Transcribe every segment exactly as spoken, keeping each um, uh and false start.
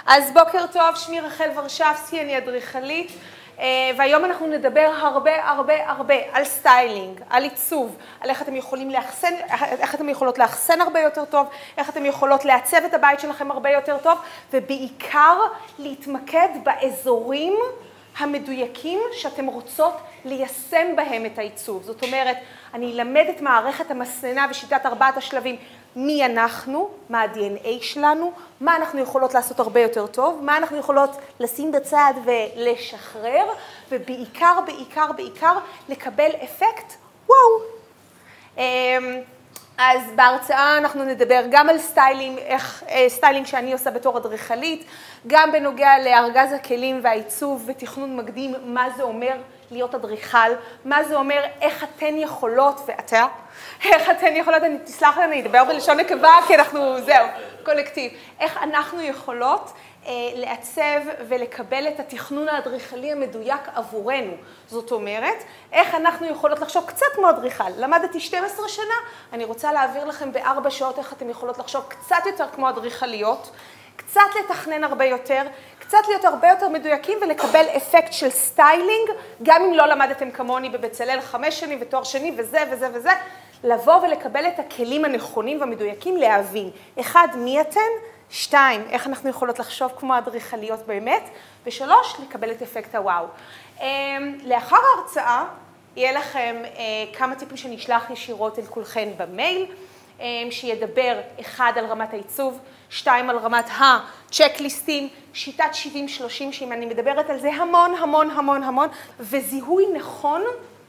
אז בוקר טוב, שמי רחל ורשבסקי, אני אדריכלית, והיום אנחנו נדבר הרבה הרבה הרבה על סטיילינג, על עיצוב, על איך אתם יכולים לאחסן, איך אתם יכולות לאחסן הרבה יותר טוב, איך אתם יכולות לעצב את הבית שלכם הרבה יותר טוב, ובעיקר להתמקד באזורים המדויקים שאתם רוצות ליישם בהם את העיצוב. זאת אומרת, אני אלמד את מערכת המסננה ושיטת ארבעת השלבים, מי אנחנו, מה ה-די אן איי שלנו, מה אנחנו יכולות לעשות הרבה יותר טוב, מה אנחנו יכולות לשים בצד ולשחרר, ובעיקר, בעיקר, בעיקר לקבל אפקט וואו. אז בהרצאה אנחנו נדבר גם על סטיילינג, איך, סטיילינג שאני עושה בתור אדריכלית, גם בנוגע לארגז הכלים והעיצוב ותכנון מקדים, מה זה אומר להיות אדריכל, מה זה אומר איך אתן יכולות, ואתה, איך אתן יכולות, אני תסלח לי, אני אדבר בלשון נקבה, כי אנחנו, זהו, קולקטיב, איך אנחנו יכולות אה, לעצב ולקבל את התכנון האדריכלי המדויק עבורנו. זאת אומרת, איך אנחנו יכולות לחשוב קצת כמו אדריכל. למדתי שתים עשרה שנה, אני רוצה להעביר לכם בארבע שעות איך אתם יכולות לחשוב קצת יותר כמו אדריכליות, קצת לתכנן הרבה יותר, קצת להיות הרבה יותר מדויקים ולקבל אפקט של סטיילינג, גם אם לא למדתם כמוני בבצלאל חמש שנים ותואר שני וזה וזה וזה, לבוא ולקבל את הכלים הנכונים והמדויקים להבין. אחד, מי אתן? שתיים, איך אנחנו יכולות לחשוב כמו אדריכליות באמת? ושלוש, לקבל את אפקט הוואו. לאחר ההרצאה, יהיה לכם כמה טיפים שנשלח ישירות אל כולכן במייל, שידבר אחד על רמת העיצוב, שתיים על רמת הצ'קליסטים, שיטת שבעים שלושים, שאם אני מדברת על זה המון המון המון המון, וזיהוי נכון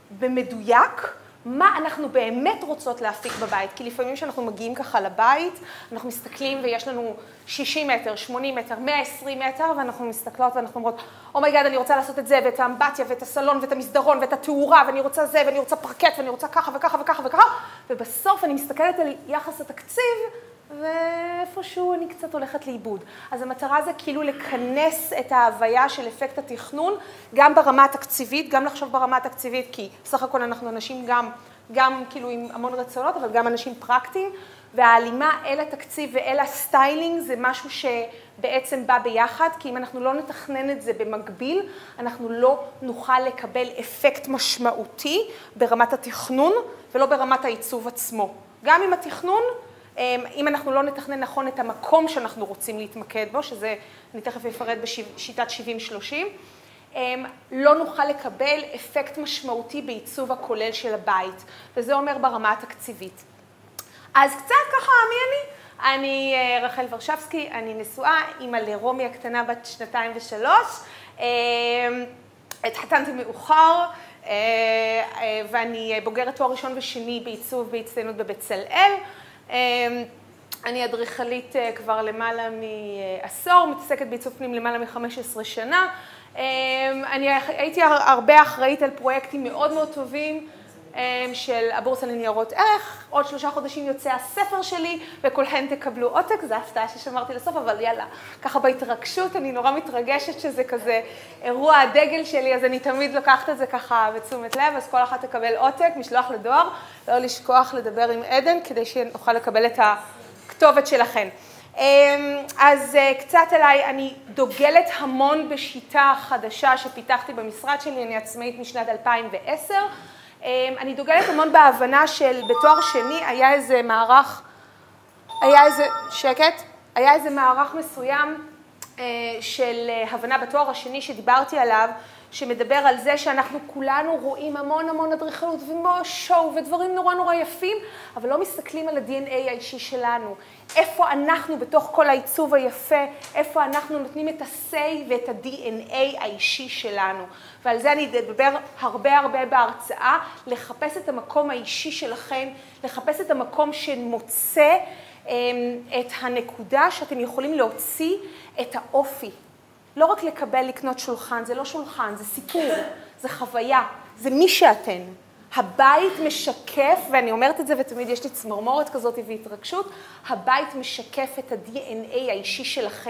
במדויק, מה אנחנו באמת רוצות להפיק בבית. כי לפעמים כשאנחנו מגיעים ככה לבית, אנחנו מסתכלים ויש לנו שישים מטר, שמונים מטר, מאה ועשרים מטר, ואנחנו מסתכלות ואנחנו אומרות, אומייגאד, אני רוצה לעשות את זה, ואת האמבטיה, ואת הסלון, ואת המסדרון, ואת התאורה, ואני רוצה זה, ואני רוצה פרקט, ואני רוצה ככה וככה וככה וככה, ובסוף אני מסתכלת על יחס התקציב, ואיפשהו אני קצת הולכת לאיבוד. אז המטרה זה כאילו לכנס את ההוויה של אפקט התכנון, גם ברמה התקציבית, גם לחשוב ברמה התקציבית, כי סך הכל אנחנו אנשים גם, גם כאילו עם המון רצונות, אבל גם אנשים פרקטיים, וההלימה אל התקציב ואל הסטיילינג זה משהו שבעצם בא ביחד, כי אם אנחנו לא נתכנן את זה במקביל, אנחנו לא נוכל לקבל אפקט משמעותי ברמת התכנון, ולא ברמת העיצוב עצמו. גם עם התכנון, אם אנחנו לא נתכנן נכון את המקום שאנחנו רוצים להתמקד בו, שזה אני תכף אפרט בשיטת שבעים שלושים, לא נוכל לקבל אפקט משמעותי בעיצוב הכולל של הבית, וזה אומר ברמה התקציבית. אז קצת ככה, מי אני? אני רחל ורשבסקי, אני נשואה, אימא לרומי הקטנה בת שנתיים ושלוש, התחתנתי מאוחר, ואני בוגרת תואר ראשון ושני בעיצוב בהצטיינות בבצלאל, אני אדריכלית כבר למעלה מעשור, מתעסקת בעיצוב פנים למעלה מ-חמש עשרה שנה. אני הייתי הרבה אחראית על פרויקטים מאוד מאוד טובים של הבורסה לניירות ערך. עוד שלושה חודשים יוצא הספר שלי, וכולכן תקבלו עותק, זו הפתעה ששמרתי לסוף, אבל יאללה, ככה בהתרגשות, אני נורא מתרגשת שזה כזה אירוע הדגל שלי, אז אני תמיד לוקחת את זה ככה בתשומת לב, אז כל אחת תקבל עותק, משלוח לדואר, לא לשכוח לדבר עם עדן, כדי שנוכל לקבל את הכתובת שלכן. אז קצת אליי, אני דוגלת המון בשיטה חדשה שפיתחתי במשרד שלי, אני עצמאית משנת אלפיים ועשר, אני דוגלת המון בהבנה של בתואר שני היה איזה מערך, היה איזה, שקט, היה איזה מערך מסוים של הבנה בתואר השני שדיברתי עליו, שמדבר על זה שאנחנו כולנו רואים המון המון אדריכלות ושואו ודברים נורא נורא יפים, אבל לא מסתכלים על ה-די אן איי האישי שלנו. איפה אנחנו בתוך כל העיצוב היפה, איפה אנחנו נותנים את ה-say ואת ה-די אן איי האישי שלנו. ועל זה אני אדבר הרבה הרבה בהרצאה, לחפש את המקום האישי שלכם, לחפש את המקום שמוצא את הנקודה שאתם יכולים להוציא את האופי. לא רק לקבל, לקנות שולחן, זה לא שולחן, זה סיפור, זה חוויה, זה מי שאתן. הבית משקף, ואני אומרת את זה ותמיד יש לי צמרמורת כזאת והתרגשות, הבית משקף את ה-די אן איי האישי שלכן.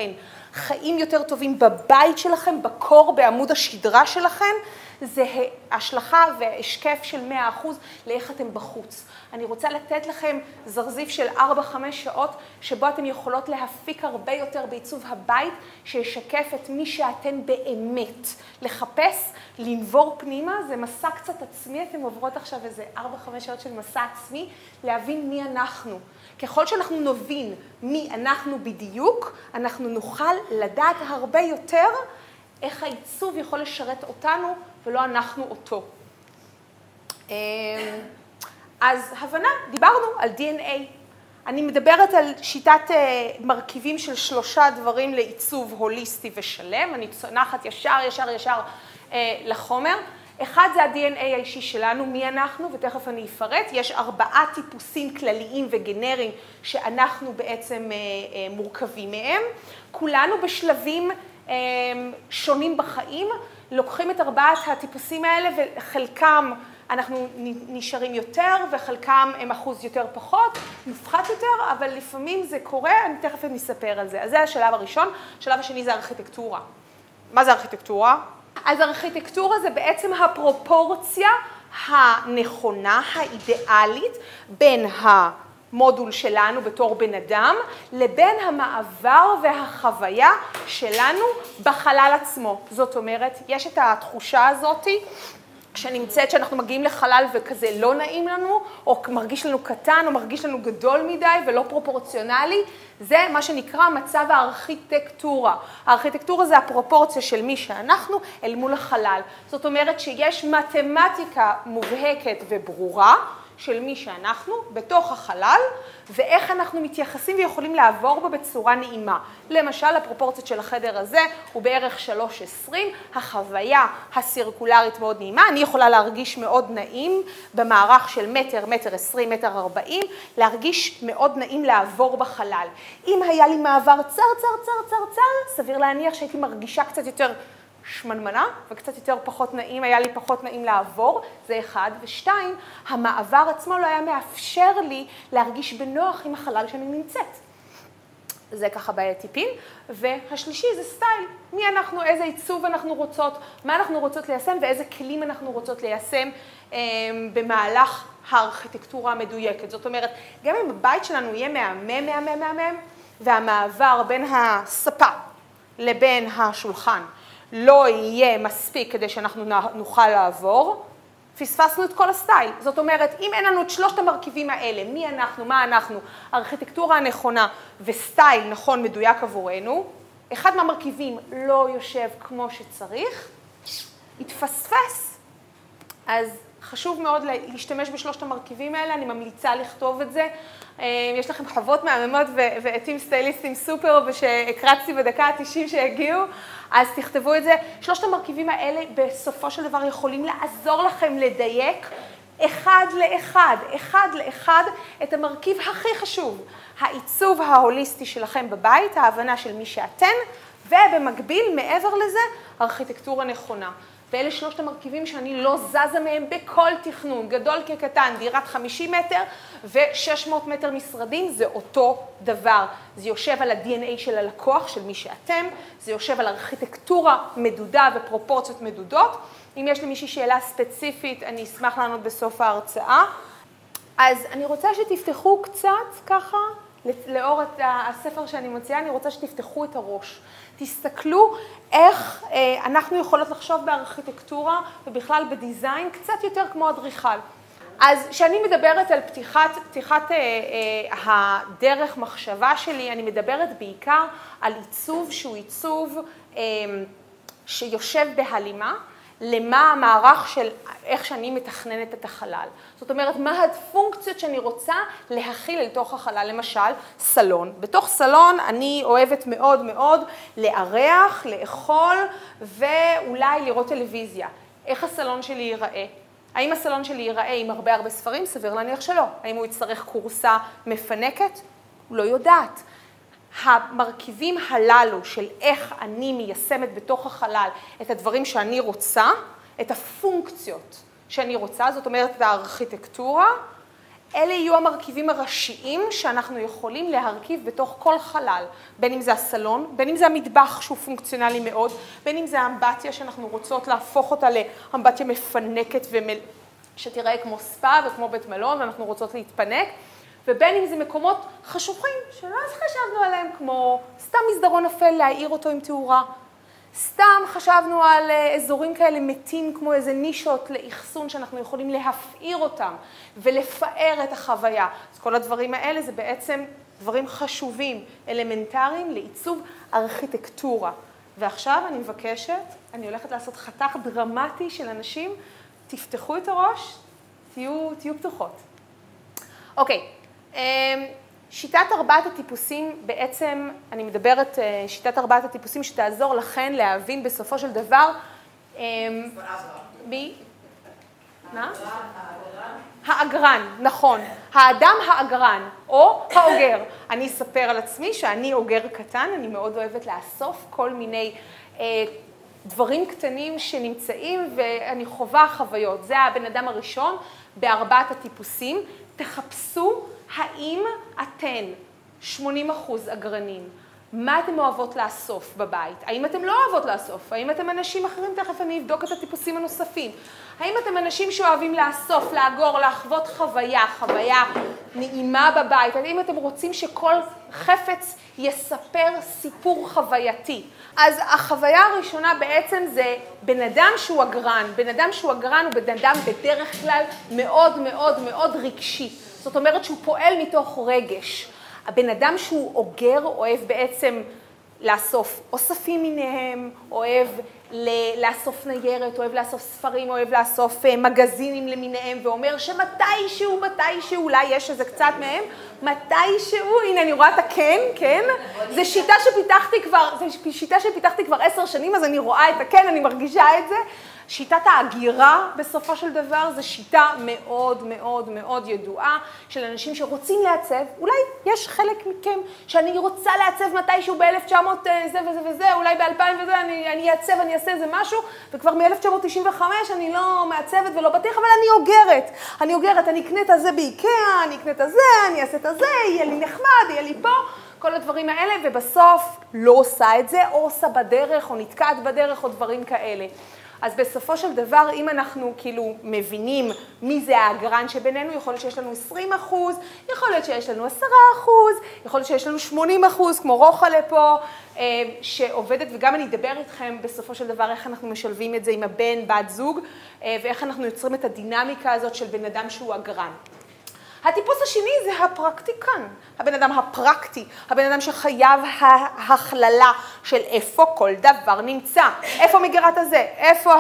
חיים יותר טובים בבית שלכם, בקור, בעמוד השדרה שלכם, זה השלכה והשקף של מאה אחוז לאיך אתם בחוץ. אני רוצה לתת לכם זרזיף של ארבע חמש שעות, שבו אתם יכולות להפיק הרבה יותר בעיצוב הבית, שישקף את מי שאתן באמת. לחפש, לנבור פנימה, זה מסע קצת עצמי, אתם עוברות עכשיו איזה ארבע חמש שעות של מסע עצמי, להבין מי אנחנו. ככל שאנחנו נבין מי אנחנו בדיוק, אנחנו נוכל לדעת הרבה יותר איך העיצוב יכול לשרת אותנו ולא אנחנו אותו. אז הבנה, דיברנו על די אן איי. אני מדברת על שיטת מרכיבים של שלושה דברים לעיצוב הוליסטי ושלם. אני צונחת ישר, ישר, ישר לחומר. אחד זה ה-די אן איי האישי שלנו, מי אנחנו, ותכף אני אפרט. יש ארבעה טיפוסים כלליים וגנריים שאנחנו בעצם מורכבים מהם. כולנו בשלבים שונים בחיים, לוקחים את ארבעת הטיפוסים האלה וחלקם אנחנו נשארים יותר וחלקם הם אחוז יותר פחות, מופחת יותר, אבל לפעמים זה קורה, אני תכף נספר על זה. אז זה השלב הראשון. השלב השני זה ארכיטקטורה. מה זה ארכיטקטורה? אז ארכיטקטורה זה בעצם הפרופורציה הנכונה, האידיאלית, בין המודול שלנו בתור בן אדם, לבין המעבר והחוויה שלנו בחלל עצמו. זאת אומרת, יש את התחושה הזאת שנמצאת שאנחנו מגיעים לחלל וכזה לא נעים לנו, או מרגיש לנו קטן, או מרגיש לנו גדול מדי ולא פרופורציונלי. זה מה שנקרא מצב הארכיטקטורה. הארכיטקטורה זה הפרופורציה של מי שאנחנו אל מול החלל. זאת אומרת שיש מתמטיקה מובהקת וברורה של מי שאנחנו בתוך החלל, ואיך אנחנו מתייחסים ויכולים לעבור בה בצורה נעימה. למשל, הפרופורציות של החדר הזה הוא בערך שלוש עשרים, החוויה הסירקולרית מאוד נעימה, אני יכולה להרגיש מאוד נעים במערך של מטר, מטר עשרים, מטר ארבעים, להרגיש מאוד נעים לעבור בחלל. אם היה לי מעבר צר, צר, צר, צר, צר, סביר להניח שהייתי מרגישה קצת יותר שמנמנה וקצת יותר פחות נעים, היה לי פחות נעים לעבור, זה אחד. ושתיים, המעבר עצמו לא היה מאפשר לי להרגיש בנוח עם החלל שאני נמצאת. זה ככה בטיפים. והשלישי זה סטייל. מי אנחנו, איזה עיצוב אנחנו רוצות, מה אנחנו רוצות ליישם ואיזה כלים אנחנו רוצות ליישם אה, במהלך הארכיטקטורה המדויקת. זאת אומרת, גם אם הבית שלנו יהיה מהמם, מהמם, מהמם, והמעבר בין הספה לבין השולחן, לא יהיה מספיק כדי שאנחנו נוכל לעבור, פספסנו את כל הסטייל. זאת אומרת, אם אין לנו את שלושת המרכיבים האלה, מי אנחנו, מה אנחנו, ארכיטקטורה הנכונה וסטייל נכון מדויק עבורנו, אחד מהמרכיבים לא יושב כמו שצריך, יתפספס. אז חשוב מאוד להשתמש בשלושת המרכיבים האלה, אני ממליצה לכתוב את זה. יש לכם חוות מהממות ועטים סטייליסטים סופר ושהקרצתי בדקה ה-תשעים שהגיעו, אז תכתבו את זה. שלושת המרכיבים האלה בסופו של דבר יכולים לעזור לכם לדייק אחד לאחד, אחד לאחד את המרכיב הכי חשוב, העיצוב ההוליסטי שלכם בבית, ההבנה של מי שאתן, ובמקביל מעבר לזה, ארכיטקטורה נכונה. ואלה שלושת המרכיבים שאני לא זזה מהם בכל תכנון, גדול כקטן, דירת חמישים מטר ו-שש מאות מטר משרדים, זה אותו דבר. זה יושב על ה-די אן איי של הלקוח, של מי שאתם, זה יושב על ארכיטקטורה מדודה ופרופורציות מדודות. אם יש למישהי שאלה ספציפית, אני אשמח לענות בסוף ההרצאה. אז אני רוצה שתפתחו קצת ככה, לאור הספר שאני מוציאה, אני רוצה שתפתחו את הראש. תסתכלו איך אנחנו יכולות לחשוב בארכיטקטורה ובכלל בדיזיין קצת יותר כמו אדריכל. אז כשאני מדברת על פתיחת, פתיחת הדרך מחשבה שלי, אני מדברת בעיקר על עיצוב שהוא עיצוב שיושב בהלימה, למה המערך של איך שאני מתכננת את החלל. זאת אומרת, מה הפונקציות שאני רוצה להכיל לתוך החלל. למשל, סלון. בתוך סלון אני אוהבת מאוד מאוד לארח, לאכול ואולי לראות טלוויזיה. איך הסלון שלי ייראה? האם הסלון שלי ייראה עם הרבה הרבה ספרים? סביר להניח שלא. האם הוא יצטרך קורסה מפנקת? לא יודעת. המרכיבים הללו של איך אני מיישמת בתוך החלל את הדברים שאני רוצה, את הפונקציות שאני רוצה, זאת אומרת את הארכיטקטורה, אלה יהיו המרכיבים הראשיים שאנחנו יכולים להרכיב בתוך כל חלל, בין אם זה הסלון, בין אם זה המטבח שהוא פונקציונלי מאוד, בין אם זה האמבטיה שאנחנו רוצות להפוך אותה לאמבטיה מפנקת ומל... שתראה כמו ספא וכמו בית מלון ואנחנו רוצות להתפנק, ובין אם זה מקומות חשוכים שלא אז חשבנו עליהם, כמו סתם מסדרון אפל להאיר אותו עם תאורה, סתם חשבנו על אזורים כאלה מתים כמו איזה נישות לאחסון שאנחנו יכולים להפעיר אותם ולפאר את החוויה. אז כל הדברים האלה זה בעצם דברים חשובים, אלמנטריים לעיצוב ארכיטקטורה. ועכשיו אני מבקשת, אני הולכת לעשות חתך דרמטי של אנשים, תפתחו את הראש, תהיו, תהיו פתוחות. אוקיי, שיטת ארבעת הטיפוסים, בעצם אני מדברת, שיטת ארבעת הטיפוסים שתעזור לכן להבין בסופו של דבר, מי? מה? האגרן, נכון. האדם האגרן, או האוגר. אני אספר על עצמי שאני אוגר קטן, אני מאוד אוהבת לאסוף כל מיני דברים קטנים שנמצאים, ואני חווה חוויות. זה הבן אדם הראשון בארבעת הטיפוסים. תחפשו האם אתן שמונים אחוז אגרנים. מה אתן אוהבות לאסוף בבית? האם אתן לא אוהבות לאסוף? האם אתם אנשים אחרים? תכף אני אבדוק את הטיפוסים הנוספים. האם אתם אנשים שאוהבים לאסוף, לאגור, לחוות חוויה, חוויה נעימה בבית? האם אתם רוצים שכל חפץ יספר סיפור חווייתי? אז החוויה הראשונה בעצם זה בן אדם שהוא אגרן. בן אדם שהוא אגרן הוא בן אדם בדרך כלל מאוד מאוד מאוד רגשי. זאת אומרת שהוא פועל מתוך רגש. הבן אדם שהוא אוגר אוהב בעצם לאסוף אוספים מיניהם, אוהב לאסוף ניירת, אוהב לאסוף ספרים, אוהב לאסוף מגזינים למיניהם, ואומר שמתישהו, מתישהו, אולי יש איזה קצת מהם, מתישהו, הנה אני רואה את הכן, כן? זו שיטה שפיתחתי כבר, זו שיטה שפיתחתי כבר עשר שנים, אז אני רואה את הכן, אני מרגישה את זה. שיטת ההגירה בסופו של דבר זו שיטה מאוד מאוד מאוד ידועה של אנשים שרוצים לעצב, אולי יש חלק מכם שאני רוצה לעצב מתישהו ב-אלף תשע מאות זה וזה וזה, אולי ב-אלפיים וזה, אני, אני אעצב, אני אעשה איזה משהו, וכבר מ-אלף תשע מאות תשעים וחמש אני לא מעצבת ולא בטיח, אבל אני אוגרת, אני אוגרת, אני אקנה את הזה באיקאה, אני אקנה את הזה, אני אעשה את הזה, יהיה לי נחמד, יהיה לי פה, כל הדברים האלה, ובסוף לא עושה את זה, או עושה בדרך, או נתקעת בדרך, או דברים כאלה. אז בסופו של דבר, אם אנחנו כאילו מבינים מי זה האגרן שבינינו, יכול להיות שיש לנו עשרים אחוז, יכול להיות שיש לנו עשרה אחוז, יכול להיות שיש לנו שמונים אחוז, כמו רוחלה פה, שעובדת, וגם אני אדבר איתכם בסופו של דבר איך אנחנו משלבים את זה עם הבן, בת זוג, ואיך אנחנו יוצרים את הדינמיקה הזאת של בן אדם שהוא אגרן. הטיפוס השני זה הפרקטיקן, הבן אדם הפרקטי, הבן אדם שחייב ההכללה של איפה כל דבר נמצא, איפה מגירת הזה, איפה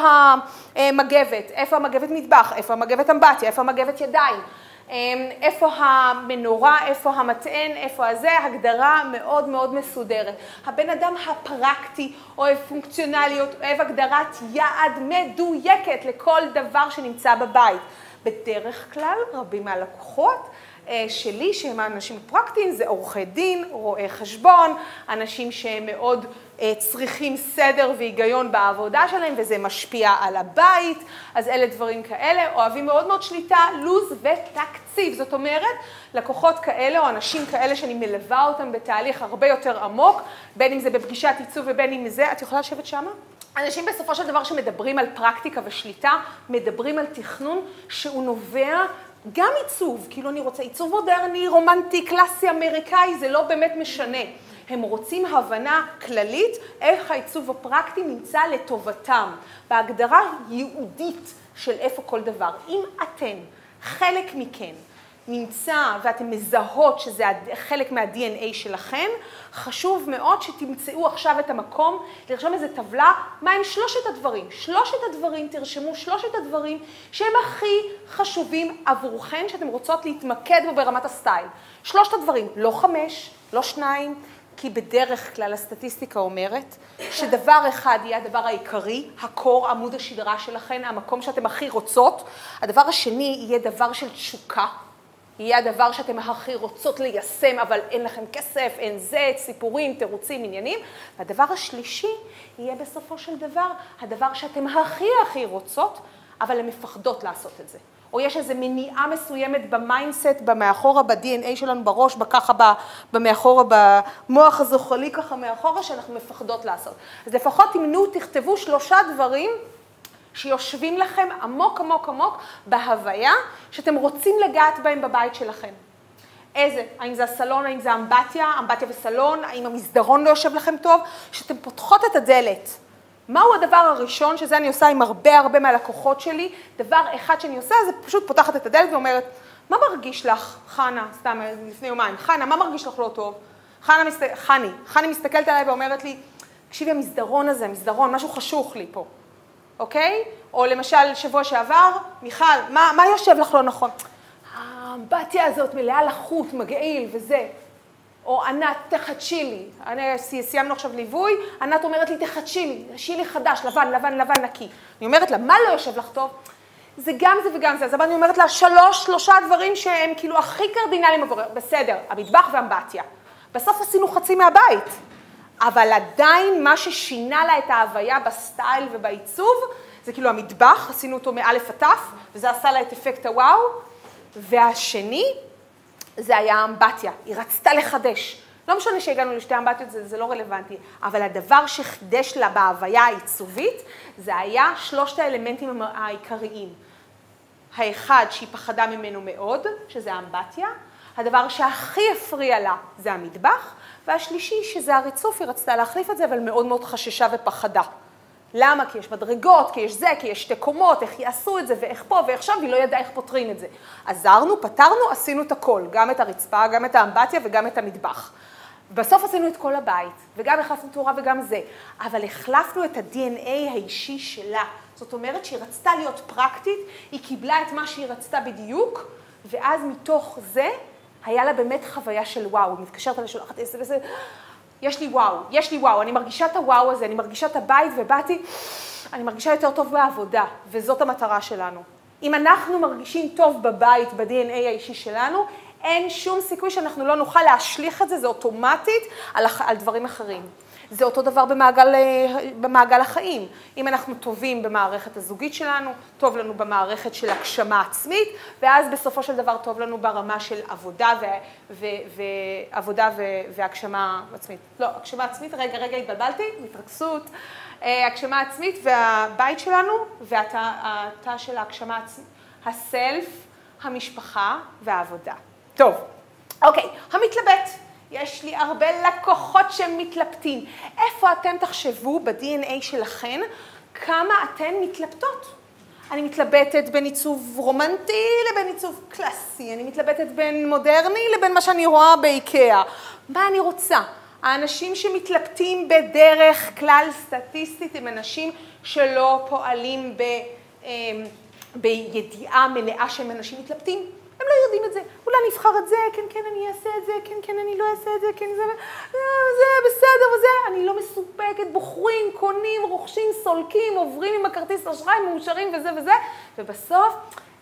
המגבת, איפה המגבת מטבח, איפה המגבת אמבטיה, איפה המגבת ידיים, איפה המנורה, איפה המטען, איפה הזה, הגדרה מאוד מאוד מסודרת. הבן אדם הפרקטי אוהב פונקציונליות, אוהב הגדרת יעד מדויקת לכל דבר שנמצא בבית. בדרך כלל, רבים מהלקוחות שלי, שהם האנשים פרקטיים, זה עורכי דין, רואי חשבון, אנשים שהם מאוד צריכים סדר והיגיון בעבודה שלהם, וזה משפיע על הבית, אז אלה דברים כאלה, אוהבים מאוד מאוד שליטה, לוז ותקציב. זאת אומרת, לקוחות כאלה או אנשים כאלה שאני מלווה אותם בתהליך הרבה יותר עמוק, בין אם זה בפגישת עיצוב ובין אם זה, את יכולה לשבת שמה? אנשים בסופו של דבר שמדברים על פרקטיקה ושליטה, מדברים על תכנון שהוא נובע גם עיצוב, כאילו אני רוצה עיצוב מודרני, רומנטי, קלאסי, אמריקאי, זה לא באמת משנה. הם רוצים הבנה כללית איך העיצוב הפרקטי נמצא לטובתם, בהגדרה ייעודית של איפה כל דבר. אם אתן, חלק מכן, נמצא ואתם מזהות שזה חלק מה-די אן איי שלכם, חשוב מאוד שתמצאו עכשיו את המקום, לרשום איזו טבלה, מה הם שלושת הדברים. שלושת הדברים, תרשמו שלושת הדברים שהם הכי חשובים עבורכם, שאתם רוצות להתמקד בו ברמת הסטייל. שלושת הדברים, לא חמש, לא שניים, כי בדרך כלל הסטטיסטיקה אומרת שדבר אחד יהיה הדבר העיקרי, הקור, עמוד השדרה שלכם, המקום שאתם הכי רוצות. הדבר השני יהיה דבר של תשוקה, יהיה הדבר שאתם הכי רוצות ליישם, אבל אין לכם כסף, אין זה, סיפורים, תירוצים, עניינים. והדבר השלישי יהיה בסופו של דבר הדבר שאתם הכי הכי רוצות, אבל הן מפחדות לעשות את זה. או יש איזו מניעה מסוימת במיינדסט, במאחורה, ב-די אן איי שלנו, בראש, ככה במאחורה, במוח הזוחלי, ככה מאחורה, שאנחנו מפחדות לעשות. אז לפחות תמנו, תכתבו שלושה דברים שיושבים לכם עמוק עמוק עמוק בהוויה, שאתם רוצים לגעת בהם בבית שלכם. איזה? האם זה הסלון, האם זה אמבטיה, אמבטיה וסלון, האם המסדרון לא יושב לכם טוב? שאתם פותחות את הדלת. מהו הדבר הראשון, שזה אני עושה עם הרבה הרבה מהלקוחות שלי, דבר אחד שאני עושה, זה פשוט פותחת את הדלת ואומרת, מה מרגיש לך, חנה, סתם לפני יומיים, חנה, מה מרגיש לך לא טוב? חנה, מסת... חני, חני מסתכלת עליי ואומרת לי, תקשיבי, המסדרון הזה, המסדרון, משהו חשוך לי פה, אוקיי? או למשל, שבוע שעבר, מיכל, מה, מה יושב לך לא נכון? האמבטיה הזאת מלאה לחות, מגעיל וזה. או ענת, תחדשי לי. אני, סיימנו עכשיו ליווי, ענת אומרת לי, תחדשי לי, תחדשי לי חדש, לבן, לבן, לבן, נקי. אני אומרת לה, מה לא יושב לך טוב? זה גם זה וגם זה. אז אני אומרת לה, שלוש, שלושה דברים שהם כאילו הכי קרדינליים עבור, בסדר, המטבח והאמבטיה. בסוף עשינו חצי מהבית. אבל עדיין מה ששינה לה את ההוויה בסטייל ובעיצוב, זה כאילו המטבח, עשינו אותו מאלף עטף, וזה עשה לה את אפקט הוואו. והשני, זה היה האמבטיה, היא רצתה לחדש. לא משנה שהגענו לשתי אמבטיות, זה, זה לא רלוונטי, אבל הדבר שחידש לה בהוויה העיצובית, זה היה שלושת האלמנטים העיקריים. האחד שהיא פחדה ממנו מאוד, שזה האמבטיה, הדבר שהכי הפריע לה זה המטבח, והשלישי שזה הריצוף, היא רצתה להחליף את זה, אבל מאוד מאוד חששה ופחדה. למה? כי יש מדרגות, כי יש זה, כי יש שתי קומות, איך יעשו את זה, ואיך פה, ואיך שם, והיא לא ידעה איך פותרים את זה. עזרנו, פתרנו, עשינו את הכל, גם את הרצפה, גם את האמבטיה וגם את המטבח. בסוף עשינו את כל הבית, וגם החלפנו תאורה וגם זה, אבל החלפנו את ה-די אן איי האישי שלה. זאת אומרת שהיא רצתה להיות פרקטית, היא קיבלה את מה שהיא רצתה בדיוק, ואז מתוך זה היה לה באמת חוויה של וואו, היא מתקשרת על השולחת עשר וזה, יש לי וואו, יש לי וואו, אני מרגישה את הוואו הזה, אני מרגישה את הבית ובאתי, אני מרגישה יותר טוב בעבודה, וזאת המטרה שלנו. אם אנחנו מרגישים טוב בבית, ב-די אן איי האישי שלנו, אין שום סיכוי שאנחנו לא נוכל להשליך את זה, זה אוטומטית על, על דברים אחרים. זה אותו דבר במעגל, במעגל החיים. אם אנחנו טובים במערכת הזוגית שלנו, טוב לנו במערכת של הגשמה עצמית, ואז בסופו של דבר טוב לנו ברמה של עבודה ו, ו, ועבודה ו, והגשמה עצמית. לא, הגשמה עצמית, רגע, רגע, התבלבלתי, התרכסות. הגשמה עצמית והבית שלנו, והתא של ההגשמה עצמית, הסלף, המשפחה והעבודה. טוב, אוקיי, המתלבט. יש לי הרבה לקוחות שמתלבטים. איפה אתם תחשבו ב-די אן איי שלכם כמה אתן מתלבטות? אני מתלבטת בין עיצוב רומנטי לבין עיצוב קלאסי. אני מתלבטת בין מודרני לבין מה שאני רואה באיקאה. מה אני רוצה? האנשים שמתלבטים בדרך כלל סטטיסטית הם אנשים שלא פועלים ב, בידיעה מלאה שהם אנשים מתלבטים. הם לא יודעים את זה. אולי נבחר את זה, כן, כן, אני אעשה את זה, כן, כן, אני לא אעשה את זה, כן, זה, זה, בסדר, וזה. אני לא מסופקת, בוחרים, קונים, רוכשים, סולקים, עוברים עם הכרטיס אשראי, מאושרים וזה וזה. ובסוף,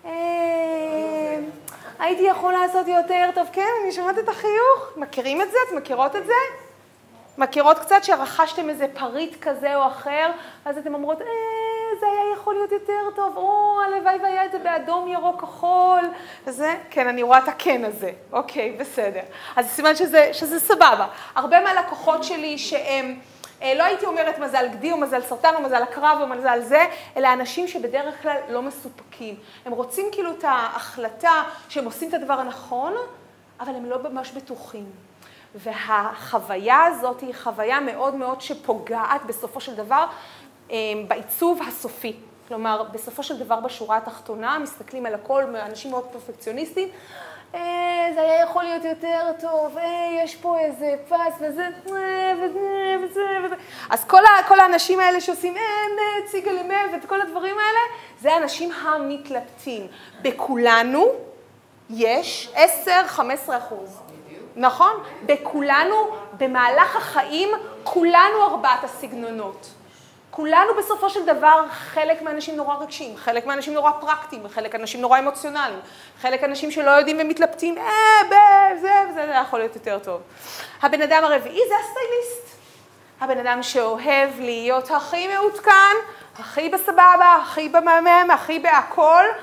הייתי יכול לעשות יותר טוב. כן, אני שומעת את החיוך. מכירים את זה? את מכירות את זה? מכירות קצת שרכשתם איזה פריט כזה או אחר, אז אתם אומרות, אה, זה היה יכול להיות יותר טוב, או, הלוואי והיה את זה באדום, ירוק, כחול, וזה, כן, אני רואה את הכן הזה, אוקיי, בסדר. אז סימן שזה, שזה סבבה. הרבה מהלקוחות שלי שהם, לא הייתי אומרת מזל גדי, או מזל סרטן, או מזל הקרב, או מזל זה, אלא אנשים שבדרך כלל לא מסופקים. הם רוצים כאילו את ההחלטה שהם עושים את הדבר הנכון, אבל הם לא ממש בטוחים. והחוויה הזאת היא חוויה מאוד מאוד שפוגעת בסופו של דבר בעיצוב הסופי. כלומר, בסופו של דבר בשורה התחתונה, מסתכלים על הכל, אנשים מאוד פרפקציוניסטים, זה היה יכול להיות יותר טוב, יש פה איזה פס וזה, וזה, וזה, וזה. אז כל, כל האנשים האלה שעושים אמת, ציגה למה, ואת כל הדברים האלה, זה האנשים המתלבטים. בכולנו יש עשר עד חמש עשרה אחוז. נכון? בכולנו, במהלך החיים, כולנו ארבעת הסגנונות. כולנו בסופו של דבר, חלק מהאנשים נורא רגשיים, חלק מהאנשים נורא פרקטיים, חלק מהאנשים נורא אמוציונליים, חלק אנשים שלא יודעים ומתלבטים, אה, זה, זה, זה יכול להיות יותר טוב. הבן אדם הרביעי זה הסטייליסט. הבן אדם שאוהב להיות הכי מעודכן, הכי בסבבה, הכי במאמם, הכי בהכל,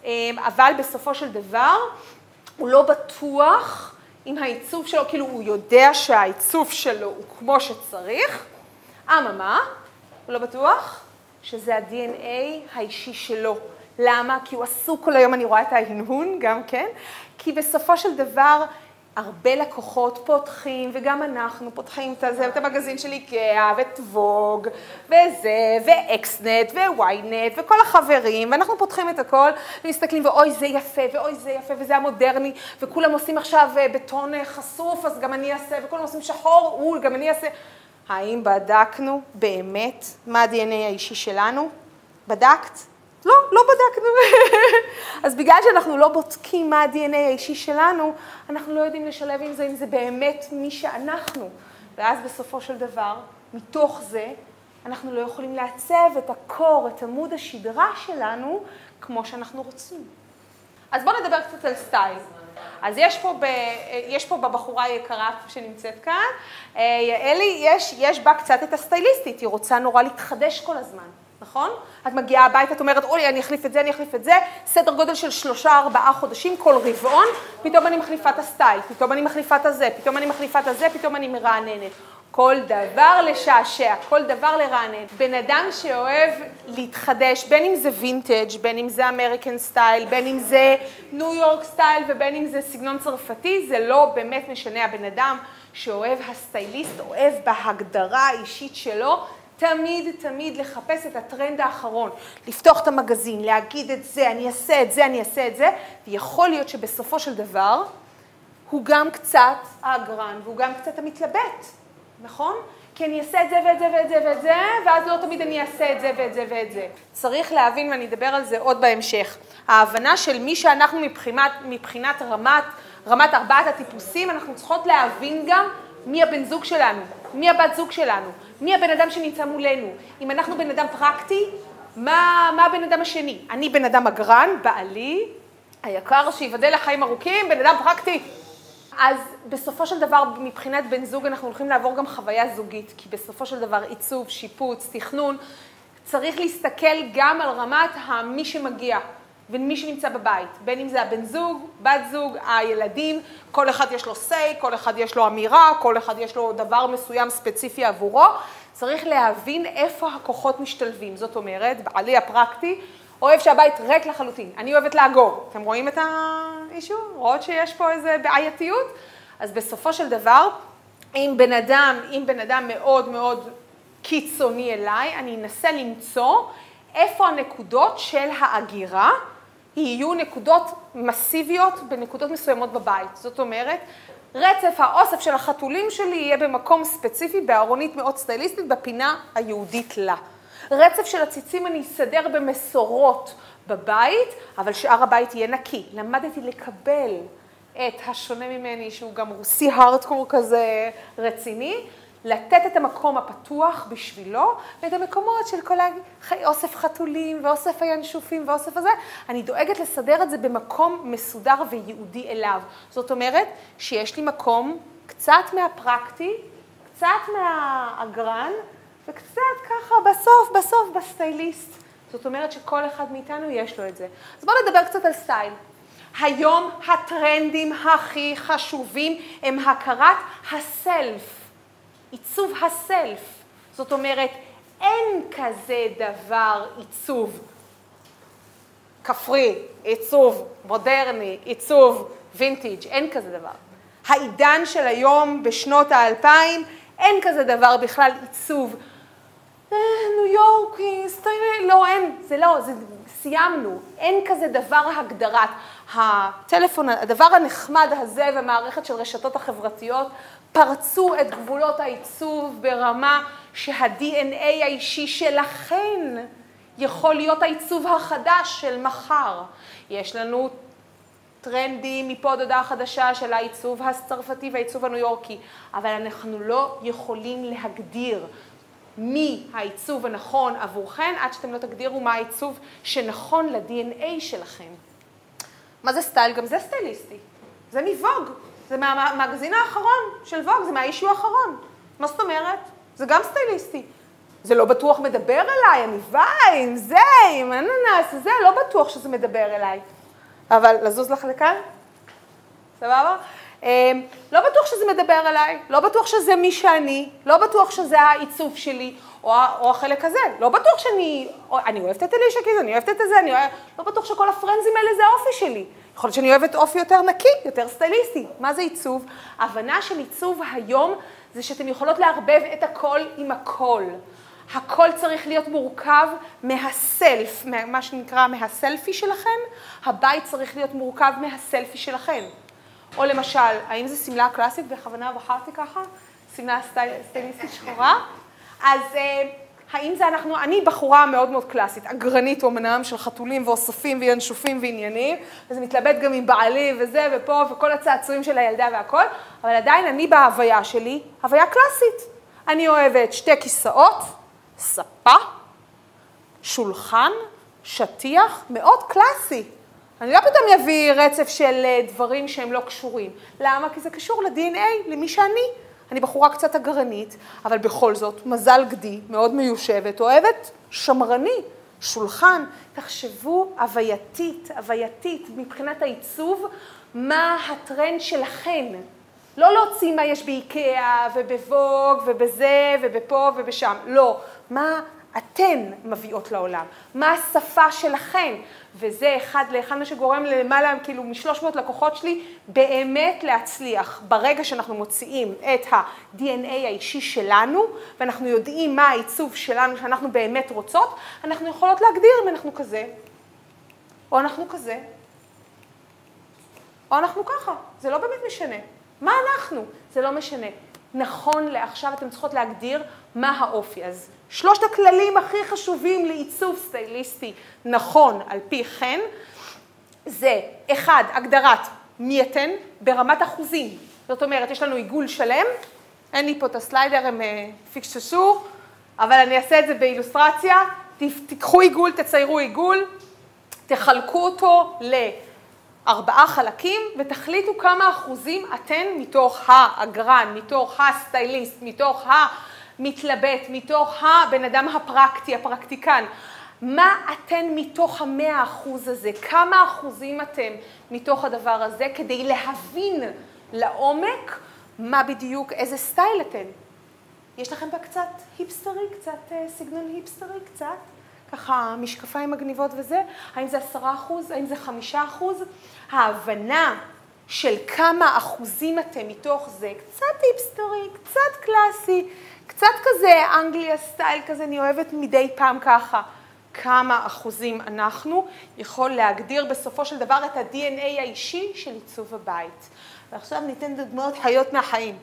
אבל בסופו של דבר הוא לא בטוח עם העיצוב שלו, כאילו הוא יודע שהעיצוב שלו הוא כמו שצריך, אממה, הוא לא בטוח שזה ה-די אן איי האישי שלו. למה? כי הוא עסוק כל היום, אני רואה את ההנהון גם כן, כי בסופו של דבר הרבה לקוחות פותחים, וגם אנחנו פותחים את זה, את המגזין של איקאה, ואת ווג, וזה, ואקסנט, וויינט, וכל החברים, ואנחנו פותחים את הכל, ומסתכלים, ואוי זה יפה, ואוי זה יפה, וזה המודרני, וכולם עושים עכשיו בטון חשוף, אז גם אני אעשה, וכולם עושים שחור, אול, גם אני אעשה. האם בדקנו באמת מה ה-די אן איי האישי שלנו? בדקת? לא, לא בדקנו. אז בגלל שאנחנו לא בודקים מה ה-די אן איי האישי שלנו, אנחנו לא יודעים לשלב עם זה, אם זה באמת מי שאנחנו. ואז בסופו של דבר, מתוך זה, אנחנו לא יכולים לעצב את הקור, את עמוד השדרה שלנו, כמו שאנחנו רוצים. אז בואו נדבר קצת על סטייל. אז יש פה, ב, יש פה בבחורה היקרה שנמצאת כאן, יעלי, יש, יש בה קצת את הסטייליסטית, היא רוצה נורא להתחדש כל הזמן. נכון? את מגיעה הביתה, את אומרת, אולי, אני אחליף את זה, אני אחליף את זה, סדר גודל של שלושה, ארבעה חודשים, כל רבעון, פתאום אני מחליפה את הסטייל, פתאום אני מחליפה את הזה, פתאום אני מחליפה את הזה, פתאום אני מרעננת. כל דבר לשעשע, כל דבר לרענן. בן אדם שאוהב להתחדש, בין אם זה וינטג', בין אם זה אמריקן סטייל, בין אם זה ניו יורק סטייל, ובין אם זה סגנון צרפתי, זה לא באמת משנה. הבן אדם שאוהב הסטייליסט, אוהב בהגדרה האישית שלו, תמיד, תמיד לחפש את הטרנד האחרון, לפתוח את המגזין, להגיד את זה, אני אעשה את זה, אני אעשה את זה, ויכול להיות שבסופו של דבר הוא גם קצת האגרן, והוא גם קצת המתלבט, נכון? כי אני אעשה את זה ואת זה ואת זה ואת זה, ואז לא תמיד אני אעשה את זה ואת זה ואת זה. צריך להבין, ואני אדבר על זה עוד בהמשך, ההבנה של מי שאנחנו מבחינת, מבחינת רמת, רמת ארבעת הטיפוסים, אנחנו צריכות להבין גם מי הבן זוג שלנו, מי הבת זוג שלנו, מי הבן אדם שנמצא מולנו. אם אנחנו בן אדם פרקטי, מה, מה הבן אדם השני? אני בן אדם אגרן, בעלי, היקר שיבדל לחיים ארוכים, בן אדם פרקטי. אז בסופו של דבר, מבחינת בן זוג, אנחנו הולכים לעבור גם חוויה זוגית, כי בסופו של דבר עיצוב, שיפוץ, תכנון, צריך להסתכל גם על רמת מי שמגיע. ומי שנמצא בבית, בין אם זה הבן זוג, בת זוג, הילדים, כל אחד יש לו say, כל אחד יש לו אמירה, כל אחד יש לו דבר מסוים ספציפי עבורו, צריך להבין איפה הכוחות משתלבים. זאת אומרת, בעלי הפרקטי, אוהב שהבית ריק לחלוטין, אני אוהבת לאגור. אתם רואים את האישו? רואות שיש פה איזה בעייתיות? אז בסופו של דבר, אם בן אדם, אם בן אדם מאוד מאוד קיצוני אליי, אני אנסה למצוא איפה הנקודות של האגירה, יהיו נקודות מסיביות בנקודות מסוימות בבית. זאת אומרת, רצף האוסף של החתולים שלי יהיה במקום ספציפי, בארונית מאוד סטייליסטית, בפינה היהודית לה. רצף של הציצים אני אסדר במסורות בבית, אבל שאר הבית יהיה נקי. למדתי לקבל את השונה ממני, שהוא גם רוסי הארדקור כזה רציני, לתת את המקום הפתוח בשבילו, ואת המקומות של כל אוסף חתולים ואוסף הינשופים ואוסף הזה, אני דואגת לסדר את זה במקום מסודר וייעודי אליו. זאת אומרת שיש לי מקום קצת מהפרקטי, קצת מהאגרן, וקצת ככה בסוף, בסוף בסטייליסט. זאת אומרת שכל אחד מאיתנו יש לו את זה. אז בואו נדבר קצת על סטייל. היום הטרנדים הכי חשובים הם הכרת הסלף. עיצוב הסלף, זאת אומרת, אין כזה דבר עיצוב כפרי, עיצוב מודרני, עיצוב וינטיג', אין כזה דבר. העידן של היום בשנות האלפיים, אין כזה דבר בכלל עיצוב. ניו יורקי, סטיילי, לא, אין, זה לא, זה, סיימנו, אין כזה דבר הגדרת. הטלפון, הדבר הנחמד הזה והמערכת של רשתות החברתיות, פרצו את גבולות העיצוב ברמה שה-די אן איי האישי שלכן יכול להיות העיצוב החדש של מחר. יש לנו טרנדים מפה עד הודעה חדשה של העיצוב הצרפתי והעיצוב הניו יורקי, אבל אנחנו לא יכולים להגדיר מי העיצוב הנכון עבורכן עד שאתם לא תגדירו מה העיצוב שנכון ל-די אן איי שלכם. מה זה סטייל? גם זה סטייליסטי. זה מווג. זה מהמגזין האחרון של ווג, זה מהאישיו האחרון. מה זאת אומרת? זה גם סטייליסטי. זה לא בטוח מדבר אליי, אני באה עם זה, עם אננס, זה לא בטוח שזה מדבר אליי. אבל לזוז לך לכאן? סבבה? לא בטוח שזה מדבר עליי, לא בטוח שזה מי שאני, לא בטוח שזה העיצוב שלי, או, או החלק הזה. לא בטוח שאני, אני אוהבת את אלישה קיז, אני אוהבת את זה, אני אוהבת, לא בטוח שכל הפרנזים האלה זה האופי שלי. יכול להיות שאני אוהבת אופי יותר נקי, יותר סטייליסטי. מה זה עיצוב? ההבנה של עיצוב היום זה שאתם יכולות לערבב את הכל עם הכל. הכל צריך להיות מורכב מהסלף, מה שנקרא מהסלפי שלכם, הבית צריך להיות מורכב מהסלפי שלכם. או למשל, האם זו סמלה קלאסית, בכוונה בחרתי ככה? סמלה סטייליסטית שחורה? אז האם זה אנחנו, אני בחורה מאוד מאוד קלאסית, אגרנית אומנם של חתולים ואוספים וינשופים ועניינים, וזה מתלבט גם עם בעלי וזה ופה וכל הצעצועים של הילדה והכל, אבל עדיין אני בהוויה שלי, הוויה קלאסית. אני אוהבת שתי כיסאות, ספה, שולחן, שטיח, מאוד קלאסי. אני לא פתאום אביא רצף של דברים שהם לא קשורים. למה? כי זה קשור ל-די אן איי, למי שאני. אני בחורה קצת אגרנית, אבל בכל זאת, מזל גדי, מאוד מיושבת, אוהבת שמרני, שולחן. תחשבו הווייתית, הווייתית, מבחינת העיצוב, מה הטרנד שלכן. לא להוציא מה יש באיקאה ובבוג ובזה ובפה ובשם. לא. מה אתן מביאות לעולם? מה השפה שלכן? וזה אחד לאחד מה שגורם למעלה, כאילו משלוש מאות לקוחות שלי, באמת להצליח. ברגע שאנחנו מוציאים את ה-די אן איי האישי שלנו, ואנחנו יודעים מה העיצוב שלנו שאנחנו באמת רוצות, אנחנו יכולות להגדיר אם אנחנו כזה, או אנחנו כזה, או אנחנו ככה. זה לא באמת משנה. מה אנחנו? זה לא משנה. נכון לעכשיו אתם צריכות להגדיר מה האופי. אז שלושת הכללים הכי חשובים לעיצוב סטייליסטי נכון על פי כן, זה אחד, הגדרת מי אתן ברמת אחוזים. זאת אומרת, יש לנו עיגול שלם, אין לי פה את הסליידר, הם פיקששו, אבל אני אעשה את זה באילוסטרציה. תיקחו עיגול, תציירו עיגול, תחלקו אותו לארבעה חלקים, ותחליטו כמה אחוזים אתן מתוך האגרן, מתוך הסטייליסט, מתוך ה... מתלבט, מתוך הבן אדם הפרקטי, הפרקטיקן. מה אתן מתוך המאה אחוז הזה? כמה אחוזים אתם מתוך הדבר הזה כדי להבין לעומק מה בדיוק, איזה סטייל אתן? יש לכם בה קצת היפסטרי, קצת סגנון היפסטרי, קצת? ככה משקפיים מגניבות וזה? האם זה עשרה אחוז? האם זה חמישה אחוז? ההבנה של כמה אחוזים אתם מתוך זה, קצת היפסטרי, קצת קלאסי, קצת כזה אנגליה סטייל כזה, אני אוהבת מדי פעם ככה. כמה אחוזים אנחנו יכול להגדיר בסופו של דבר את ה-די אן איי האישי של עיצוב הבית. ועכשיו ניתן דוגמאות חיות מהחיים.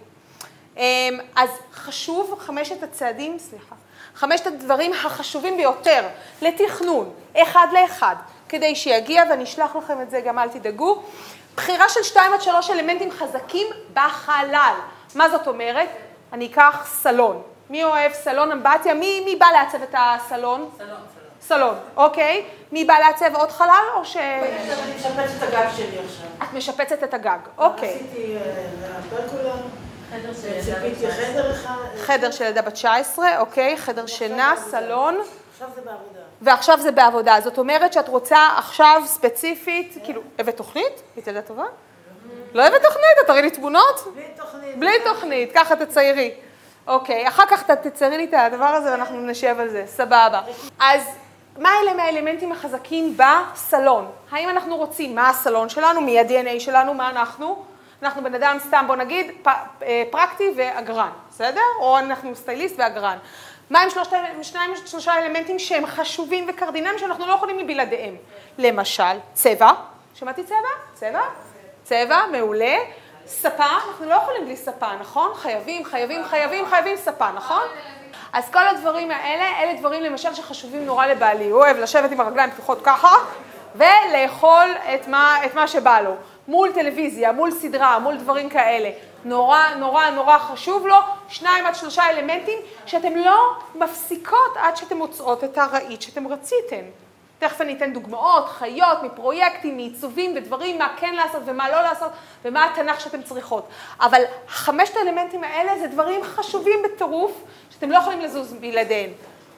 אז חשוב חמשת הצעדים, סליחה, חמשת הדברים החשובים ביותר לתכנון, אחד לאחד, כדי שיגיע, ואני אשלח לכם את זה, גם אל תדאגו. בחירה של שתיים עד שלוש אלמנטים חזקים בחלל. מה זאת אומרת? אני אקח סלון. מי אוהב סלון אמבטיה? מי, מי בא לעצב את הסלון? סלון, סלון. סלון, אוקיי. מי בא לעצב עוד חלל או ש... אני משפצת את הגג שלי עכשיו. את משפצת את הגג, אוקיי. עשיתי פרקולה, ציפיתי חדר אחד. חדר של ילדה בת תשע עשרה, אוקיי. חדר שינה, סלון. עכשיו זה בעבודה. ועכשיו זה בעבודה. זאת אומרת שאת רוצה עכשיו ספציפית, כאילו, הבאת תוכנית? היית ילדה טובה? לא הבאת תוכנית? את תראי לי תמונות? בלי תוכנית. בלי תוכנית, ככה תציירי. אוקיי, אחר כך תציירי לי את הדבר הזה ואנחנו נשב על זה, סבבה. אז מה אלה מהאלמנטים החזקים בסלון? האם אנחנו רוצים, מה הסלון שלנו, מי ה-די אן איי שלנו, מה אנחנו? אנחנו בן אדם סתם, בוא נגיד, פרקטי ואגרן, בסדר? או אנחנו סטייליסט ואגרן. מה הם שניים, שלושה אלמנטים שהם חשובים וקרדינליים שאנחנו לא יכולים מבלעדיהם? למשל, צבע. שמעתי צבע? צבע? צבע, מעולה. ספה, אנחנו לא יכולים בלי ספה, נכון? חייבים, חייבים, חייבים, חייבים ספה, נכון? אז כל הדברים האלה, אלה דברים למשל שחשובים נורא לבעלי. הוא אוהב לשבת עם הרגליים פתוחות ככה, ולאכול את מה, את מה שבא לו. מול טלוויזיה, מול סדרה, מול דברים כאלה. נורא, נורא, נורא חשוב לו, שניים עד שלושה אלמנטים, שאתם לא מפסיקות עד שאתם מוצאות את הרעית שאתם רציתם. תכף אני אתן דוגמאות, חיות, מפרויקטים, מעיצובים ודברים, מה כן לעשות ומה לא לעשות, ומה התנ"ך שאתם צריכות. אבל חמשת האלמנטים האלה זה דברים חשובים בטירוף, שאתם לא יכולים לזוז בלעדיהם.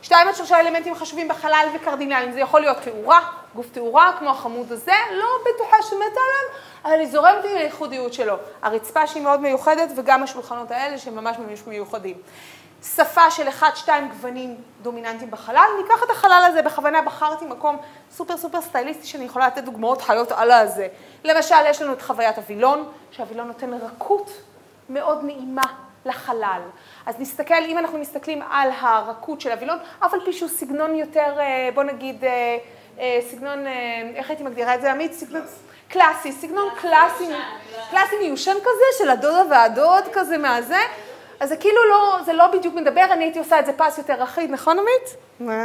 שתיים עד שלושה אלמנטים חשובים בחלל וקרדינליים. זה יכול להיות תאורה, גוף תאורה, כמו החמוד הזה, לא בטוחה שמתה עליו, אבל היא זורמת עם הייחודיות שלו. הרצפה שהיא מאוד מיוחדת, וגם השולחנות האלה שהם ממש ממש מיוחדים. שפה של אחד, שתיים גוונים דומיננטיים בחלל. ניקח את החלל הזה, בכוונה בחרתי מקום סופר סופר סטייליסטי, שאני יכולה לתת דוגמאות חיות על הזה. למשל, יש לנו את חוויית הווילון, שהווילון נותן רכות מאוד נעימה לחלל. אז נסתכל, אם אנחנו מסתכלים על הרכות של הווילון, אבל פי שהוא סגנון יותר, בוא נגיד, סגנון, איך הייתי מגדירה את זה, עמית? סגנון קלאסי, סגנון קלאסי, קלאסי מיושן כזה, של הדודה והדוד כזה מהזה. אז זה כאילו לא, זה לא בדיוק מדבר, אני הייתי עושה את זה פס יותר אחיד, נכון עמית?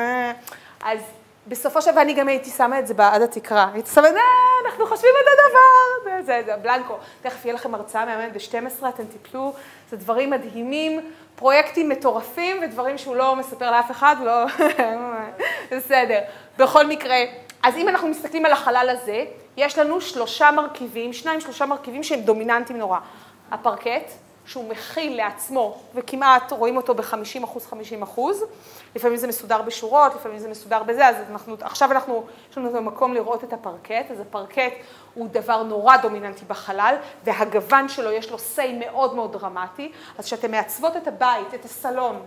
אז בסופו של דבר אני גם הייתי שמה את זה בעד התקרה. הייתי שמה, אנחנו חושבים את הדבר, זה, זה, בלנקו. תכף יהיה לכם הרצאה מהממת ב-שתים עשרה, אתם תיפלו, זה דברים מדהימים, פרויקטים מטורפים ודברים שהוא לא מספר לאף אחד, לא, בסדר. בכל מקרה, אז אם אנחנו מסתכלים על החלל הזה, יש לנו שלושה מרכיבים, שניים, שלושה מרכיבים שהם דומיננטיים נורא. הפרקט, שהוא מכיל לעצמו, וכמעט רואים אותו ב-חמישים אחוז, חמישים אחוז. לפעמים זה מסודר בשורות, לפעמים זה מסודר בזה, אז אנחנו, עכשיו אנחנו, יש לנו מקום לראות את הפרקט, אז הפרקט הוא דבר נורא דומיננטי בחלל, והגוון שלו יש לו סי מאוד מאוד דרמטי, אז כשאתם מעצבות את הבית, את הסלון,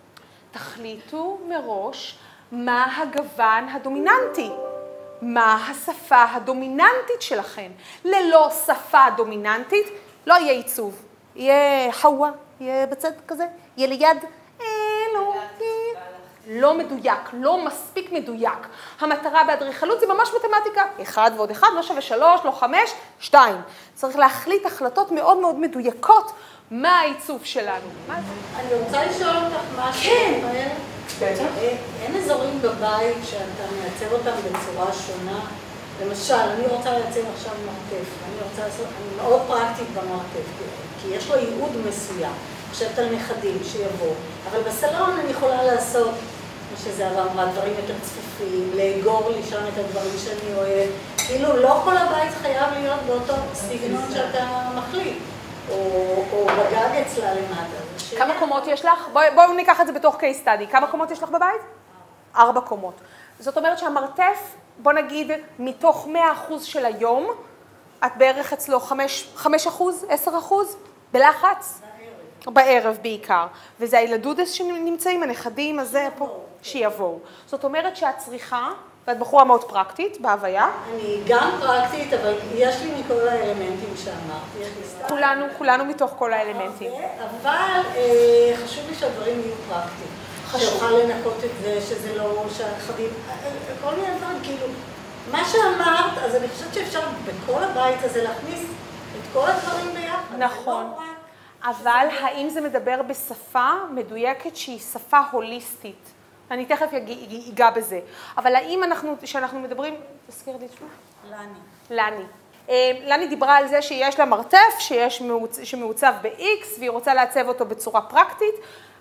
תחליטו מראש מה הגוון הדומיננטי, מה השפה הדומיננטית שלכם. ללא שפה דומיננטית, לא יהיה עיצוב. יהיה חווה, יהיה בצד כזה, יהיה ליד, אלוהים. לא מדויק, לא מספיק מדויק. המטרה באדריכלות זה ממש מתמטיקה. אחד ועוד אחד, לא שווה שלוש, לא חמש, שתיים. צריך להחליט החלטות מאוד מאוד מדויקות מה העיצוב שלנו. אני רוצה לשאול אותך משהו. כן. אין אזורים בבית שאתה מייצר אותם בצורה שונה? למשל, אני רוצה לייצר עכשיו מרתף. אני רוצה לעשות, אני מאוד פרקטית במרתף. כי יש לו ייעוד מסוים, חושבת על נכדים שיבוא, אבל בסלון אני יכולה לעשות, כמו שזה אמרה, דברים יותר צפופים, לאגור לי שם את הדברים שאני אוהב, כאילו לא כל הבית חייב להיות באותו סגנון שאתה מחליט, או, או בגג אצלה למטה. כמה קומות יש לך? בואו בוא ניקח את זה בתוך case study. כמה קומות יש לך בבית? ארבע קומות. זאת אומרת שהמרתף, בוא נגיד, מתוך מאה אחוז של היום, את בערך אצלו חמישה אחוז, עשרה אחוז? בלחץ? בערב. בערב בעיקר. וזה הילדודס שנמצאים, הנכדים, הזה פה, שיבואו. זאת אומרת שאת צריכה, ואת בחורה מאוד פרקטית, בהוויה. אני גם פרקטית, אבל יש לי מכל האלמנטים שאמרתי. כולנו, כולנו מתוך כל האלמנטים. אבל חשוב לי שהדברים יהיו פרקטיים. שאוכל לנקות את זה, שזה לא, שהנכדים, כל מיני דברים, כאילו, מה שאמרת, אז אני חושבת שאפשר בכל הבית הזה להכניס את כל הדברים ביחד. נכון. אבל האם זה מדבר בשפה מדויקת שהיא שפה הוליסטית? אני תכף אגע בזה. אבל האם אנחנו, כשאנחנו מדברים, תזכיר לי שוב? לני. לני. לני דיברה על זה שיש לה מרתף, שיש, שמעוצב ב-X, והיא רוצה לעצב אותו בצורה פרקטית,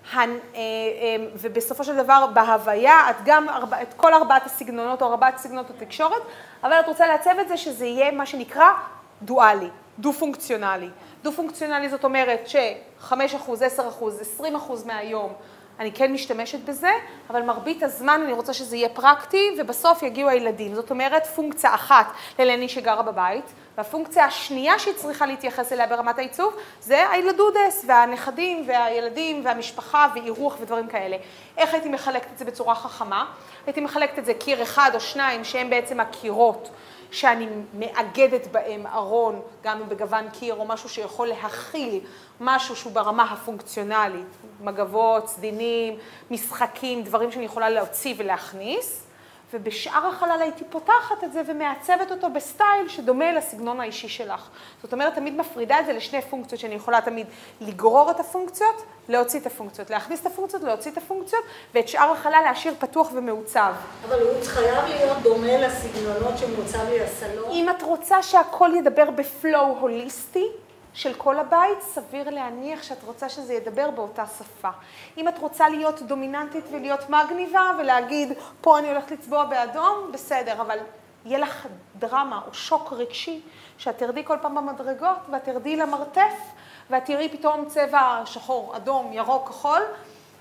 ובסופו של דבר בהוויה, את גם את כל ארבעת הסגנונות או ארבעת סגנונות התקשורת, אבל את רוצה לעצב את זה שזה יהיה מה שנקרא דואלי, דו-פונקציונלי. דו-פונקציונלי זאת אומרת ש-חמישה אחוז, עשרה אחוז, עשרים אחוז מהיום אני כן משתמשת בזה, אבל מרבית הזמן אני רוצה שזה יהיה פרקטי, ובסוף יגיעו הילדים. זאת אומרת, פונקציה אחת ללני שגרה בבית, והפונקציה השנייה שהיא צריכה להתייחס אליה ברמת העיצוב, זה הילדודס והנכדים והילדים והמשפחה ואירוח ודברים כאלה. איך הייתי מחלקת את זה בצורה חכמה? הייתי מחלקת את זה קיר אחד או שניים, שהם בעצם הקירות, שאני מאגדת בהם ארון, גם בגוון קיר או משהו שיכול להכיל משהו שהוא ברמה הפונקציונלית, מגבות, סדינים, משחקים, דברים שאני יכולה להוציא ולהכניס, ובשאר החלל הייתי פותחת את זה ומעצבת אותו בסטייל שדומה לסגנון האישי שלך. זאת אומרת, תמיד מפרידה את זה לשני פונקציות שאני יכולה תמיד לגרור את הפונקציות, להוציא את הפונקציות, להכניס את הפונקציות, להוציא את הפונקציות, ואת שאר החלל להשאיר פתוח ומעוצב. אבל הוא חייב להיות דומה לסגנונות שמעוצב לי הסלון. אם את רוצה שהכל ידבר בפלואו הוליסטי, של כל הבית, סביר להניח שאת רוצה שזה ידבר באותה שפה. אם את רוצה להיות דומיננטית ולהיות מגניבה ולהגיד, פה אני הולכת לצבוע באדום, בסדר, אבל יהיה לך דרמה או שוק רגשי, שאת תרדי כל פעם במדרגות ואת תרדי למרתף, ואת תראי פתאום צבע שחור, אדום, ירוק, כחול,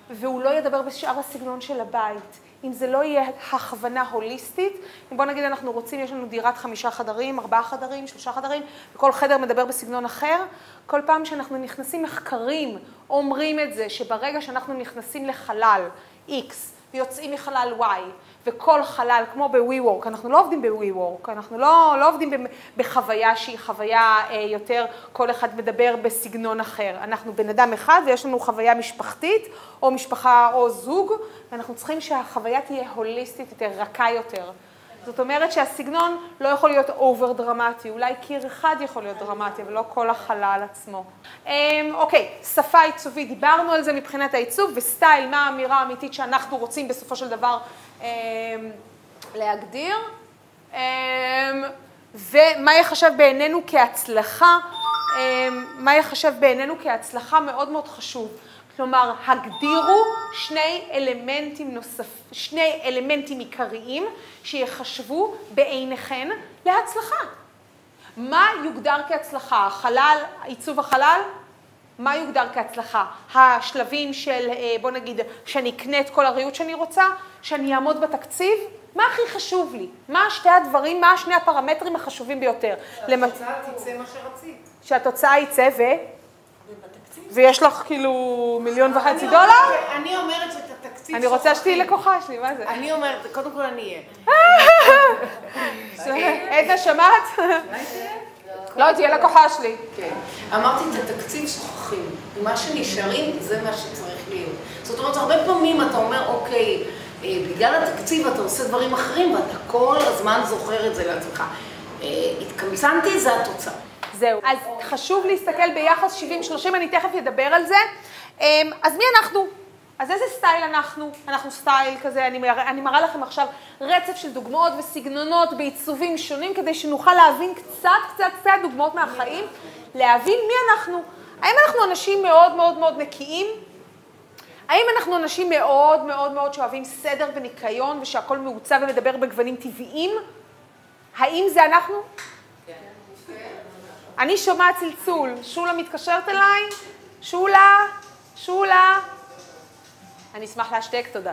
והוא לא ידבר בשאר הסגנון של הבית. אם זה לא יהיה הכוונה הוליסטית, אם בוא נגיד אנחנו רוצים, יש לנו דירת חמישה חדרים, ארבעה חדרים, שלושה חדרים, וכל חדר מדבר בסגנון אחר, כל פעם שאנחנו נכנסים מחקרים, אומרים את זה, שברגע שאנחנו נכנסים לחלל X, ויוצאים מחלל Y, וכל חלל, כמו ב-WeWork, אנחנו לא עובדים ב-WeWork, אנחנו לא, לא עובדים בחוויה שהיא חוויה יותר, כל אחד מדבר בסגנון אחר. אנחנו בן אדם אחד ויש לנו חוויה משפחתית, או משפחה או זוג, ואנחנו צריכים שהחוויה תהיה הוליסטית יותר, רכה יותר. זאת אומרת שהסגנון לא יכול להיות אובר דרמטי, אולי קיר אחד יכול להיות דרמטי, אבל לא כל החלל עצמו. אוקיי, שפה עיצובית, דיברנו על זה מבחינת העיצוב, וסטייל, מה האמירה האמיתית שאנחנו רוצים בסופו של דבר להגדיר, ומה יחשב בעינינו כהצלחה, מה יחשב בעינינו כהצלחה מאוד מאוד חשוב. כלומר, הגדירו שני אלמנטים נוסף, שני אלמנטים עיקריים שיחשבו בעיניכן להצלחה. מה יוגדר כהצלחה? החלל, עיצוב החלל? מה יוגדר כהצלחה? השלבים של, בוא נגיד, שאני אקנה את כל הריהוט שאני רוצה, שאני אעמוד בתקציב? מה הכי חשוב לי? מה שתי הדברים, מה שני הפרמטרים החשובים ביותר? שהתוצאה תצא מה שרצית. שהתוצאה יצא ו... ויש לך כאילו מיליון וחצי דולר? אני אומרת שאת התקציב... אני רוצה שתהיי לקוחה שלי, מה זה? אני אומרת, קודם כל אני אהיה. עדנה, שמעת? לא, תהיה לקוחה שלי. כן. אמרתי, את התקציב שוכחים. מה שנשארים, זה מה שצריך להיות. זאת אומרת, הרבה פעמים אתה אומר, אוקיי, בגלל התקציב אתה עושה דברים אחרים, ואתה כל הזמן זוכר את זה לעצמך. התקמצנתי, זה התוצאה. זהו. אז חשוב להסתכל ביחס שבעים שלושים, אני תכף אדבר על זה. אז מי אנחנו? אז איזה סטייל אנחנו? אנחנו סטייל כזה, אני מראה, אני מראה לכם עכשיו רצף של דוגמאות וסגנונות בעיצובים שונים, כדי שנוכל להבין קצת, קצת, קצת דוגמאות מהחיים, להבין מי אנחנו. האם אנחנו אנשים מאוד מאוד מאוד נקיים? האם אנחנו אנשים מאוד מאוד מאוד שאוהבים סדר וניקיון, ושהכל מעוצב ומדבר בגוונים טבעיים? האם זה אנחנו? אני שומעת צלצול, שולה מתקשרת אליי, שולה, שולה, אני אשמח להשתק, תודה.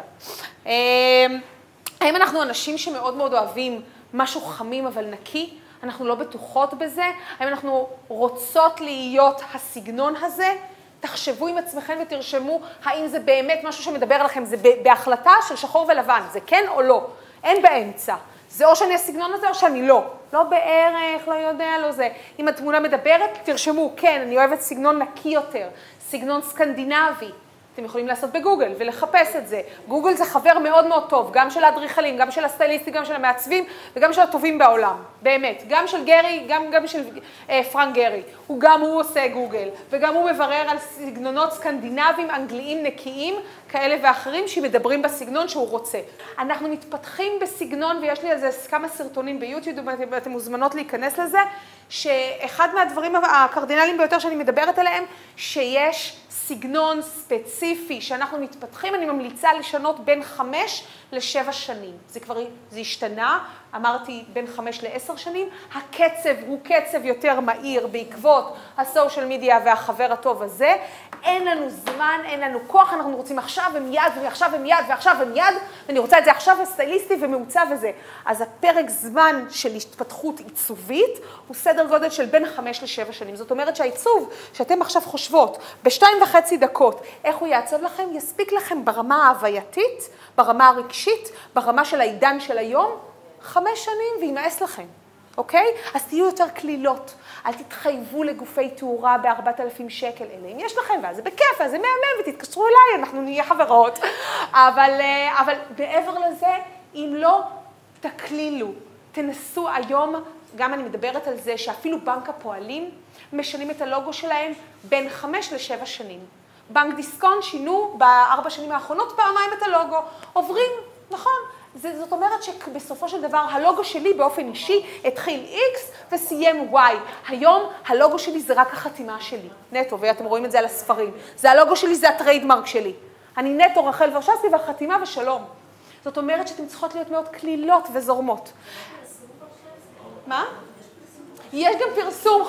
האם אנחנו אנשים שמאוד מאוד אוהבים משהו חמים אבל נקי? אנחנו לא בטוחות בזה? האם אנחנו רוצות להיות הסגנון הזה? תחשבו עם עצמכם ותרשמו האם זה באמת משהו שמדבר עליכם, זה בהחלטה של שחור ולבן, זה כן או לא, אין באמצע. זה או שאני הסגנון הזה או שאני לא. לא בערך, לא יודע, לא זה. אם התמונה מדברת, תרשמו, כן, אני אוהבת סגנון נקי יותר, סגנון סקנדינבי. אתם יכולים לעשות בגוגל ולחפש את זה. גוגל זה חבר מאוד מאוד טוב, גם של האדריכלים, גם של הסטייליסטים, גם של המעצבים וגם של הטובים בעולם, באמת. גם של גרי, גם, גם של אה, פרנק גרי. הוא גם הוא עושה גוגל, וגם הוא מברר על סגנונות סקנדינביים, אנגליים, נקיים, כאלה ואחרים שמדברים בסגנון שהוא רוצה. אנחנו מתפתחים בסגנון, ויש לי על זה כמה סרטונים ביוטיוב, ואתם מוזמנות להיכנס לזה, שאחד מהדברים הקרדינליים ביותר שאני מדברת עליהם, שיש סגנון ספציפי שאנחנו מתפתחים, אני ממליצה לשנות בין חמש לשבע שנים. זה כבר, זה השתנה, אמרתי בין חמש לעשר שנים. הקצב הוא קצב יותר מהיר בעקבות הסושיאל מדיה והחבר הטוב הזה. אין לנו זמן, אין לנו כוח, אנחנו רוצים עכשיו ומיד ועכשיו ומיד ועכשיו ומיד, ואני רוצה את זה עכשיו וסטייליסטי ומעוצב וזה. אז הפרק זמן של התפתחות עיצובית הוא סדר גודל של בין חמש לשבע שנים. זאת אומרת שהעיצוב שאתם עכשיו חושבות בשתיים וחצי דקות, איך הוא יעצב לכם, יספיק לכם ברמה ההווייתית, ברמה הרגשית, ברמה של העידן של היום, חמש שנים וימאס לכם, אוקיי? אז תהיו יותר כלילות, אל תתחייבו לגופי תאורה ב-ארבעת אלפים שקל, אלא אם יש לכם, ואז זה בכיף, אז זה מהמם, ותתקשרו אליי, אנחנו נהיה חברות. אבל, אבל מעבר לזה, אם לא, תקלילו, תנסו היום, גם אני מדברת על זה, שאפילו בנק הפועלים משנים את הלוגו שלהם בין חמש לשבע שנים. בנק דיסקונט שינו בארבע שנים האחרונות פעמיים את הלוגו, עוברים, נכון? זאת אומרת שבסופו של דבר הלוגו שלי באופן אישי התחיל X וסיים Y. היום הלוגו שלי זה רק החתימה שלי, נטו, ואתם רואים את זה על הספרים. זה הלוגו שלי, זה הטריידמרק שלי. אני נטו רחל ורשבסקי והחתימה ושלום. זאת אומרת שאתם צריכות להיות מאוד כלילות וזורמות. מה? יש גם פרסום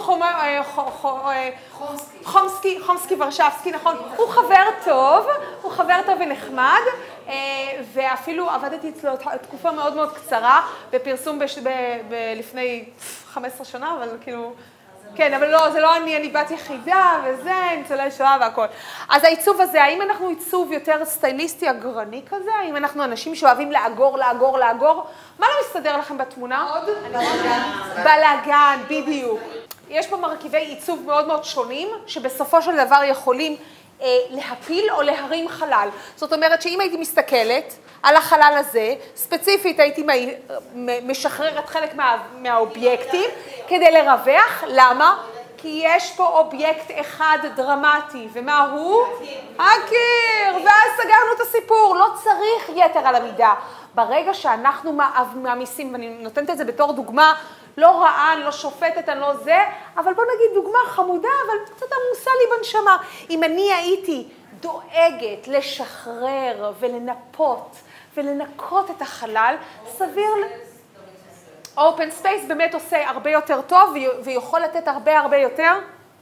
חומסקי, חומסקי ורשבסקי, נכון? הוא חבר טוב, הוא חבר טוב ונחמד, ואפילו עבדתי אצלו תקופה מאוד מאוד קצרה בפרסום לפני חמש עשרה שנה, אבל כאילו... כן, אבל לא, זה לא אני, אני בת יחידה, וזה, ניצולי שואה והכל. אז העיצוב הזה, האם אנחנו עיצוב יותר סטייליסטי אגרני כזה? האם אנחנו אנשים שאוהבים לאגור, לאגור, לאגור? מה לא מסתדר לכם בתמונה? עוד? בלגן, בדיוק. יש פה מרכיבי עיצוב מאוד מאוד שונים, שבסופו של דבר יכולים אה, להפיל או להרים חלל. זאת אומרת שאם הייתי מסתכלת על החלל הזה, ספציפית הייתי משחררת חלק מה, מהאובייקטים כדי לרווח. למה? כי יש פה אובייקט אחד דרמטי, ומה הוא? הקיר, ואז סגרנו את הסיפור, לא צריך יתר על המידה. ברגע שאנחנו מעמיסים, ואני נותנת את זה בתור דוגמה, לא רעה, אני לא שופטת, אני לא זה, אבל בוא נגיד דוגמה חמודה, אבל קצת עמוסה לי בנשמה. אם אני הייתי דואגת לשחרר ולנפות ולנקות את החלל, סביר... אופן ספייס באמת עושה הרבה יותר טוב ויכול לתת הרבה הרבה יותר,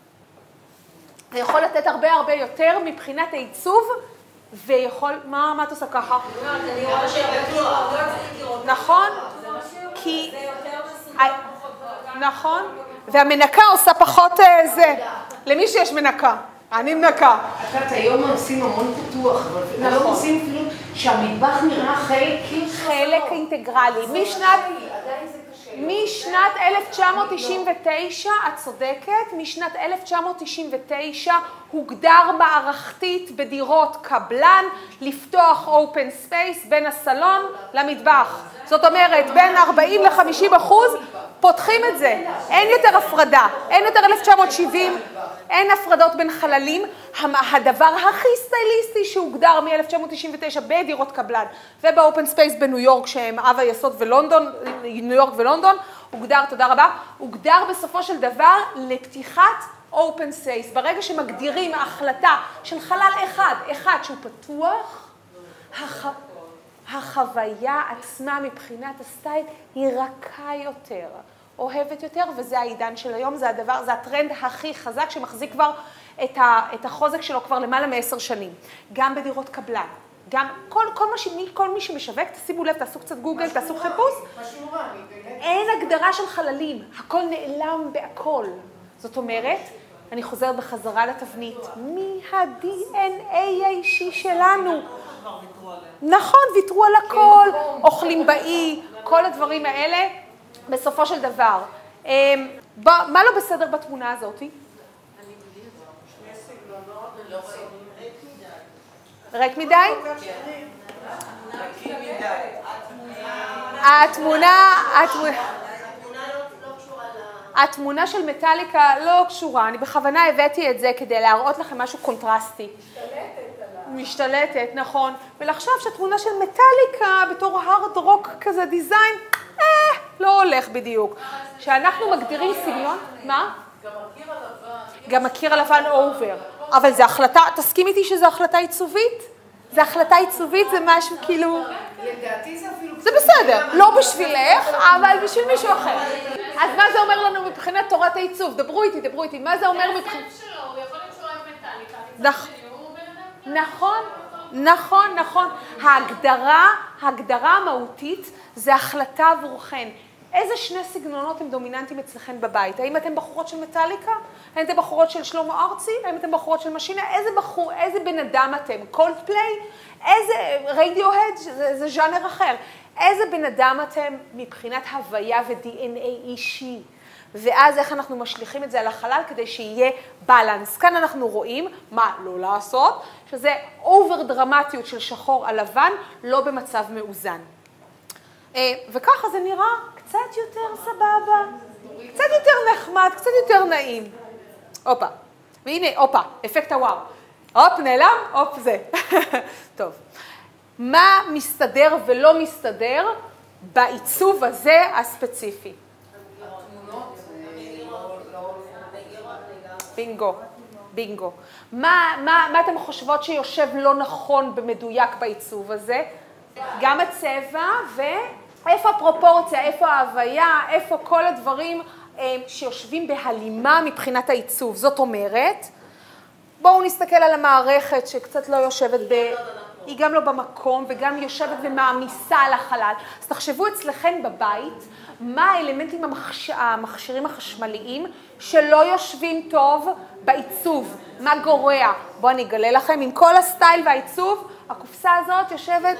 ויכול לתת הרבה הרבה יותר מבחינת העיצוב, ויכול... מה, מה את עושה ככה? אני רואה שהרבה נכון? כי... נכון? והמנקה עושה פחות זה. למי שיש מנקה? אני מנקה. את יודעת, היום עושים המון פתוח, אבל היום עושים אפילו שהמטבח נראה חלק... חלק אינטגרלי. משנת... משנת אלף תשע מאות תשעים ותשע, את צודקת, משנת אלף תשע מאות תשעים ותשע הוגדר מערכתית בדירות קבלן לפתוח אופן ספייס בין הסלון למטבח. זאת אומרת, בין ארבעים ל-חמישים אחוז פותחים את זה. אין יותר הפרדה, אין יותר אלף תשע מאות שבעים, אין הפרדות בין חללים. הדבר הכי סטייליסטי שהוגדר מ-אלף תשע מאות תשעים ותשע בדירות קבלן ובאופן ספייס בניו יורק, שהם אב היסוד ולונדון, ניו יורק ולונדון, הוגדר, תודה רבה, הוגדר בסופו של דבר לפתיחת אופן ספייס. ברגע שמגדירים החלטה של חלל אחד, אחד שהוא פתוח, הח... החוויה עצמה מבחינת הסטייל היא רכה יותר, אוהבת יותר, וזה העידן של היום, זה הדבר, זה הטרנד הכי חזק שמחזיק כבר את, ה, את החוזק שלו כבר למעלה מעשר שנים. גם בדירות קבלן, גם כל, כל, מה ש, כל מי שמשווק, תשימו לב, תעשו קצת גוגל, תעשו חיפוש, אין הגדרה של חללים, הכל נעלם בהכל. זאת אומרת, אני חוזרת בחזרה לתבנית, מה-די אן איי האישי שלנו. נכון, ויתרו על הכל, אוכלים באי, כל הדברים האלה, בסופו של דבר. מה לא בסדר בתמונה הזאת? ריק מדי? התמונה, התמונה של מטאליקה לא קשורה, אני בכוונה הבאתי את זה כדי להראות לכם משהו קונטרסטי. משתלטת, נכון. ולחשוב שהתמונה של מטאליקה בתור הארד רוק כזה דיזיין, אה, לא הולך בדיוק. שאנחנו מגדירים סגנון, מה? גם הקיר הלבן אובר. אבל זה החלטה, תסכים איתי שזו החלטה עיצובית? זה החלטה עיצובית, זה משהו כאילו... לדעתי זה אפילו... זה בסדר, לא בשבילך, אבל בשביל מישהו אחר. אז מה זה אומר לנו מבחינת תורת העיצוב? דברו איתי, דברו איתי, מה זה אומר מבחינת... זה הסף שלו, הוא יכול להיות שהוא אוהב מטאליקה. נכון, נכון, נכון. ההגדרה, ההגדרה המהותית זה החלטה עבורכן. איזה שני סגנונות הם דומיננטיים אצלכן בבית? האם אתם בחורות של מטאליקה? האם אתם בחורות של שלמה ארצי? האם אתם בחורות של משינה? איזה בחור, איזה בן אדם אתם? קולדפליי? איזה רדיוהד? זה, זה ז'אנר אחר. איזה בן אדם אתם מבחינת הוויה ו-די אן איי אישי? ואז איך אנחנו משליכים את זה על החלל כדי שיהיה בלנס. כאן אנחנו רואים מה לא לעשות, שזה אובר דרמטיות של שחור על לבן, לא במצב מאוזן. וככה זה נראה קצת יותר סבבה, קצת יותר נחמד, קצת יותר נעים. הופה, והנה, הופה, אפקט הוואו. הופ, נעלם, הופ, זה. טוב. מה מסתדר ולא מסתדר בעיצוב הזה הספציפי? בינגו, בינגו. מה, מה, מה אתם חושבות שיושב לא נכון במדויק בעיצוב הזה? גם הצבע ואיפה הפרופורציה, איפה ההוויה, איפה כל הדברים שיושבים בהלימה מבחינת העיצוב. זאת אומרת, בואו נסתכל על המערכת שקצת לא יושבת ב... היא גם לא במקום וגם יושבת ומעמיסה על החלל. אז תחשבו אצלכם בבית, מה האלמנטים המחש... המכשירים החשמליים שלא יושבים טוב בעיצוב, מה גורע. בואו אני אגלה לכם, עם כל הסטייל והעיצוב, הקופסה הזאת יושבת...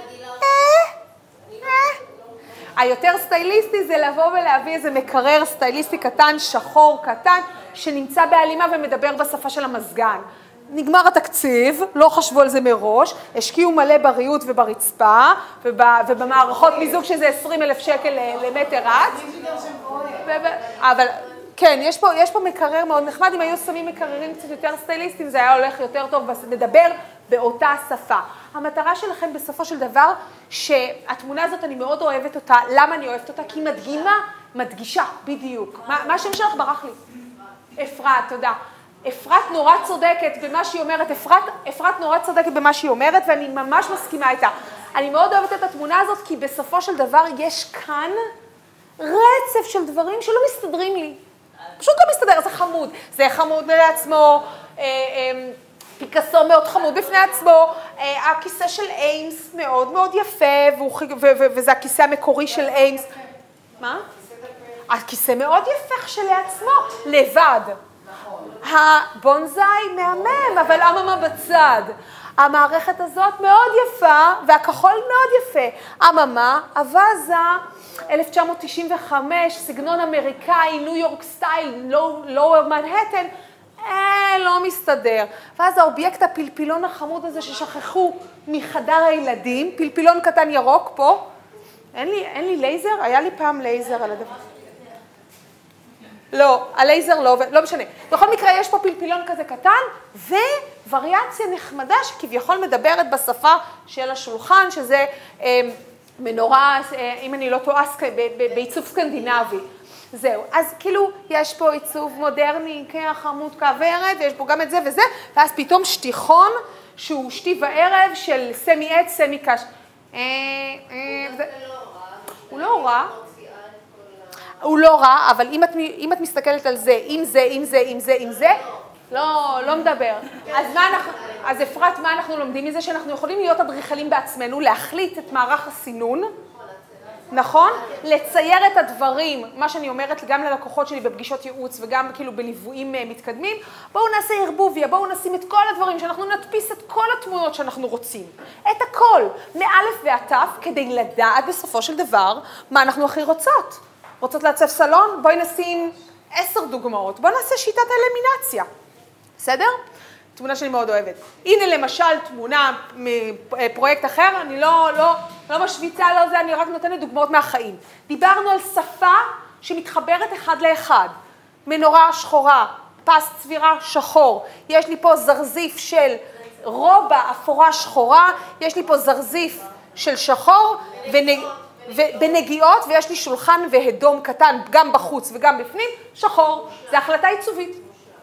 היותר סטייליסטי זה לבוא ולהביא איזה מקרר סטייליסטי קטן, שחור קטן, שנמצא בהלימה ומדבר בשפה של המזגן. נגמר התקציב, לא חשבו על זה מראש, השקיעו מלא בריהוט וברצפה, ובמערכות מיזוג שזה עשרים אלף שקל למטר רץ. אבל כן, יש פה, יש פה מקרר מאוד נחמד, אם היו שמים מקררים קצת יותר סטייליסטיים, זה היה הולך יותר טוב, מדבר באותה שפה. המטרה שלכם בסופו של דבר, שהתמונה הזאת אני מאוד אוהבת אותה, למה אני אוהבת אותה? כי היא מדגימה, מדגישה, בדיוק. מה, מה השם שלך ברח לי? אפרת, תודה. אפרת נורא צודקת במה שהיא אומרת, אפרת, אפרת נורא צודקת במה שהיא אומרת, ואני ממש מסכימה איתה. אני מאוד אוהבת את התמונה הזאת, כי בסופו של דבר יש כאן רצף של דברים שלא מסתדרים לי. פשוט לא מסתדר, זה חמוד. זה חמוד לעצמו, אה, אה, פיקאסו מאוד חמוד בפני עצמו, אה, הכיסא של איימס מאוד מאוד יפה, והוא, ו, ו, ו, וזה הכיסא המקורי של איימס. מה? הכיסא מאוד יפה כשלעצמו, לבד. הבונזאי מהמם, אבל אממה בצד. המערכת הזאת מאוד יפה, והכחול מאוד יפה. אממה, הווזה, אלף תשע מאות תשעים וחמש, סגנון אמריקאי, ניו יורק סטייל, לואוור מנהטן, אה, לא מסתדר. ואז האובייקט הפלפילון החמוד הזה ששכחו מחדר הילדים, פלפילון קטן ירוק פה, אין לי, אין לי לייזר? היה לי פעם לייזר על הדבר. לא, הלייזר לא, לא משנה. בכל מקרה, יש פה פלפילון כזה קטן, ווריאציה נחמדה שכביכול מדברת בשפה של השולחן, שזה אה, מנורה, אה, אם אני לא טועה, בעיצוב סקנדינבי. זהו, אז כאילו יש פה עיצוב מודרני, חמוד כוורת, ויש פה גם את זה וזה, ואז פתאום שטיחון, שהוא שתי וערב של סמי עץ, סמי קש. אה, אה, זה... הוא לא רע. הוא לא רע, אבל אם את, אם את מסתכלת על זה, אם זה, אם זה, אם זה, אם זה, לא, לא מדבר. אז מה אנחנו, אז אפרת, מה אנחנו לומדים מזה? שאנחנו יכולים להיות אדריכלים בעצמנו, להחליט את מערך הסינון, נכון? לצייר את הדברים, מה שאני אומרת גם ללקוחות שלי בפגישות ייעוץ וגם כאילו בליוויים מתקדמים, בואו נעשה ערבוביה, בואו נשים את כל הדברים, שאנחנו נדפיס את כל התמונות שאנחנו רוצים. את הכל, מאלף ועד תף, כדי לדעת בסופו של דבר מה אנחנו הכי רוצות. רוצות לעצב סלון? בואי נשים עשר דוגמאות. בואי נעשה שיטת האלמינציה. בסדר? תמונה שאני מאוד אוהבת. הנה למשל תמונה מפרויקט אחר, אני לא, לא, לא משוויצה לא זה, אני רק נותנת דוגמאות מהחיים. דיברנו על שפה שמתחברת אחד לאחד. מנורה שחורה, פס צבירה שחור. יש לי פה זרזיף של רובה אפורה שחורה, יש לי פה זרזיף של שחור ונג... ובנגיעות, ויש לי שולחן והדום קטן, גם בחוץ וגם בפנים, שחור. זה החלטה עיצובית.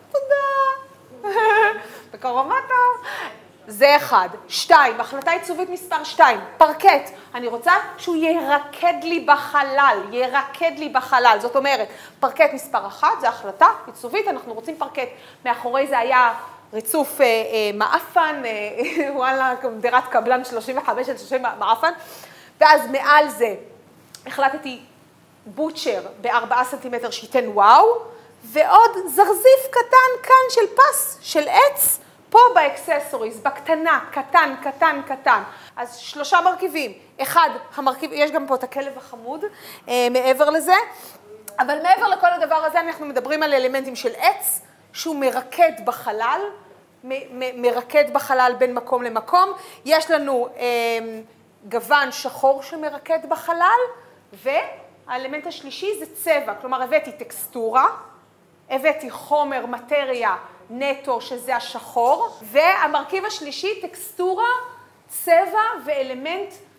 תודה. בקרוב מה טוב. זה אחד. שתיים, החלטה עיצובית מספר שתיים, פרקט. אני רוצה שהוא ירקד לי בחלל, ירקד לי בחלל. זאת אומרת, פרקט מספר אחת, זה החלטה עיצובית, אנחנו רוצים פרקט. מאחורי זה היה ריצוף אה, אה, מאפן, אה, וואלה, דירת קבלן שלושים וחמש עד שלושים מאפן. ואז מעל זה החלטתי בוטשר בארבעה סנטימטר שייתן וואו, ועוד זרזיף קטן כאן של פס, של עץ, פה באקססוריז, בקטנה, קטן, קטן, קטן. אז שלושה מרכיבים. אחד, המרכיב, יש גם פה את הכלב החמוד, אה, מעבר לזה, אבל מעבר לכל הדבר הזה אנחנו מדברים על אלמנטים של עץ, שהוא מרקד בחלל, מ- מ- מרקד בחלל בין מקום למקום. יש לנו... אה, גוון שחור שמרקד בחלל, והאלמנט השלישי זה צבע, כלומר הבאתי טקסטורה, הבאתי חומר, מטריה, נטו, שזה השחור, והמרכיב השלישי, טקסטורה, צבע ואלמנט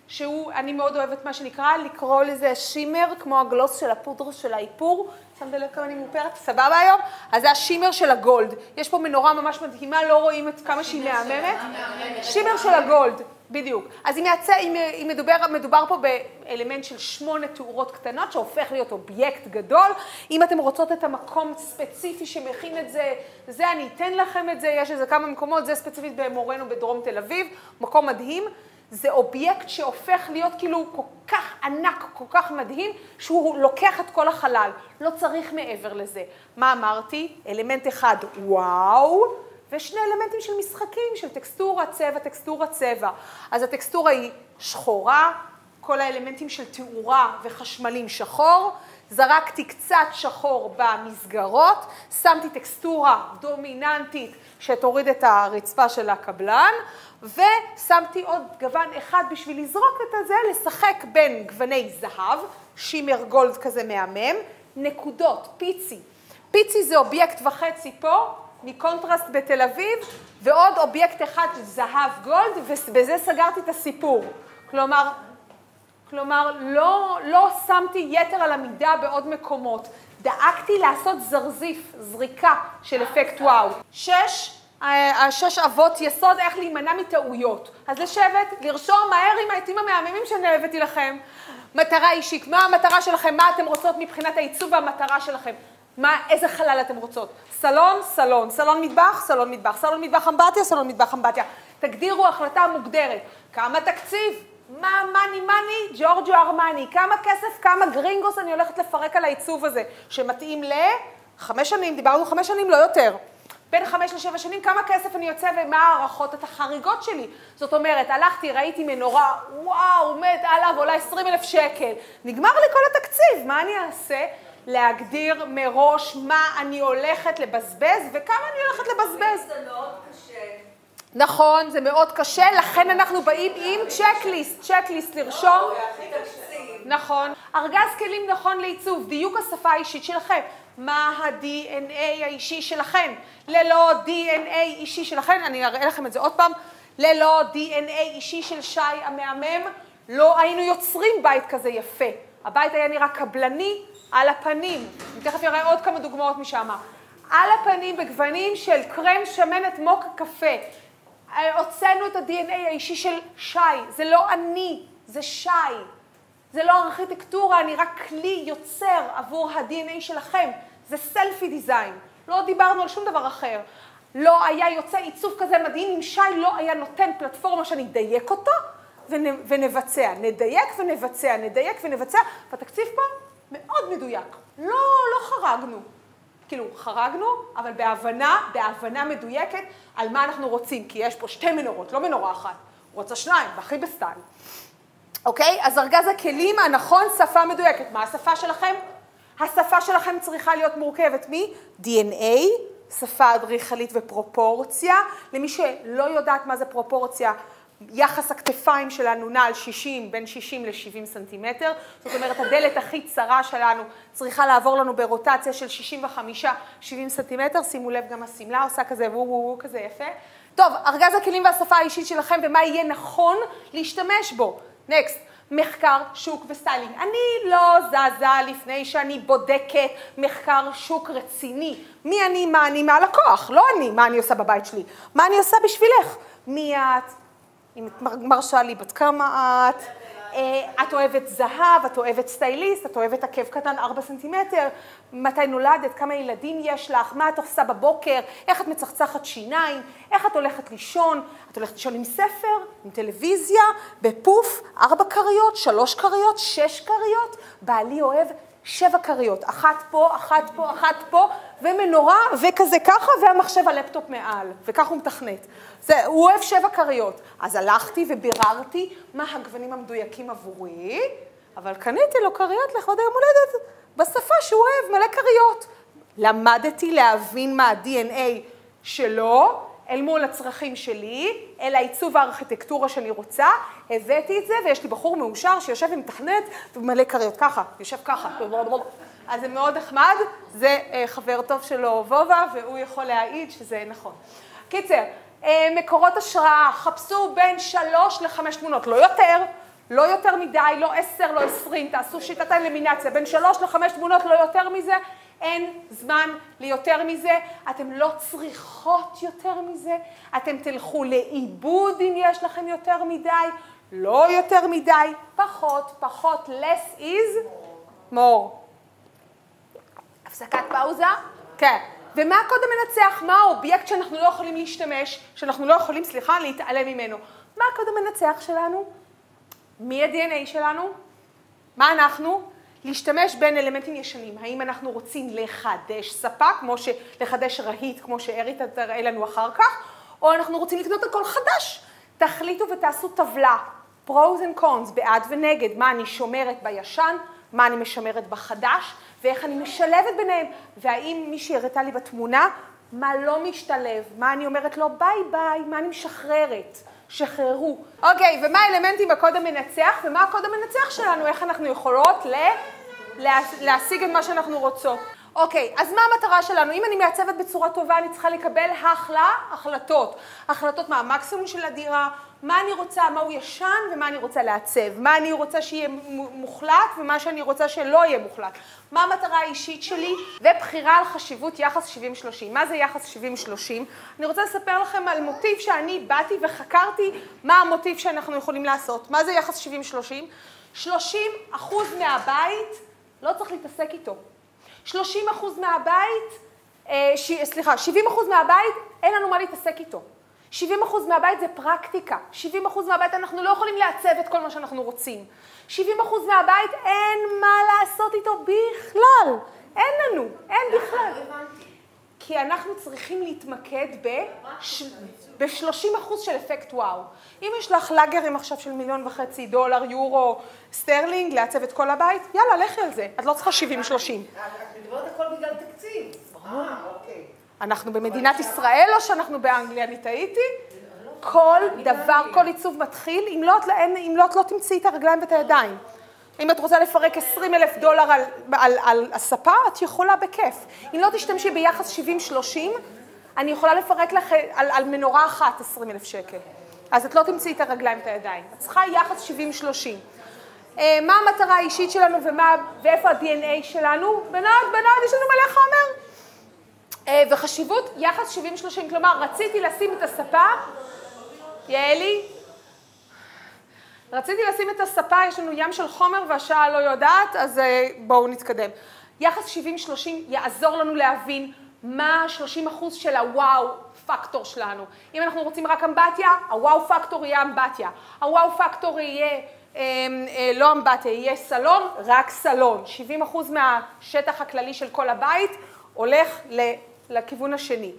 שהוא, אני מאוד אוהבת מה שנקרא, לקרוא לזה שימר, כמו הגלוס של הפודרה של האיפור. שמת לב כמה אני מאופרת? סבבה היום? אז זה השימר של הגולד. יש פה מנורה ממש מדהימה, לא רואים את כמה שהיא מהממת. שימר של הגולד, בדיוק. אז אם, יצא, אם, אם מדובר, מדובר פה באלמנט של שמונה תאורות קטנות, שהופך להיות אובייקט גדול. אם אתם רוצות את המקום ספציפי שמכין את זה, זה אני אתן לכם את זה, יש איזה כמה מקומות, זה ספציפית במורנו בדרום תל אביב, מקום מדהים. זה אובייקט שהופך להיות כאילו כל כך ענק, כל כך מדהים, שהוא לוקח את כל החלל. לא צריך מעבר לזה. מה אמרתי? אלמנט אחד, וואו, ושני אלמנטים של משחקים, של טקסטורה, צבע, טקסטורה, צבע. אז הטקסטורה היא שחורה, כל האלמנטים של תאורה וחשמלים שחור, זרקתי קצת שחור במסגרות, שמתי טקסטורה דומיננטית שתוריד את הרצפה של הקבלן, ושמתי עוד גוון אחד בשביל לזרוק את זה, לשחק בין גווני זהב, שימר גולד כזה מהמם, נקודות, פיצי. פיצי זה אובייקט וחצי פה, מקונטרסט בתל אביב, ועוד אובייקט אחד זהב גולד, ובזה סגרתי את הסיפור. כלומר, כלומר, לא, לא שמתי יתר על המידה בעוד מקומות. דאגתי לעשות זרזיף, זריקה של אפקט וואו. שש, השש אבות יסוד איך להימנע מטעויות. אז לשבת, לרשום מהר עם העיתים המהממים שנהבתי לכם. מטרה אישית, מה המטרה שלכם? מה אתם רוצות מבחינת העיצוב והמטרה שלכם? מה, איזה חלל אתם רוצות? סלון, סלון, סלון מטבח, סלון מטבח, סלון מטבח אמבטיה, סלון מטבח אמבטיה. תגדירו החלטה מוגדרת. כמה תקציב? מה, מאני, מאני, ג'ורג'ו ארמני, כמה כסף, כמה גרינגוס אני הולכת לפרק על העיצוב הזה, שמתאים לחמש שנים, דיברנו חמש שנים, לא יותר. בין חמש לשבע שנים, כמה כסף אני יוצא ומה הערכות את החריגות שלי. זאת אומרת, הלכתי, ראיתי מנורה, וואו, מת עליו, עולה עשרים אלף שקל. נגמר לי כל התקציב, מה אני אעשה? להגדיר מראש מה אני הולכת לבזבז וכמה אני הולכת לבזבז. זה מאוד קשה. נכון, זה מאוד קשה, לכן אנחנו באים עם צ'קליסט, צ'קליסט לרשום. נכון. ארגז כלים נכון לעיצוב, דיוק השפה האישית שלכם. מה ה-די אן איי האישי שלכם? ללא די אן איי אישי שלכם, אני אראה לכם את זה עוד פעם, ללא די אן איי אישי של שי המהמם, לא היינו יוצרים בית כזה יפה. הבית היה נראה קבלני על הפנים. אני תכף אראה עוד כמה דוגמאות משם. על הפנים בגוונים של קרם שמנת מוקה קפה. הוצאנו את ה-די אן איי האישי של שי. זה לא אני, זה שי. זה לא ארכיטקטורה, אני רק כלי יוצר עבור ה-די אן איי שלכם. זה סלפי דיזיין. לא דיברנו על שום דבר אחר. לא היה יוצא עיצוב כזה מדהים אם שי לא היה נותן פלטפורמה שאני אדייק אותו ונבצע. נדייק ונבצע, נדייק ונבצע. והתקציב פה מאוד מדויק. לא, לא חרגנו. כאילו, חרגנו, אבל בהבנה, בהבנה מדויקת על מה אנחנו רוצים. כי יש פה שתי מנורות, לא מנורה אחת. רוצה שניים, והכי בסטייל. אוקיי? אז ארגז הכלים הנכון, שפה מדויקת. מה השפה שלכם? השפה שלכם צריכה להיות מורכבת מ-די אן איי, שפה אדריכלית ופרופורציה. למי שלא יודעת מה זה פרופורציה, יחס הכתפיים שלנו נע על שישים, בין שישים ל-שבעים סנטימטר. זאת אומרת, הדלת הכי צרה שלנו צריכה לעבור לנו ברוטציה של שישים וחמישה שבעים סנטימטר. שימו לב, גם הסמלה עושה כזה וואו וואו כזה יפה. טוב, ארגז הכלים והשפה האישית שלכם ומה יהיה נכון להשתמש בו. נקסט, מחקר שוק וסטיילינג. אני לא זזה לפני שאני בודקת מחקר שוק רציני. מי אני, מה אני, מה הלקוח? לא אני, מה אני עושה בבית שלי. מה אני עושה בשבילך? מי את? אם את מרשה לי, בת כמה את? את אוהבת זהב, את אוהבת סטייליסט, את אוהבת עקב קטן ארבע סנטימטר, מתי נולדת, כמה ילדים יש לך, מה את עושה בבוקר, איך את מצחצחת שיניים, איך את הולכת לישון, את הולכת לישון עם ספר, עם טלוויזיה, בפוף, ארבע קריות, שלוש קריות, שש קריות, בעלי אוהב שבע קריות, אחת פה, אחת פה, אחת פה, ומנורה, וכזה ככה, והמחשב הלפטופ מעל, וכך הוא מתכנת. זה, הוא אוהב שבע קריות. אז הלכתי וביררתי מה הגוונים המדויקים עבורי, אבל קניתי לו קריות לכבוד היום הולדת, בשפה שהוא אוהב, מלא קריות. למדתי להבין מה ה-די אן איי שלו, אל מול הצרכים שלי, אל העיצוב הארכיטקטורה שאני רוצה, הבאתי את זה, ויש לי בחור מאושר שיושב ומתכנת, ומלא קריות ככה, יושב ככה. אז זה מאוד נחמד, זה חבר טוב שלו וובה, והוא יכול להעיד שזה נכון. קיצר, מקורות השראה, חפשו בין שלוש לחמש תמונות, לא יותר, לא יותר מדי, לא עשר, לא עשרים, תעשו שיטת האלימינציה, בין שלוש לחמש תמונות, לא יותר מזה, אין זמן ליותר מזה, אתם לא צריכות יותר מזה, אתם תלכו לאיבוד אם יש לכם יותר מדי, לא יותר מדי, פחות, פחות, less is more. הפסקת פאוזה? כן. ומה הקוד המנצח? מה האובייקט שאנחנו לא יכולים להשתמש, שאנחנו לא יכולים, סליחה, להתעלם ממנו? מה הקוד המנצח שלנו? מי ה-די אן איי שלנו? מה אנחנו? להשתמש בין אלמנטים ישנים. האם אנחנו רוצים לחדש ספה, כמו לחדש רהיט, כמו שארית תראה לנו אחר כך, או אנחנו רוצים לקנות הכל חדש. תחליטו ותעשו טבלה, pros and cons, בעד ונגד, מה אני שומרת בישן, מה אני משמרת בחדש, ואיך אני משלבת ביניהם, והאם מי שהראתה לי בתמונה, מה לא משתלב, מה אני אומרת לו ביי ביי, מה אני משחררת, שחררו. אוקיי, ומה האלמנטים בקוד המנצח, ומה הקוד המנצח שלנו, איך אנחנו יכולות ל... להשיג את מה שאנחנו רוצות. אוקיי, אז מה המטרה שלנו? אם אני מעצבת בצורה טובה, אני צריכה לקבל החלה, החלטות. החלטות מה המקסימום של הדירה, מה אני רוצה, מהו ישן ומה אני רוצה לעצב. מה אני רוצה שיהיה מוחלט ומה שאני רוצה שלא יהיה מוחלט. מה המטרה האישית שלי? ובחירה על חשיבות יחס שבעים שלושים. מה זה יחס שבעים שלושים? אני רוצה לספר לכם על מוטיב שאני באתי וחקרתי מה המוטיב שאנחנו יכולים לעשות. מה זה יחס שבעים שלושים? שלושים אחוז מהבית לא צריך להתעסק איתו. שלושים אחוז מהבית, אה, ש, סליחה, שבעים אחוז מהבית אין לנו מה להתעסק איתו. שבעים אחוז מהבית זה פרקטיקה. שבעים אחוז מהבית אנחנו לא יכולים לעצב את כל מה שאנחנו רוצים. שבעים אחוז מהבית אין מה לעשות איתו בכלל. אין לנו, אין בכלל. כי אנחנו צריכים להתמקד ב-שלושים אחוז של אפקט וואו. אם יש לך לגרים עכשיו של מיליון וחצי דולר, יורו, סטרלינג, לעצב את כל הבית, יאללה, לכי על זה. את לא צריכה שבעים שלושים. את מדברת הכל בגלל תקציב. אה, אוקיי. אנחנו במדינת ישראל או שאנחנו באנגליה, אני טעיתי? כל דבר, כל עיצוב מתחיל, אם לא, אם לא, את לא תמצאי את הרגליים ואת הידיים. אם את רוצה לפרק עשרים אלף דולר על, על, על הספה, את יכולה בכיף. אם לא תשתמשי ביחס שבעים שלושים, אני יכולה לפרק לך על, על מנורה אחת עשרים אלף שקל. אז את לא תמצאי את הרגליים ואת הידיים. את צריכה יחס שבעים שלושים. מה המטרה האישית שלנו ומה, ואיפה ה-די אן איי שלנו? בנאות, בנאות, יש לנו מלא חומר. וחשיבות יחס שבעים שלושים, כלומר, רציתי לשים את הספה, יעלי, רציתי לשים את הספה, יש לנו ים של חומר והשעה לא יודעת, אז בואו נתקדם. יחס שבעים שלושים יעזור לנו להבין מה שלושים אחוז של הוואו פקטור שלנו. אם אנחנו רוצים רק אמבטיה, הוואו פקטור יהיה אמבטיה. הוואו פקטור יהיה לא אמבטיה, יהיה סלון, רק סלון. שבעים אחוז מהשטח הכללי של כל הבית הולך לכיוון השני.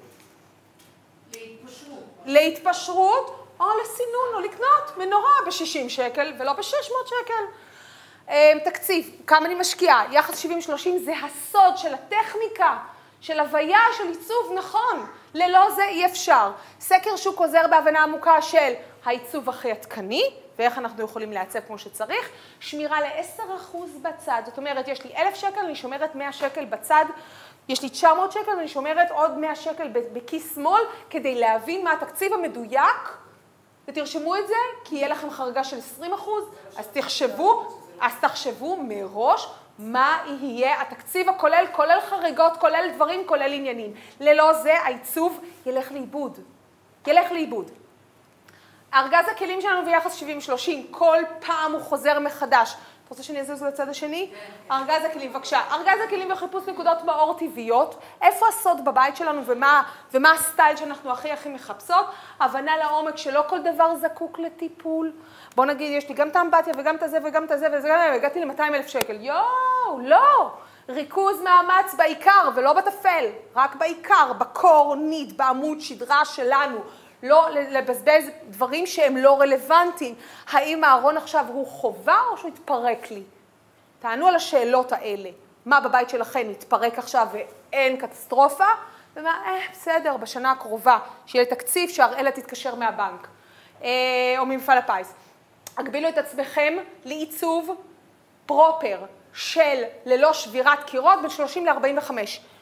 להתפשרות. להתפשרות. או לסינון, או לקנות מנורה ב-שישים שקל ולא ב-שש מאות שקל. תקציב, כמה אני משקיעה? יחס שבעים שלושים זה הסוד של הטכניקה, של הוויה, של עיצוב, נכון. ללא זה אי אפשר. סקר שוק עוזר בהבנה עמוקה של העיצוב הכי עדכני, ואיך אנחנו יכולים לעצב כמו שצריך. שמירה ל-עשרה אחוז בצד. זאת אומרת, יש לי אלף שקל, אני שומרת מאה שקל בצד. יש לי תשע מאות שקל, ואני שומרת עוד מאה שקל בכיס שמאל, כדי להבין מה התקציב המדויק. ותרשמו את זה, כי יהיה לכם חרגה של עשרים אחוז, אז תחשבו, אז תחשבו מראש מה יהיה התקציב הכולל, כולל חריגות, כולל דברים, כולל עניינים. ללא זה, העיצוב ילך לאיבוד. ילך לאיבוד. ארגז הכלים שלנו ביחס שבעים שלושים, כל פעם הוא חוזר מחדש. אתה רוצה שאני אזוז לצד השני? ארגז הכלים, בבקשה. ארגז הכלים וחיפוש נקודות מאור טבעיות. איפה הסוד בבית שלנו ומה, ומה הסטייל שאנחנו הכי הכי מחפשות? הבנה לעומק שלא כל דבר זקוק לטיפול. בוא נגיד, יש לי גם את האמבטיה וגם את הזה וגם את הזה וזה, והגעתי ל-מאתיים אלף שקל. יואו, לא! ריכוז מאמץ בעיקר ולא בטפל. רק בעיקר, בקור, ניד, בעמוד שדרה שלנו. לא לבזבז דברים שהם לא רלוונטיים. האם הארון עכשיו הוא חובה או שהוא יתפרק לי? תענו על השאלות האלה. מה בבית שלכם יתפרק עכשיו ואין קטסטרופה? ומה, אה, בסדר, בשנה הקרובה, שיהיה תקציב שהראלה תתקשר מהבנק, אה, או ממפעל הפיס. הגבילו את עצמכם לעיצוב פרופר של ללא שבירת קירות בין שלושים ל-ארבעים וחמש.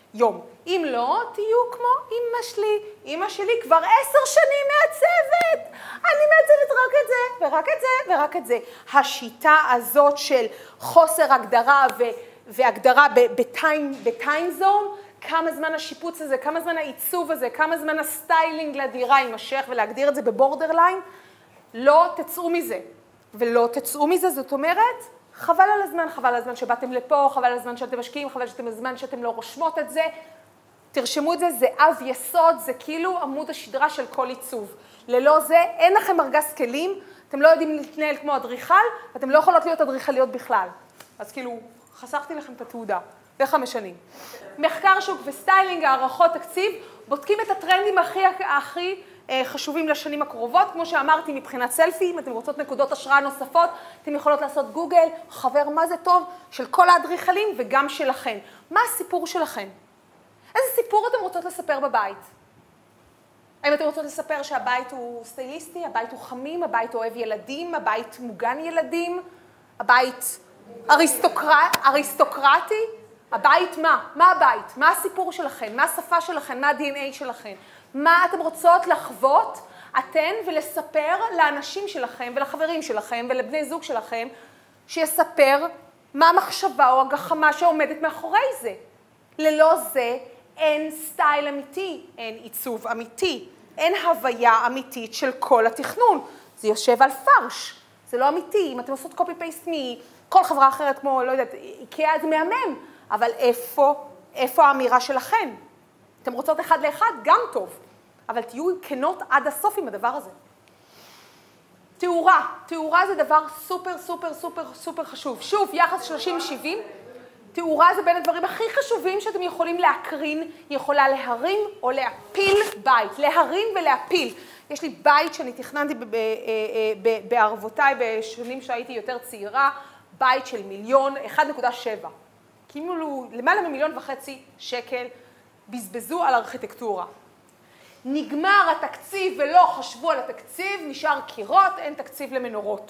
יום. אם לא, תהיו כמו אמא שלי. אמא שלי כבר עשר שנים מעצבת. אני מעצבת רק את זה, ורק את זה, ורק את זה. השיטה הזאת של חוסר הגדרה ו- והגדרה בטיים, בטיים זון, כמה זמן השיפוץ הזה, כמה זמן העיצוב הזה, כמה זמן הסטיילינג לדירה יימשך ולהגדיר את זה בבורדרליין, לא תצאו מזה. ולא תצאו מזה, זאת אומרת, חבל על הזמן, חבל על הזמן שבאתם לפה, חבל על הזמן שאתם משקיעים, חבל על הזמן שאתם לא רושמות את זה. תרשמו את זה, זה אב יסוד, זה כאילו עמוד השדרה של כל עיצוב. ללא זה, אין לכם ארגז כלים, אתם לא יודעים להתנהל כמו אדריכל, ואתם לא יכולות להיות אדריכליות בכלל. אז כאילו, חסכתי לכם את התעודה, בחמש שנים. מחקר שוק וסטיילינג, הערכות תקציב, בודקים את הטרנדים הכי, הכי חשובים לשנים הקרובות. כמו שאמרתי, מבחינת סלפי, אם אתם רוצות נקודות השראה נוספות, אתם יכולות לעשות גוגל, חבר מה זה טוב, של כל האדריכלים וגם שלכם. מה הסיפור שלכם? איזה סיפור אתם רוצות לספר בבית? האם אתם רוצות לספר שהבית הוא סטייליסטי, הבית הוא חמים, הבית אוהב ילדים, הבית מוגן ילדים, הבית אריסטוקרט, אריסטוקרטי? הבית מה? מה הבית? מה הסיפור שלכם? מה השפה שלכם? מה ה-די אן איי שלכם? מה אתם רוצות לחוות אתן ולספר לאנשים שלכם ולחברים שלכם ולבני זוג שלכם, שיספר מה המחשבה או הגחמה שעומדת מאחורי זה. ללא זה אין סטייל אמיתי, אין עיצוב אמיתי, אין הוויה אמיתית של כל התכנון. זה יושב על פרש, זה לא אמיתי. אם אתם עושות קופי פייסט מכל חברה אחרת כמו, לא יודעת, איקאה, זה מהמם, אבל איפה, איפה האמירה שלכם? אתם רוצות אחד לאחד, גם טוב, אבל תהיו כנות עד הסוף עם הדבר הזה. תאורה, תאורה זה דבר סופר סופר סופר סופר חשוב. שוב, יחס שלושים שבעים, תאורה זה בין הדברים הכי חשובים שאתם יכולים להקרין, היא יכולה להרים או להפיל בית, להרים ולהפיל. יש לי בית שאני תכננתי בערבותיי בשנים שהייתי יותר צעירה, בית של מיליון, אחד נקודה שבע. כאילו למעלה ממיליון וחצי שקל בזבזו על ארכיטקטורה. נגמר התקציב ולא חשבו על התקציב, נשאר קירות, אין תקציב למנורות.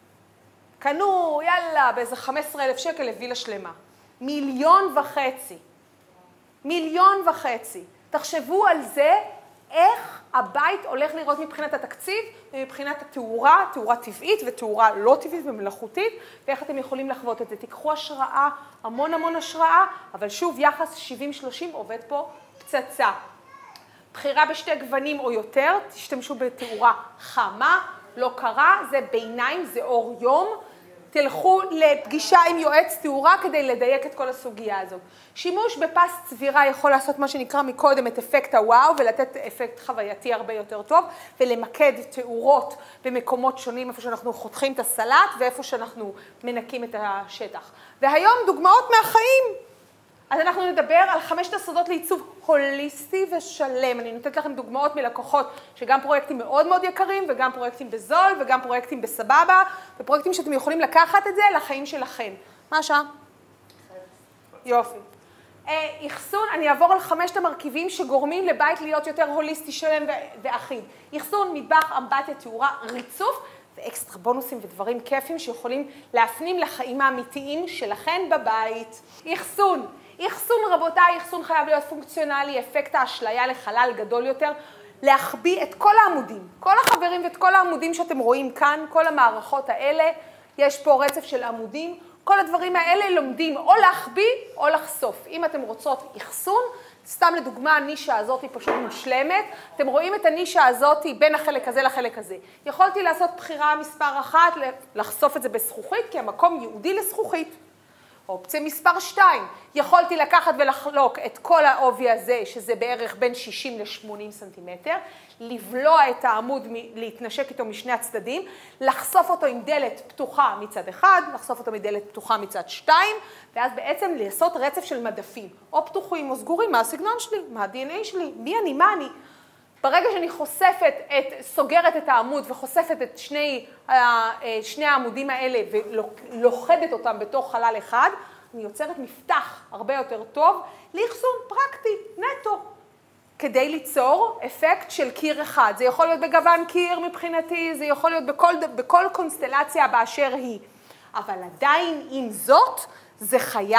קנו, יאללה, באיזה חמישה עשר אלף שקל לווילה שלמה. מיליון וחצי. מיליון וחצי. תחשבו על זה, איך הבית הולך לראות מבחינת התקציב, ומבחינת התאורה, תאורה טבעית ותאורה לא טבעית ומלאכותית, ואיך אתם יכולים לחוות את זה. תיקחו השראה, המון המון השראה, אבל שוב, יחס שבעים שלושים עובד פה פצצה. בחירה בשתי גוונים או יותר, תשתמשו בתאורה חמה, לא קרה, זה ביניים, זה אור יום. תלכו לפגישה עם יועץ תאורה כדי לדייק את כל הסוגיה הזאת. שימוש בפס צבירה יכול לעשות מה שנקרא מקודם את אפקט הוואו ולתת אפקט חווייתי הרבה יותר טוב ולמקד תאורות במקומות שונים איפה שאנחנו חותכים את הסלט ואיפה שאנחנו מנקים את השטח. והיום דוגמאות מהחיים. אז אנחנו נדבר על חמשת הסודות לעיצוב הוליסטי ושלם. אני נותנת לכם דוגמאות מלקוחות שגם פרויקטים מאוד מאוד יקרים וגם פרויקטים בזול וגם פרויקטים בסבבה ופרויקטים שאתם יכולים לקחת את זה לחיים שלכם. מה השעה? יופי. אחסון, אני אעבור על חמשת המרכיבים שגורמים לבית להיות יותר הוליסטי, שלם ואחיד. אחסון, מטבח, אמבטיה, תאורה, ריצוף ואקסטרה בונוסים ודברים כיפים שיכולים להפנים לחיים האמיתיים שלכם בבית. אחסון. אחסון רבותיי, אחסון חייב להיות פונקציונלי, אפקט האשליה לחלל גדול יותר, להחביא את כל העמודים, כל החברים ואת כל העמודים שאתם רואים כאן, כל המערכות האלה, יש פה רצף של עמודים, כל הדברים האלה לומדים או להחביא או לחשוף. אם אתם רוצות אחסון, סתם לדוגמה הנישה הזאת היא פשוט מושלמת, אתם רואים את הנישה הזאת בין החלק הזה לחלק הזה. יכולתי לעשות בחירה מספר אחת, לחשוף את זה בזכוכית, כי המקום ייעודי לזכוכית. אופציה מספר שתיים, יכולתי לקחת ולחלוק את כל העובי הזה, שזה בערך בין שישים לשמונים סנטימטר, לבלוע את העמוד, להתנשק איתו משני הצדדים, לחשוף אותו עם דלת פתוחה מצד אחד, לחשוף אותו מדלת פתוחה מצד שתיים, ואז בעצם לעשות רצף של מדפים, או פתוחים או סגורים, מה הסגנון שלי, מה ה-די אן איי שלי, מי אני, מה אני. ברגע שאני חושפת את, סוגרת את העמוד וחושפת את שני, שני העמודים האלה ולוחדת אותם בתוך חלל אחד, אני יוצרת מפתח הרבה יותר טוב לאחסון פרקטי, נטו, כדי ליצור אפקט של קיר אחד. זה יכול להיות בגוון קיר מבחינתי, זה יכול להיות בכל, בכל קונסטלציה באשר היא. אבל עדיין עם זאת, זה חייב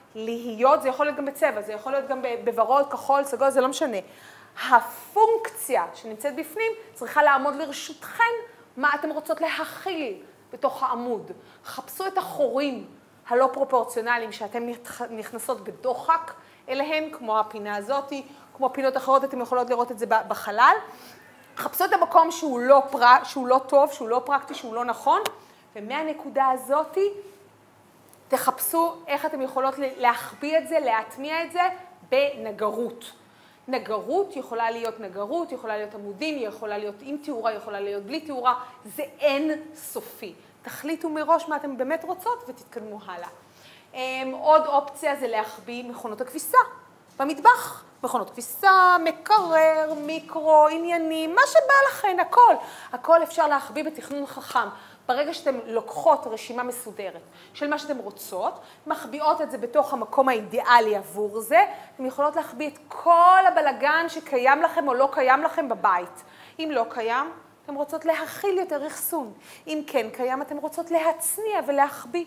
להיות, זה יכול להיות גם בצבע, זה יכול להיות גם בוורוד, כחול, סגול, זה לא משנה. הפונקציה שנמצאת בפנים צריכה לעמוד לרשותכן מה אתם רוצות להכיל בתוך העמוד. חפשו את החורים הלא פרופורציונליים שאתם נכנסות בדוחק אליהם, כמו הפינה הזאת, כמו פינות אחרות, אתם יכולות לראות את זה בחלל. חפשו את המקום שהוא לא, פר... שהוא לא טוב, שהוא לא פרקטי, שהוא לא נכון, ומהנקודה הזאת תחפשו איך אתם יכולות להחביא את זה, להטמיע את זה בנגרות. נגרות יכולה להיות נגרות, יכולה להיות עמודים, יכולה להיות עם תאורה, יכולה להיות בלי תאורה, זה אין סופי. תחליטו מראש מה אתם באמת רוצות ותתקדמו הלאה. עוד אופציה זה להחביא מכונות הכביסה במטבח. מכונות כביסה, מקרר, מיקרו, עניינים, מה שבא לכן, הכל. הכל אפשר להחביא בתכנון חכם. ברגע שאתם לוקחות רשימה מסודרת של מה שאתם רוצות, מחביאות את זה בתוך המקום האידיאלי עבור זה, אתם יכולות להחביא את כל הבלגן שקיים לכם או לא קיים לכם בבית. אם לא קיים, אתם רוצות להכיל יותר אחסון. אם כן קיים, אתם רוצות להצניע ולהחביא.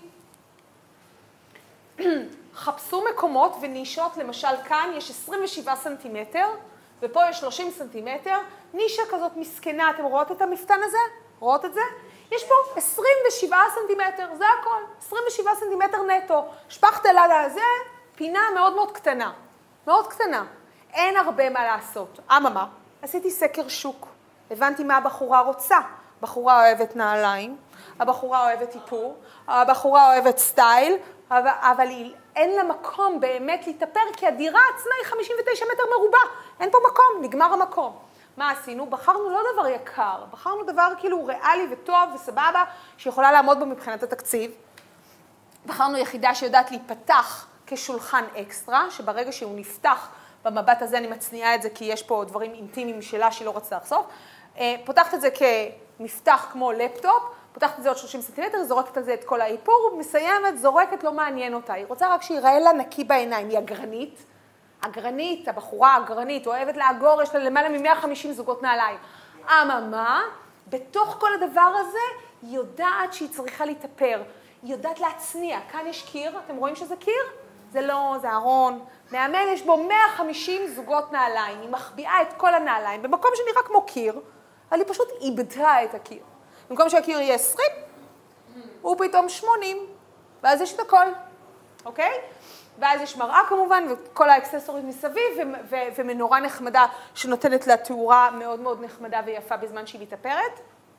חפשו מקומות ונישות, למשל כאן יש עשרים ושבעה סנטימטר, ופה יש שלושים סנטימטר, נישה כזאת מסכנה, אתם רואות את המפתן הזה? רואות את זה? יש פה עשרים ושבעה סנטימטר, זה הכל, עשרים ושבעה סנטימטר נטו. שפכת על הזה, פינה מאוד מאוד קטנה, מאוד קטנה. אין הרבה מה לעשות. אממה, עשיתי סקר שוק, הבנתי מה הבחורה רוצה. הבחורה אוהבת נעליים, הבחורה אוהבת איפור, הבחורה אוהבת סטייל, אבל אין לה מקום באמת להתאפר, כי הדירה עצמה היא חמישים ותשעה מטר מרובע. אין פה מקום, נגמר המקום. מה עשינו? בחרנו לא דבר יקר, בחרנו דבר כאילו ריאלי וטוב וסבבה, שיכולה לעמוד בו מבחינת התקציב. בחרנו יחידה שיודעת להיפתח כשולחן אקסטרה, שברגע שהוא נפתח במבט הזה, אני מצניעה את זה כי יש פה דברים אינטימיים שלה שהיא לא רצתה לחשוף. פותחת את זה כמפתח כמו לפטופ, פותחת את זה עוד שלושים סנטימטר, זורקת על זה את כל האיפור, מסיימת, זורקת, לא מעניין אותה. היא רוצה רק שיראה לה נקי בעיניים. היא אגרנית, אגרנית, הבחורה אגרנית, אוהבת לאגור, יש לה למעלה מ-מאה וחמישים זוגות נעליים. אממה, בתוך כל הדבר הזה, היא יודעת שהיא צריכה להתאפר, היא יודעת להצניע. כאן יש קיר, אתם רואים שזה קיר? זה לא, זה ארון. מאמן יש בו מאה וחמישים זוגות נעליים, היא מחביאה את כל הנעליים, במקום שנראה כמו קיר, אבל היא פשוט איבדה את הקיר. במקום שהקיר יהיה עשרים, הוא פתאום שמונים, ואז יש את הכל, אוקיי? ואז יש מראה כמובן, וכל האקססורית מסביב, ו- ו- ומנורה נחמדה שנותנת לה תאורה מאוד מאוד נחמדה ויפה בזמן שהיא מתאפרת.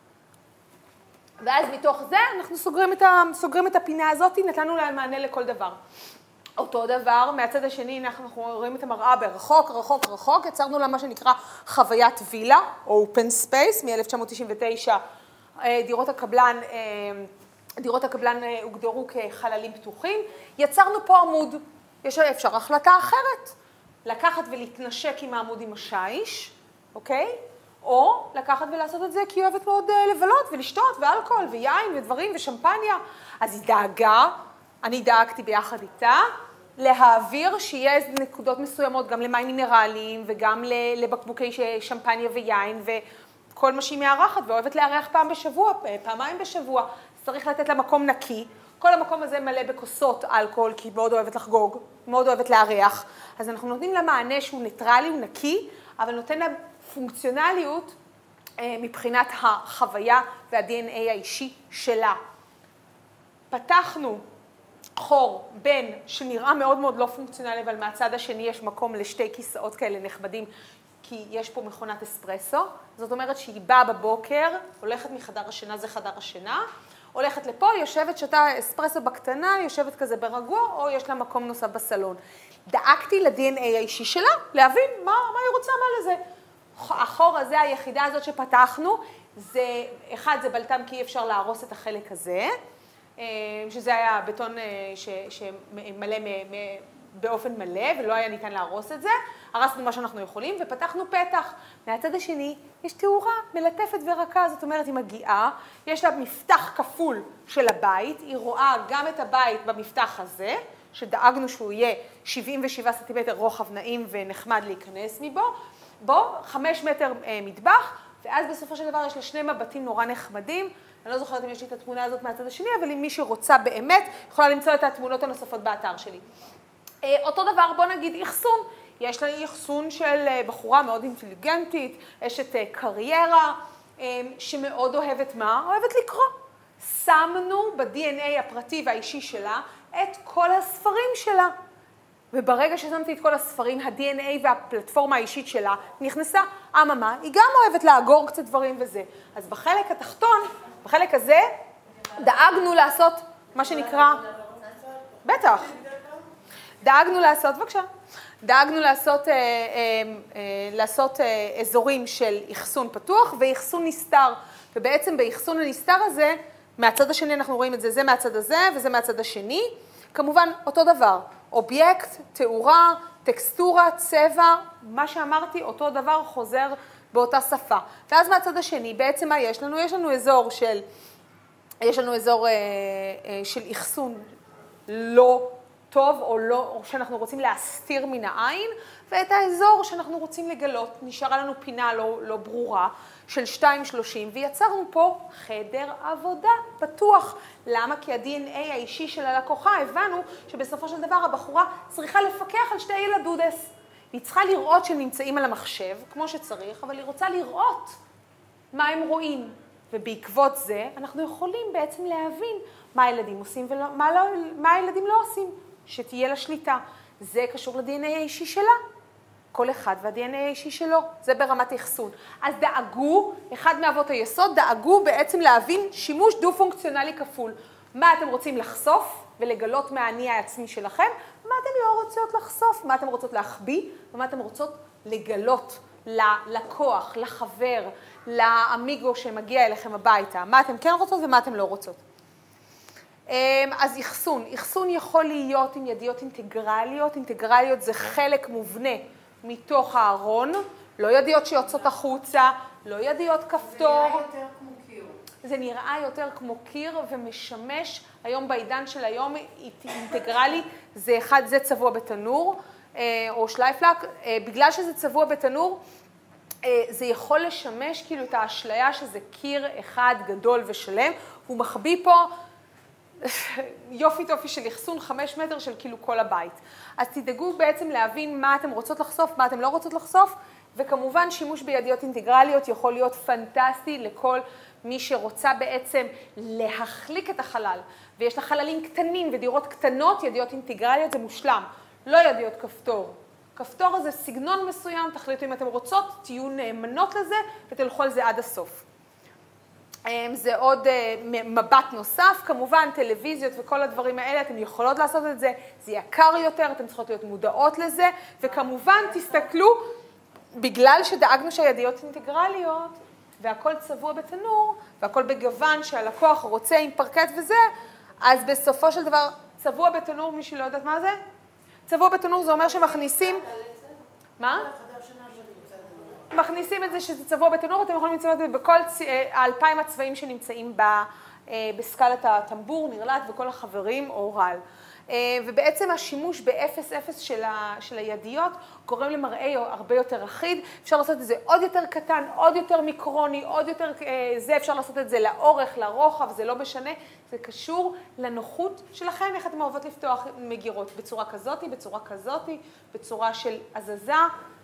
ואז מתוך זה אנחנו סוגרים את, ה- סוגרים את הפינה הזאת, נתנו לה מענה לכל דבר. אותו דבר, מהצד השני אנחנו רואים את המראה ברחוק, רחוק, רחוק, יצרנו לה מה שנקרא חוויית וילה, open space, מ-אלף תשע מאות תשעים ותשע, דירות הקבלן, דירות הקבלן הוגדרו כחללים פתוחים, יצרנו פה עמוד, יש אפשר החלטה אחרת, לקחת ולהתנשק עם העמוד עם השיש, אוקיי? או לקחת ולעשות את זה כי היא אוהבת מאוד לבלות ולשתות ואלכוהול ויין ודברים ושמפניה, אז היא דאגה, אני דאגתי ביחד איתה, להעביר שיהיה איזה נקודות מסוימות גם למים מינרליים וגם לבקבוקי שמפניה ויין וכל מה שהיא מארחת ואוהבת לארח פעם בשבוע, פעמיים בשבוע, צריך לתת לה מקום נקי. כל המקום הזה מלא בכוסות אלכוהול כי היא מאוד אוהבת לחגוג, מאוד אוהבת לארח. אז אנחנו נותנים לה מענה שהוא ניטרלי, הוא נקי, אבל נותן לה פונקציונליות מבחינת החוויה וה-די אן איי האישי שלה. פתחנו חור בין שנראה מאוד מאוד לא פונקציונלי, אבל מהצד השני יש מקום לשתי כיסאות כאלה נכבדים, כי יש פה מכונת אספרסו. זאת אומרת שהיא באה בבוקר, הולכת מחדר השינה, זה חדר השינה, הולכת לפה, יושבת, שותה אספרסו בקטנה, יושבת כזה ברגוע, או יש לה מקום נוסף בסלון. דאגתי ל-די אן איי האישי שלה, להבין מה, מה היא רוצה, מה לזה. החור הזה, היחידה הזאת שפתחנו, זה, אחד, זה בלטם כי אי אפשר להרוס את החלק הזה, שזה היה בטון שמלא באופן מלא, ולא היה ניתן להרוס את זה. הרסנו מה שאנחנו יכולים, ופתחנו פתח. מהצד השני, יש תאורה מלטפת ורכה, זאת אומרת, היא מגיעה, יש לה מפתח כפול של הבית, היא רואה גם את הבית במפתח הזה, שדאגנו שהוא יהיה שבעים ושבעה סנטימטר רוחב נעים ונחמד להיכנס מבו, בו חמש מטר מטבח, ואז בסופו של דבר יש לה שני מבטים נורא נחמדים. אני לא זוכרת אם יש לי את התמונה הזאת מהצד השני, אבל אם מי שרוצה באמת, יכולה למצוא את התמונות הנוספות באתר שלי. אותו דבר, בוא נגיד אחסון. יש לה אחסון של בחורה מאוד אינטליגנטית, אשת קריירה, שמאוד אוהבת מה? אוהבת לקרוא. שמנו ב-די אן איי הפרטי והאישי שלה את כל הספרים שלה. וברגע ששמתי את כל הספרים, ה-די אן איי והפלטפורמה האישית שלה נכנסה, אממה, היא גם אוהבת לאגור קצת דברים וזה. אז בחלק התחתון, בחלק הזה, דאגנו לעשות מה שנקרא... בטח. דאגנו לעשות, בבקשה. דאגנו לעשות, אה, אה, אה, לעשות אה, אזורים של אחסון פתוח ואחסון נסתר. ובעצם באחסון הנסתר הזה, מהצד השני אנחנו רואים את זה, זה מהצד הזה וזה מהצד השני. כמובן, אותו דבר. אובייקט, תאורה, טקסטורה, צבע, מה שאמרתי, אותו דבר חוזר באותה שפה. ואז מהצד השני, בעצם מה יש לנו? יש לנו אזור של, יש לנו אזור אה, אה, של אחסון לא טוב או, לא, או שאנחנו רוצים להסתיר מן העין, ואת האזור שאנחנו רוצים לגלות. נשארה לנו פינה לא, לא ברורה של שתיים שלושים, ויצרנו פה חדר עבודה פתוח. למה? כי ה-די אן איי האישי של הלקוחה, הבנו שבסופו של דבר הבחורה צריכה לפקח על שתי ילדודס. היא צריכה לראות שהם נמצאים על המחשב, כמו שצריך, אבל היא רוצה לראות מה הם רואים. ובעקבות זה אנחנו יכולים בעצם להבין מה הילדים עושים ומה לא, מה הילדים לא עושים, שתהיה לה שליטה. זה קשור ל-די אן איי האישי שלה. כל אחד וה-די אן איי האישי שלו, זה ברמת אחסון. אז דאגו, אחד מאבות היסוד, דאגו בעצם להבין שימוש דו-פונקציונלי כפול. מה אתם רוצים לחשוף ולגלות מהאני העצמי שלכם? מה אתם לא רוצות לחשוף? מה אתם רוצות להחביא? ומה אתם רוצות לגלות ללקוח, לחבר, לאמיגו שמגיע אליכם הביתה? מה אתם כן רוצות ומה אתם לא רוצות? אז אחסון. אחסון יכול להיות עם ידיעות אינטגרליות. אינטגרליות זה חלק מובנה מתוך הארון, לא ידיעות שיוצאות החוצה, לא ידיעות כפתור. זה נראה יותר כמו קיר. זה נראה יותר כמו קיר ומשמש, היום בעידן של היום אינטגרלי, זה אחד, זה צבוע בתנור, או שלייפלק, בגלל שזה צבוע בתנור, זה יכול לשמש כאילו את האשליה שזה קיר אחד גדול ושלם, הוא מחביא פה יופי טופי של אחסון, חמש מטר של כאילו כל הבית. אז תדאגו בעצם להבין מה אתם רוצות לחשוף, מה אתם לא רוצות לחשוף, וכמובן שימוש בידיעות אינטגרליות יכול להיות פנטסטי לכל מי שרוצה בעצם להחליק את החלל. ויש לה חללים קטנים ודירות קטנות, ידיעות אינטגרליות זה מושלם, לא ידיעות כפתור. כפתור זה סגנון מסוים, תחליטו אם אתם רוצות, תהיו נאמנות לזה ותלכו על זה עד הסוף. זה עוד מבט נוסף, כמובן טלוויזיות וכל הדברים האלה, אתם יכולות לעשות את זה, זה יקר יותר, אתם צריכות להיות מודעות לזה, וכמובן תסתכלו, בגלל שדאגנו שהידיעות אינטגרליות, והכל צבוע בתנור, והכל בגוון שהלקוח רוצה עם פרקט וזה, אז בסופו של דבר, צבוע בתנור, מי שלא יודעת מה זה? צבוע בתנור זה אומר שמכניסים... מה? מכניסים את זה שזה צבוע בתנור, אתם יכולים למצוא את זה בכל האלפיים הצבעים שנמצאים בסקלת הטמבור, נרלט וכל החברים או רל. ובעצם השימוש ב-אפס אפס של הידיות גורם למראה הרבה יותר אחיד. אפשר לעשות את זה עוד יותר קטן, עוד יותר מיקרוני, עוד יותר זה, אפשר לעשות את זה לאורך, לרוחב, זה לא משנה. זה קשור לנוחות שלכם, איך אתם אוהבות לפתוח מגירות, בצורה כזאת, בצורה כזאת, בצורה של הזזה.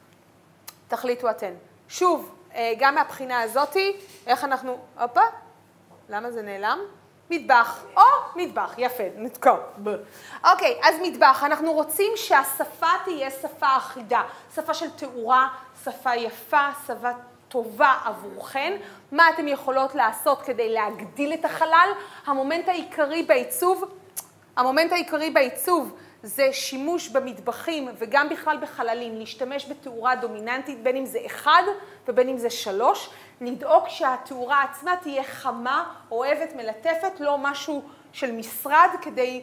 תחליטו אתן. שוב, גם מהבחינה הזאת, איך אנחנו... הופה, למה זה נעלם? מטבח. או, מטבח, יפה, נתקור. אוקיי, אז מטבח. אנחנו רוצים שהשפה תהיה שפה אחידה. שפה של תאורה, שפה יפה, שפה טובה עבורכן. מה אתן יכולות לעשות כדי להגדיל את החלל? המומנט העיקרי בעיצוב, המומנט העיקרי בעיצוב, זה שימוש במטבחים וגם בכלל בחללים, להשתמש בתאורה דומיננטית, בין אם זה אחד ובין אם זה שלוש, לדאוג שהתאורה עצמה תהיה חמה, אוהבת, מלטפת, לא משהו של משרד כדי...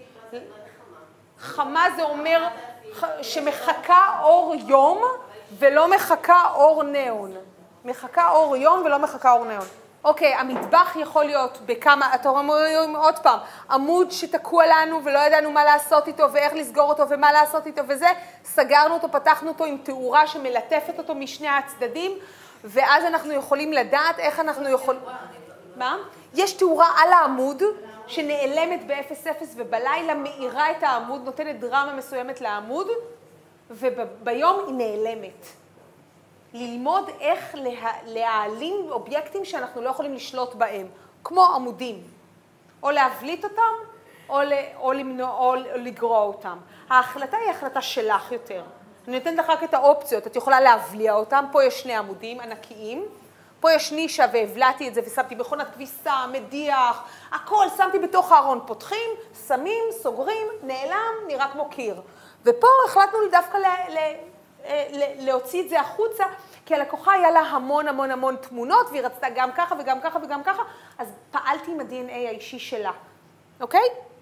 חמה זה אומר שמחכה אור יום ולא מחכה אור נאון. מחכה אור יום ולא מחכה אור נאון. אוקיי, המטבח יכול להיות בכמה, אתה אומרים עוד פעם, עמוד שתקוע לנו ולא ידענו מה לעשות איתו ואיך לסגור אותו ומה לעשות איתו וזה, סגרנו אותו, פתחנו אותו עם תאורה שמלטפת אותו משני הצדדים, ואז אנחנו יכולים לדעת איך אנחנו יכולים... מה? יש תאורה על העמוד, שנעלמת ב-אפס אפס ובלילה מאירה את העמוד, נותנת דרמה מסוימת לעמוד, וביום היא נעלמת. ללמוד איך לה, להעלים אובייקטים שאנחנו לא יכולים לשלוט בהם, כמו עמודים. או להבליט אותם, או, או, למנוע, או לגרוע אותם. ההחלטה היא החלטה שלך יותר. אני נותנת לך רק את האופציות, את יכולה להבליע אותם, פה יש שני עמודים ענקיים, פה יש נישה והבלעתי את זה ושמתי מכונת כביסה, מדיח, הכל שמתי בתוך הארון, פותחים, שמים, סוגרים, נעלם, נראה כמו קיר. ופה החלטנו דווקא ל, ל, ל, להוציא את זה החוצה, כי הלקוחה היה לה המון המון המון תמונות, והיא רצתה גם ככה וגם ככה וגם ככה, אז פעלתי עם ה-די אן איי האישי שלה, אוקיי?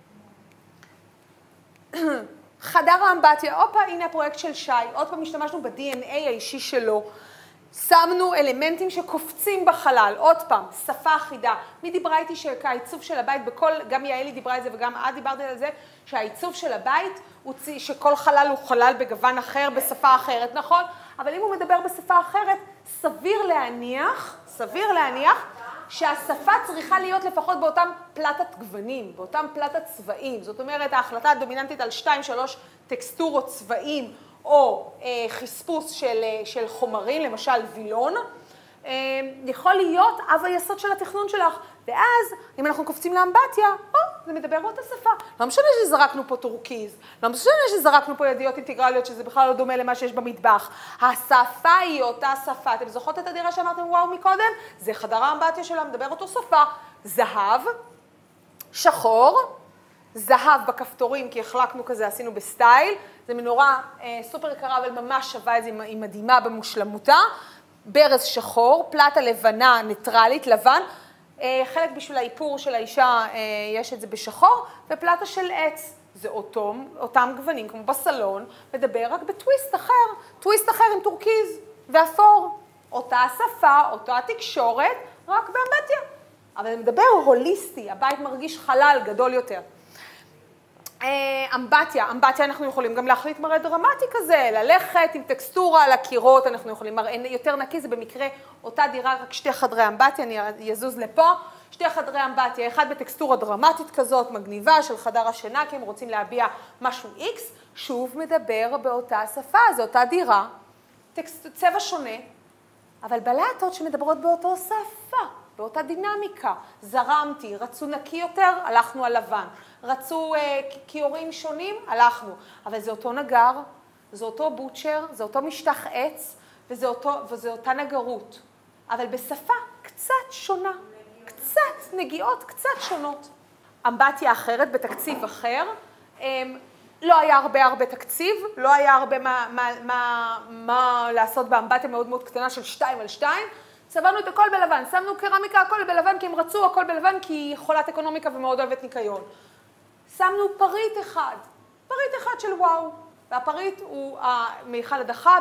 חדר האמבטיה, הופה, הנה הפרויקט של שי, עוד פעם השתמשנו ב-די אן איי האישי שלו, שמנו אלמנטים שקופצים בחלל, עוד פעם, שפה אחידה. מי דיברה איתי שהעיצוב של הבית, בכל, גם יעלי דיברה את זה וגם את דיברתי על זה, שהעיצוב של הבית, הוא, שכל חלל הוא חלל בגוון אחר, בשפה אחרת, נכון? אבל אם הוא מדבר בשפה אחרת, סביר להניח, סביר להניח, שהשפה צריכה להיות לפחות באותם פלטת גוונים, באותם פלטת צבעים. זאת אומרת, ההחלטה הדומיננטית על שתיים, שלוש טקסטורות צבעים, או אה, חספוס של, של חומרים, למשל וילון, אה, יכול להיות אב היסוד של התכנון שלך. ואז, אם אנחנו קופצים לאמבטיה, או, זה מדבר באותה שפה. לא משנה שזרקנו פה טורקיז, לא משנה שזרקנו פה ידיעות אינטגרליות, שזה בכלל לא דומה למה שיש במטבח. השפה היא אותה שפה. אתם זוכרות את הדירה שאמרתם וואו מקודם? זה חדר האמבטיה שלה, מדבר אותו שפה. זהב, שחור, זהב בכפתורים, כי החלקנו כזה, עשינו בסטייל. זה מנורה אה, סופר יקרה, אבל ממש שווה את זה, היא מדהימה במושלמותה. ברז שחור, פלטה לבנה, ניטרלית, לבן. אה, חלק בשביל האיפור של האישה, אה, יש את זה בשחור, ופלטה של עץ. זה אותו, אותם גוונים, כמו בסלון, מדבר רק בטוויסט אחר. טוויסט אחר עם טורקיז ואפור. אותה שפה, אותה תקשורת, רק באמבטיה. אבל זה מדבר הוליסטי, הבית מרגיש חלל גדול יותר. אמבטיה, אמבטיה אנחנו יכולים גם להחליט מראה דרמטי כזה, ללכת עם טקסטורה על הקירות, אנחנו יכולים מראה יותר נקי, זה במקרה אותה דירה, רק שתי חדרי אמבטיה, אני יזוז לפה, שתי חדרי אמבטיה, אחד בטקסטורה דרמטית כזאת, מגניבה של חדר השינה, כי הם רוצים להביע משהו X, שוב מדבר באותה שפה, זו אותה דירה, טקסט, צבע שונה, אבל בלטות שמדברות באותו שפה, באותה דינמיקה, זרמתי, רצו נקי יותר, הלכנו על לבן. רצו אה, כיורים שונים, הלכנו. אבל זה אותו נגר, זה אותו בוטשר, זה אותו משטח עץ, וזה, אותו, וזה אותה נגרות. אבל בשפה קצת שונה, קצת נגיעות, קצת שונות. אמבטיה אחרת בתקציב אחר, אה, לא היה הרבה הרבה תקציב, לא היה הרבה מה, מה, מה, מה לעשות באמבטיה מאוד מאוד קטנה של שתיים על שתיים, צבענו את הכל בלבן, שמנו קרמיקה הכל בלבן כי הם רצו הכל בלבן כי היא חולת אקונומיקה ומאוד אוהבת ניקיון. שמנו פריט אחד, פריט אחד של וואו, והפריט הוא מיכל הדחה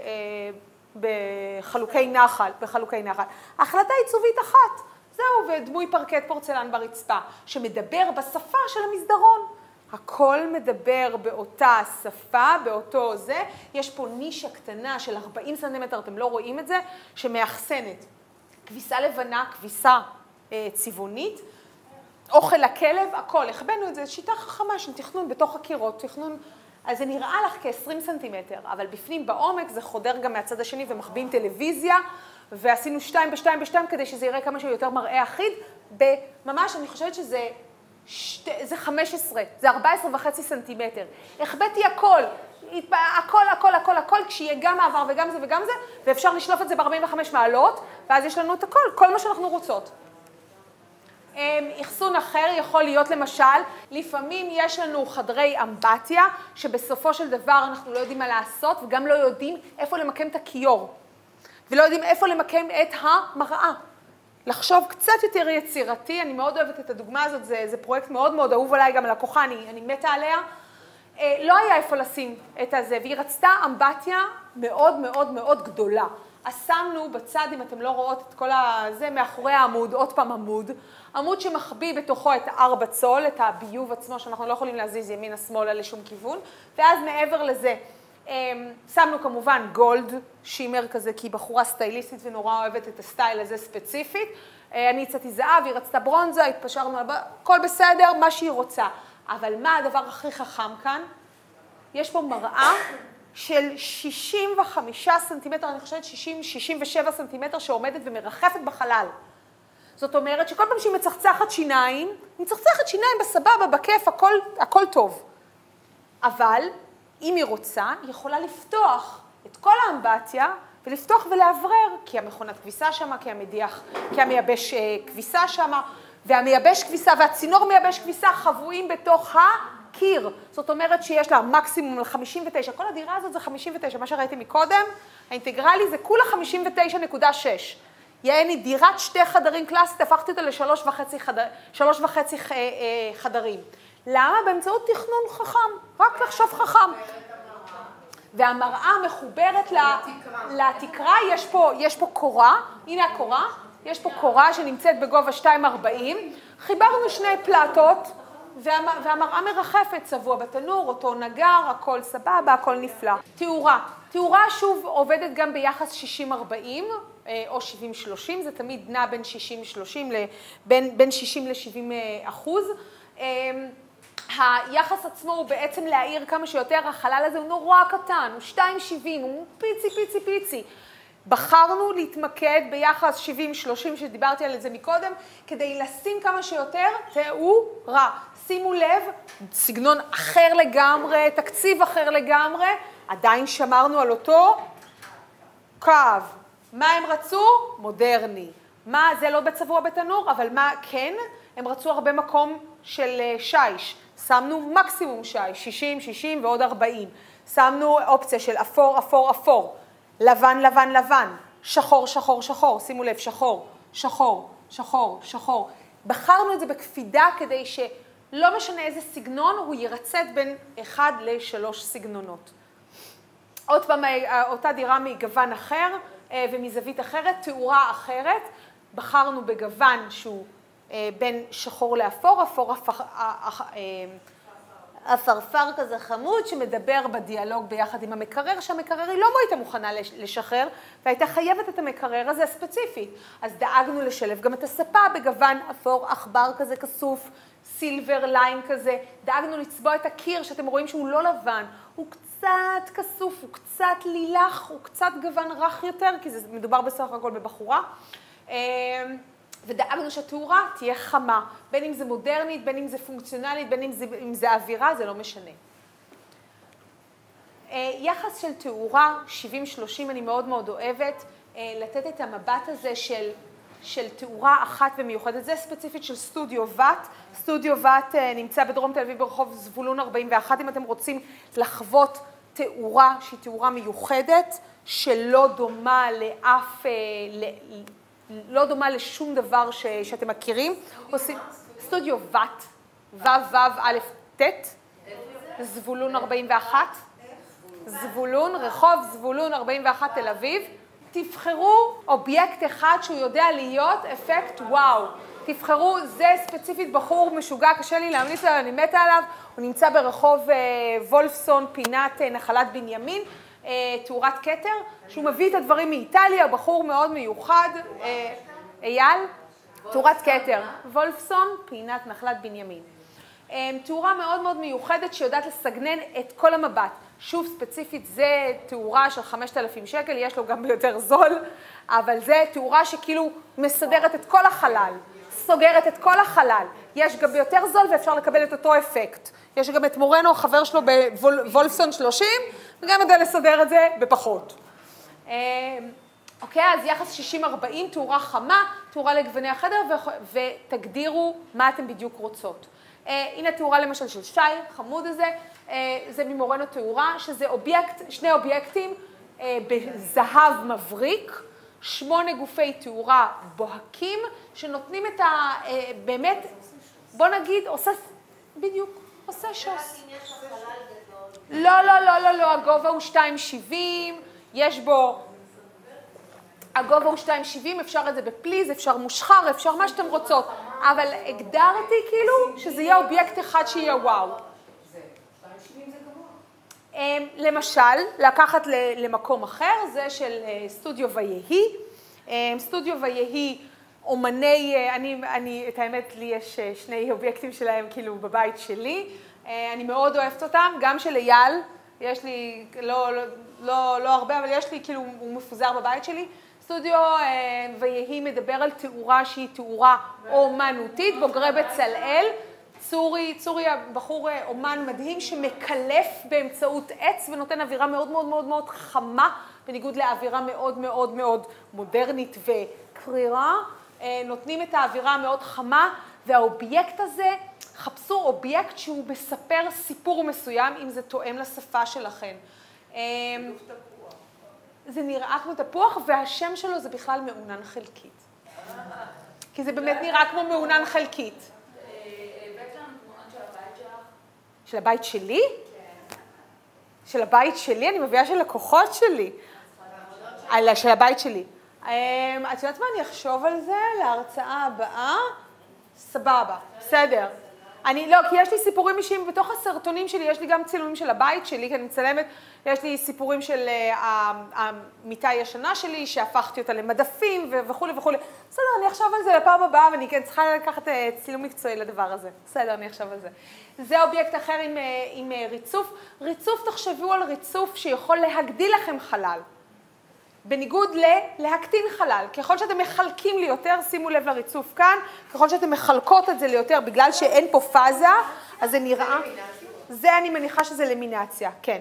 בחלוקי נחל, בחלוקי נחל. החלטה עיצובית אחת, זהו, ודמוי פרקט פורצלן ברצפה, שמדבר בשפה של המסדרון. הכל מדבר באותה שפה, באותו זה. יש פה נישה קטנה של ארבעים סנטימטר, אתם לא רואים את זה, שמאחסנת כביסה לבנה, כביסה אה, צבעונית, אוכל לכלב, הכל. הכבנו את זה, שיטה חכמה של תכנון בתוך הקירות, תכנון, אז זה נראה לך כ-עשרים סנטימטר, אבל בפנים בעומק זה חודר גם מהצד השני ומחביאים טלוויזיה, ועשינו שתיים בשתיים בשתיים כדי שזה יראה כמה שיותר מראה אחיד, בממש אני חושבת שזה שת, זה חמש עשרה, זה ארבע עשרה וחצי סנטימטר. הכבאתי הכל, הכל, הכל, הכל, הכל, כשיהיה גם מעבר וגם זה וגם זה, ואפשר לשלוף את זה ב-ארבעים וחמש מעלות, ואז יש לנו את הכל, כל מה שאנחנו רוצות. אחסון אחר יכול להיות למשל, לפעמים יש לנו חדרי אמבטיה, שבסופו של דבר אנחנו לא יודעים מה לעשות, וגם לא יודעים איפה למקם את הכיור, ולא יודעים איפה למקם את המראה. לחשוב קצת יותר יצירתי, אני מאוד אוהבת את הדוגמה הזאת, זה, זה פרויקט מאוד מאוד אהוב עליי, גם הלקוחה, אני, אני מתה עליה. אה, לא היה איפה לשים את הזה, והיא רצתה אמבטיה מאוד מאוד מאוד גדולה. אז שמנו בצד, אם אתם לא רואות את כל הזה, מאחורי העמוד, עוד פעם עמוד, עמוד שמחביא בתוכו את ארבע צול, את הביוב עצמו, שאנחנו לא יכולים להזיז ימינה שמאלה לשום כיוון, ואז מעבר לזה, שמנו כמובן גולד, שימר כזה, כי היא בחורה סטייליסטית ונורא אוהבת את הסטייל הזה ספציפית. אני הצעתי זהב, היא רצתה ברונזה, התפשרנו, הכל בסדר, מה שהיא רוצה. אבל מה הדבר הכי חכם כאן? יש פה מראה של שישים וחמישה סנטימטר, אני חושבת שישים, שישים ושבע סנטימטר שעומדת ומרחפת בחלל. זאת אומרת שכל פעם שהיא מצחצחת שיניים, היא מצחצחת שיניים בסבבה, בכיף, הכל, הכל טוב. אבל אם היא רוצה, היא יכולה לפתוח את כל האמבטיה ולפתוח ולאוורר, כי המכונת כביסה שמה, כי המדיח, כי המייבש כביסה שמה, והמייבש כביסה והצינור מייבש כביסה חבויים בתוך הקיר. זאת אומרת שיש לה מקסימום חמישים ותשע, כל הדירה הזאת זה חמישים ותשע, מה שראיתי מקודם, האינטגרלי זה כולה חמישים ותשע נקודה שש. יעני דירת שתי חדרים קלאסית, הפכתי אותה לשלוש וחצי, חדר, שלוש וחצי ח, אה, חדרים. למה? באמצעות תכנון חכם, רק לחשוב חכם. והמראה מחוברת לתקרה, יש פה, יש פה קורה, הנה הקורה, יש פה קורה שנמצאת בגובה שתיים ארבעים, חיברנו שני פלטות, והמראה מרחפת, צבוע בתנור, אותו נגר, הכל סבבה, הכל נפלא. תאורה, תאורה שוב עובדת גם ביחס שישים ארבעים, או שבעים שלושים, זה תמיד נע בין שישים שלושים, בין, בין שישים ל-שבעים אחוז. היחס עצמו הוא בעצם להאיר כמה שיותר, החלל הזה הוא נורא קטן, הוא שתיים שבעים, הוא פיצי פיצי פיצי. בחרנו להתמקד ביחס שבעים שלושים שדיברתי על זה מקודם, כדי לשים כמה שיותר תאורה. שימו לב, סגנון אחר לגמרי, תקציב אחר לגמרי, עדיין שמרנו על אותו קו. מה הם רצו? מודרני. מה, זה לא בצבוע בתנור, אבל מה כן? הם רצו הרבה מקום של שיש. שמנו מקסימום שיש, שישים, שישים ועוד ארבעים. שמנו אופציה של אפור, אפור, אפור. לבן, לבן, לבן. שחור, שחור, שחור. שימו לב, שחור, שחור, שחור, שחור. בחרנו את זה בקפידה כדי שלא משנה איזה סגנון, הוא ירצת בין אחד לשלוש סגנונות. עוד פעם, אותה דירה מגוון אחר ומזווית אחרת, תאורה אחרת. בחרנו בגוון שהוא בין שחור לאפור, אפור אפרפר כזה חמוד שמדבר בדיאלוג ביחד עם המקרר, שהמקרר היא לא הייתה מוכנה לשחרר, והייתה חייבת את המקרר הזה ספציפית. אז דאגנו לשלב גם את הספה בגוון אפור, עכבר כזה כסוף, סילבר ליין כזה. דאגנו לצבוע את הקיר שאתם רואים שהוא לא לבן, הוא קצת כסוף, הוא קצת לילך, הוא קצת גוון רך יותר, כי זה מדובר בסך הכל בבחורה. ודאגנו שהתאורה תהיה חמה, בין אם זה מודרנית, בין אם זה פונקציונלית, בין אם זה, אם זה אווירה, זה לא משנה. יחס של תאורה, שבעים שלושים, אני מאוד מאוד אוהבת, לתת את המבט הזה של, של תאורה אחת ומיוחדת. זה ספציפית של סטודיו ואט. סטודיו ואט נמצא בדרום תל אביב ברחוב זבולון ארבעים ואחת, אם אתם רוצים לחוות תאורה שהיא תאורה מיוחדת, שלא דומה לאף... לא דומה לשום דבר ש, שאתם מכירים. עושים סטודיו ואט, וו וו א' ט', זבולון ארבעים ואחת, זבולון, רחוב זבולון ארבעים ואחת תל אביב. תבחרו אובייקט אחד שהוא יודע להיות אפקט וואו. תבחרו, זה ספציפית בחור משוגע, קשה לי להמליץ עליו, אני מתה עליו. הוא נמצא ברחוב וולפסון, פינת נחלת בנימין. תאורת כתר, שהוא מביא את הדברים מאיטליה, בחור מאוד מיוחד, אייל, תאורת כתר, וולפסון, פינת נחלת בנימין. תאורה מאוד מאוד מיוחדת שיודעת לסגנן את כל המבט. שוב, ספציפית, זה תאורה של חמשת אלפים שקל, יש לו גם ביותר זול, אבל זה תאורה שכאילו מסדרת את כל החלל, סוגרת את כל החלל. יש גם ביותר זול ואפשר לקבל את אותו אפקט. יש גם את מורנו, החבר שלו בוולפסון שלושים, וגם יודע לסדר את זה בפחות. אוקיי, אז יחס שישים ארבעים, תאורה חמה, תאורה לגווני החדר, ותגדירו מה אתם בדיוק רוצות. הנה תאורה למשל של שי, חמוד הזה, זה ממורנו תאורה, שזה אובייקט, שני אובייקטים בזהב מבריק, שמונה גופי תאורה בוהקים, שנותנים את ה... באמת, בוא נגיד, עושה... בדיוק, עושה שוס. לא, לא, לא, לא, לא, הגובה הוא שתיים שבעים, יש בו... הגובה הוא שתיים שבעים, אפשר את זה בפליז, אפשר מושחר, אפשר מה שאתם רוצות, אבל הגדרתי כאילו שזה יהיה אובייקט אחד שיהיה וואו. שתיים שבעים זה למשל, לקחת למקום אחר, זה של סטודיו ויהי. סטודיו ויהי, אומני, אני, אני, את האמת, לי יש שני אובייקטים שלהם כאילו בבית שלי. אני מאוד אוהבת אותם, גם של אייל, יש לי, לא, לא, לא, לא הרבה, אבל יש לי, כאילו, הוא מפוזר בבית שלי. סטודיו ויהי מדבר על תאורה שהיא תאורה אומנותית, בוגרי בצלאל. צורי, צורי הבחור אומן מדהים שמקלף באמצעות עץ ונותן אווירה מאוד מאוד מאוד מאוד חמה, בניגוד לאווירה מאוד מאוד מאוד מודרנית וקרירה. נותנים את האווירה המאוד חמה, והאובייקט הזה, חפשו אובייקט שהוא מספר סיפור מסוים, אם זה תואם לשפה שלכם. זה נראה כמו תפוח, והשם שלו זה בכלל מעונן חלקית. כי זה באמת נראה כמו מעונן חלקית. של הבית שלי? כן. של הבית שלי? אני מביאה של לקוחות שלי. על של הבית שלי. את יודעת מה? אני אחשוב על זה להרצאה הבאה. סבבה, בסדר. אני, לא, כי יש לי סיפורים אישיים, בתוך הסרטונים שלי יש לי גם צילומים של הבית שלי, כי אני מצלמת, יש לי סיפורים של uh, המיטה הישנה שלי, שהפכתי אותה למדפים וכו' וכו'. בסדר, אני אחשוב על זה לפעם הבאה, ואני כן צריכה לקחת uh, צילום מקצועי לדבר הזה. בסדר, אני אחשוב על זה. זה אובייקט אחר עם, uh, עם uh, ריצוף. ריצוף, תחשבו על ריצוף שיכול להגדיל לכם חלל. בניגוד ללהקטין חלל. ככל שאתם מחלקים לי יותר, שימו לב לריצוף כאן, ככל שאתם מחלקות את זה ליותר, בגלל שאין פה פאזה, אז זה נראה... זה אני מניחה שזה למינציה, כן.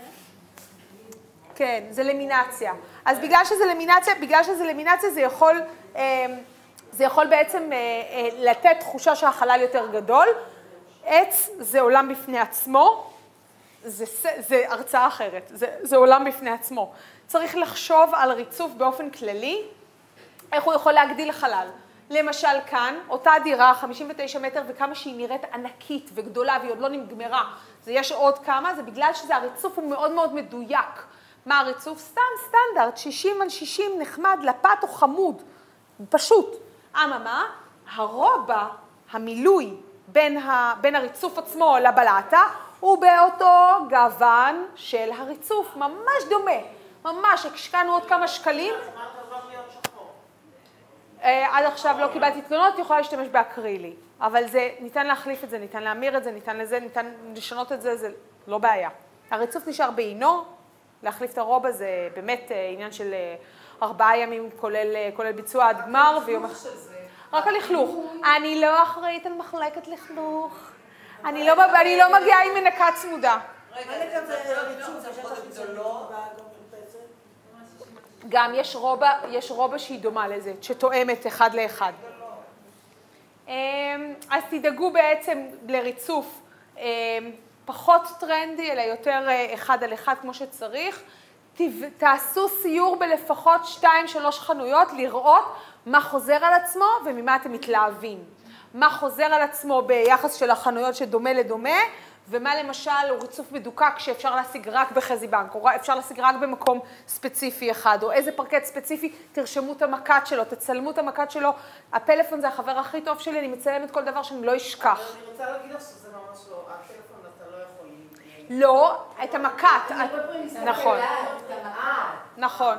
כן, זה למינציה. אז בגלל שזה למינציה, בגלל שזה למינציה, זה יכול, זה יכול בעצם לתת תחושה שהחלל יותר גדול. עץ זה עולם בפני עצמו, זה, זה הרצאה אחרת, זה, זה עולם בפני עצמו. צריך לחשוב על ריצוף באופן כללי, איך הוא יכול להגדיל חלל. למשל כאן, אותה דירה, חמישים ותשע מטר, וכמה שהיא נראית ענקית וגדולה, והיא עוד לא נגמרה, זה יש עוד כמה, זה בגלל שזה הריצוף הוא מאוד מאוד מדויק. מה הריצוף? סתם סטנדרט, שישים על שישים, נחמד, לפת או חמוד, פשוט. אממה, הרובע, המילוי בין, ה, בין הריצוף עצמו לבלטה, הוא באותו גוון של הריצוף, ממש דומה. ממש, השקענו עוד כמה שקלים. עד עכשיו לא קיבלתי תלונות, יכולה להשתמש באקרילי. אבל זה, ניתן להחליף את זה, ניתן להמיר את זה, ניתן לזה, ניתן לשנות את זה, זה לא בעיה. הריצוף נשאר בעינו, להחליף את הרובע זה באמת עניין של ארבעה ימים, כולל, כולל ביצוע עד גמר ויום... רק על לכלוך. אני לא אחראית על מחלקת לכלוך. אני לא, אני לא מגיעה עם מנקה צמודה. גם יש רובה, יש רובה שהיא דומה לזה, שתואמת אחד לאחד. אז תדאגו בעצם לריצוף פחות טרנדי, אלא יותר אחד על אחד כמו שצריך. תעשו סיור בלפחות שתיים, שלוש חנויות, לראות מה חוזר על עצמו וממה אתם מתלהבים. מה חוזר על עצמו ביחס של החנויות שדומה לדומה, ומה למשל הוא ריצוף מדוקק שאפשר להשיג רק בחזי בנק, או אפשר להשיג רק במקום ספציפי אחד, או איזה פרקט ספציפי, תרשמו את המקט שלו, תצלמו את המקט שלו. הפלאפון זה החבר הכי טוב שלי, אני מצלמת כל דבר שאני לא אשכח. אני רוצה להגיד לך שזה ממש לא, הפלאפון אתה לא יכול... לא, את המקט. נכון. נכון.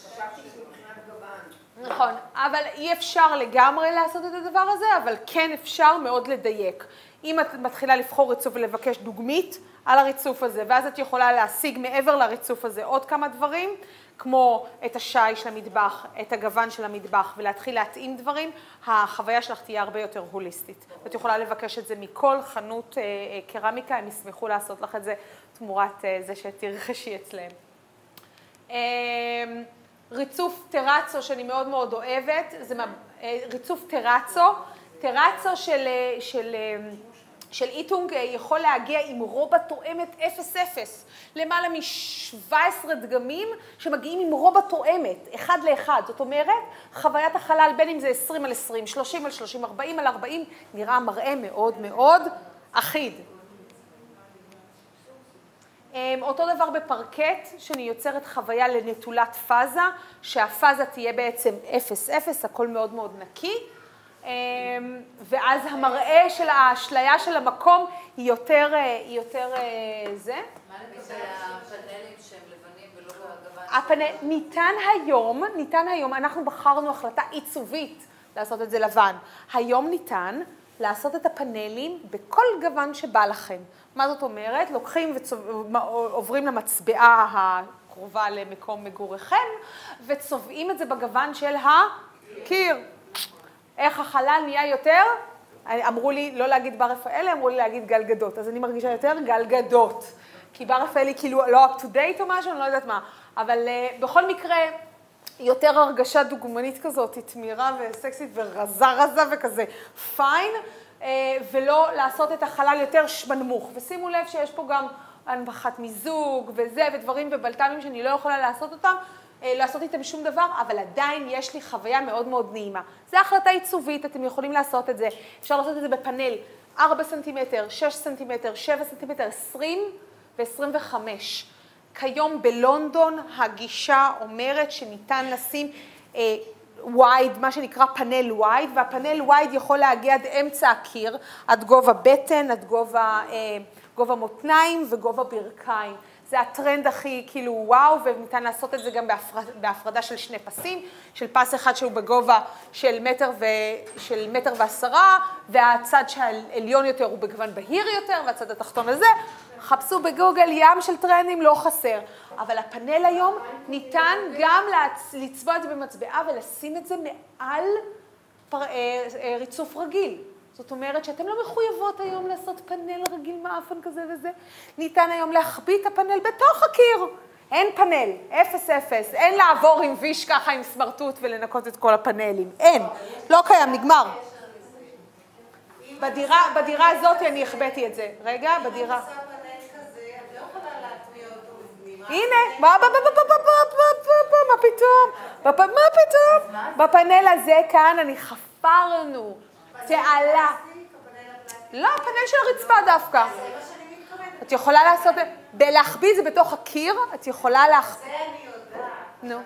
נכון, אבל אי אפשר לגמרי לעשות את הדבר הזה, אבל כן אפשר מאוד לדייק. אם את מתחילה לבחור ריצוף ולבקש דוגמית על הריצוף הזה, ואז את יכולה להשיג מעבר לריצוף הזה עוד כמה דברים, כמו את השי של המטבח, את הגוון של המטבח, ולהתחיל להתאים דברים, החוויה שלך תהיה הרבה יותר הוליסטית. ואת יכולה לבקש את זה מכל חנות קרמיקה, הם ישמחו לעשות לך את זה תמורת זה שתרכשי אצלהם. ריצוף טרצו שאני מאוד מאוד אוהבת, זה ריצוף טרצו, טרצו של, של, של איטונג יכול להגיע עם רובה תואמת אפס אפס, למעלה מ-שבע עשרה דגמים שמגיעים עם רובה תואמת, אחד לאחד, זאת אומרת, חוויית החלל בין אם זה עשרים על עשרים, שלושים על שלושים, ארבעים על ארבעים, נראה מראה מאוד מאוד אחיד. אותו דבר בפרקט, שאני יוצרת חוויה לנטולת פאזה, שהפאזה תהיה בעצם אפס אפס, הכל מאוד מאוד נקי. ואז המראה של האשליה של המקום היא יותר, היא יותר זה. מה לגבי הפאנלים שהם לבנים ולא בגוון? הפאנל, ניתן היום, ניתן היום, אנחנו בחרנו החלטה עיצובית לעשות את זה לבן. היום ניתן לעשות את הפאנלים בכל גוון שבא לכם. מה זאת אומרת? לוקחים ועוברים למצבעה הקרובה למקום מגוריכם, וצובעים את זה בגוון של הקיר. איך החלל נהיה יותר? אמרו לי לא להגיד בר רפאלי, אמרו לי להגיד גלגדות. אז אני מרגישה יותר גלגדות. כי בר רפאלי כאילו לא up to date או משהו, אני לא יודעת מה. אבל uh, בכל מקרה, יותר הרגשה דוגמנית כזאת, תמירה וסקסית ורזה רזה וכזה פיין, uh, ולא לעשות את החלל יותר שמנמוך. ושימו לב שיש פה גם הנמכת מיזוג וזה ודברים ובלטמים שאני לא יכולה לעשות אותם, לעשות איתם שום דבר, אבל עדיין יש לי חוויה מאוד מאוד נעימה. זו החלטה עיצובית, אתם יכולים לעשות את זה. אפשר לעשות את זה בפאנל ארבע סנטימטר, שש סנטימטר, שבע סנטימטר, עשרים ועשרים וחמש. כיום בלונדון הגישה אומרת שניתן לשים אה, wide, מה שנקרא פאנל wide, והפאנל wide יכול להגיע עד אמצע הקיר, עד גובה בטן, עד גובה, אה, גובה מותניים וגובה ברכיים. זה הטרנד הכי כאילו וואו, וניתן לעשות את זה גם בהפרד, בהפרדה של שני פסים, של פס אחד שהוא בגובה של מטר, ו, של מטר ועשרה, והצד העליון יותר הוא בגוון בהיר יותר, והצד התחתון הזה. חפשו בגוגל ים של טרנדים, לא חסר. אבל הפאנל היום ניתן גם לצבוע את זה במצבעה ולשים את זה מעל פר, ריצוף רגיל. זאת אומרת שאתם לא מחויבות היום לעשות פאנל רגיל מאפן כזה וזה. ניתן היום להחביא את הפאנל בתוך הקיר. אין פאנל, אפס אפס. אין לעבור עם ויש ככה עם סמרטוט ולנקות את כל הפאנלים. אין. לא קיים, נגמר. בדירה, בדירה הזאת אני החבאתי את זה. רגע, בדירה. הנה, מה פתאום? מה פתאום? בפאנל הזה כאן אני חפרנו. תעלה. לא, הפאנל של הרצפה דווקא. את יכולה לעשות, בלהחביא זה בתוך הקיר, את יכולה להחביא. זה אני יודעת. נו.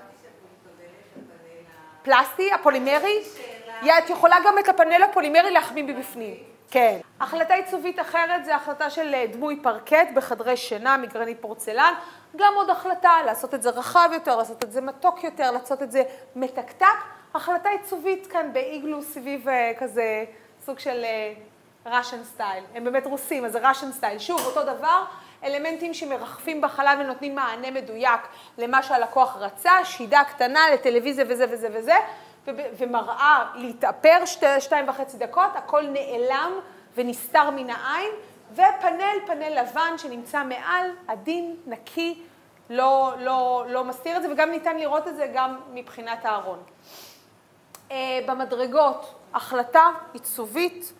פלסטי, הפולימרי? את יכולה גם את הפאנל הפולימרי להחביא מבפנים. כן. החלטה עיצובית אחרת זה החלטה של דמוי פרקט בחדרי שינה, מגרנית פורצלן. גם עוד החלטה, לעשות את זה רחב יותר, לעשות את זה מתוק יותר, לעשות את זה מתקתק. החלטה עיצובית כאן באיגלו סביב כזה סוג של ראשן סטייל. הם באמת רוסים, אז זה ראשן סטייל. שוב, אותו דבר, אלמנטים שמרחפים בחלל ונותנים מענה מדויק למה שהלקוח רצה, שידה קטנה לטלוויזיה וזה וזה וזה, ומראה להתאפר שתי, שתיים וחצי דקות, הכל נעלם ונסתר מן העין, ופאנל, פאנל לבן שנמצא מעל, עדין, נקי, לא, לא, לא מסתיר את זה, וגם ניתן לראות את זה גם מבחינת הארון. במדרגות, החלטה עיצובית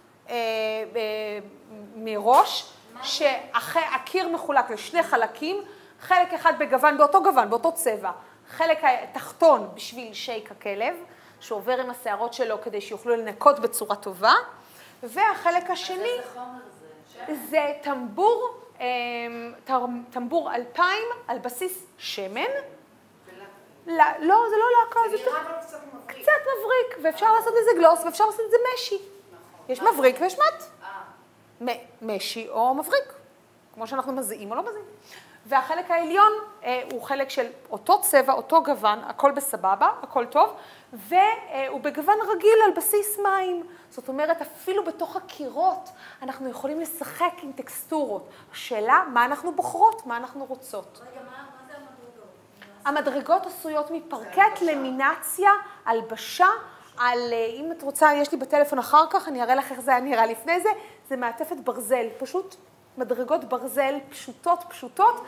מראש, שהקיר מחולק לשני חלקים, חלק אחד בגוון, באותו גוון, באותו צבע, חלק התחתון בשביל שייק הכלב, שעובר עם השערות שלו כדי שיוכלו לנקות בצורה טובה, והחלק השני זה טמבור, טמבור אלפיים על בסיס שמן. לא, זה לא להקה, זה קצת מבריק, ואפשר לעשות איזה גלוס, ואפשר לעשות איזה משי. יש מבריק ויש מת. משי או מבריק, כמו שאנחנו מזיעים או לא מזיעים. והחלק העליון הוא חלק של אותו צבע, אותו גוון, הכל בסבבה, הכל טוב, והוא בגוון רגיל על בסיס מים. זאת אומרת, אפילו בתוך הקירות אנחנו יכולים לשחק עם טקסטורות. השאלה, מה אנחנו בוחרות, מה אנחנו רוצות. רגע, מה זה המדרגות? המדרגות עשויות מפרקט, למינציה, הלבשה, על, אם את רוצה, יש לי בטלפון אחר כך, אני אראה לך איך זה היה נראה לפני זה, זה מעטפת ברזל, פשוט מדרגות ברזל פשוטות, פשוטות.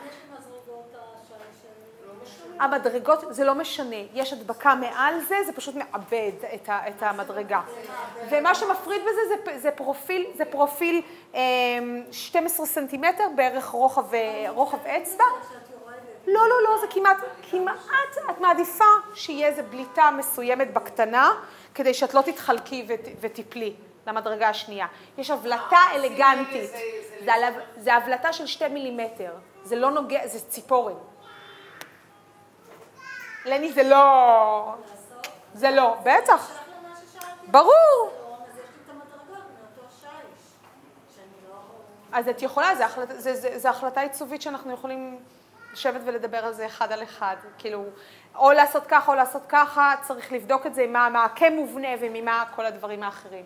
המדרגות, זה לא משנה, יש הדבקה מעל זה, זה פשוט מעבד את, ה, את המדרגה. ומה שמפריד בזה זה, זה פרופיל, זה פרופיל שנים עשר סנטימטר בערך רוחב, רוחב אצבע. לא, לא, לא, זה כמעט, כמעט את מעדיפה שיהיה איזו בליטה מסוימת בקטנה, כדי שאת לא תתחלקי ות, ותיפלי למדרגה השנייה. יש הבלטה אלגנטית, זה, זה הבלטה של שתי מילימטר, זה לא נוגע, זה ציפורן. לני, זה לא, זה לא, בטח, ברור, אז את יכולה, זו החלטה, זה, זה, זה החלטה עיצובית שאנחנו יכולים לשבת ולדבר על זה אחד על אחד, כאילו, או לעשות ככה או לעשות ככה, צריך לבדוק את זה, מה, מה כמובנה וממה כל הדברים האחרים.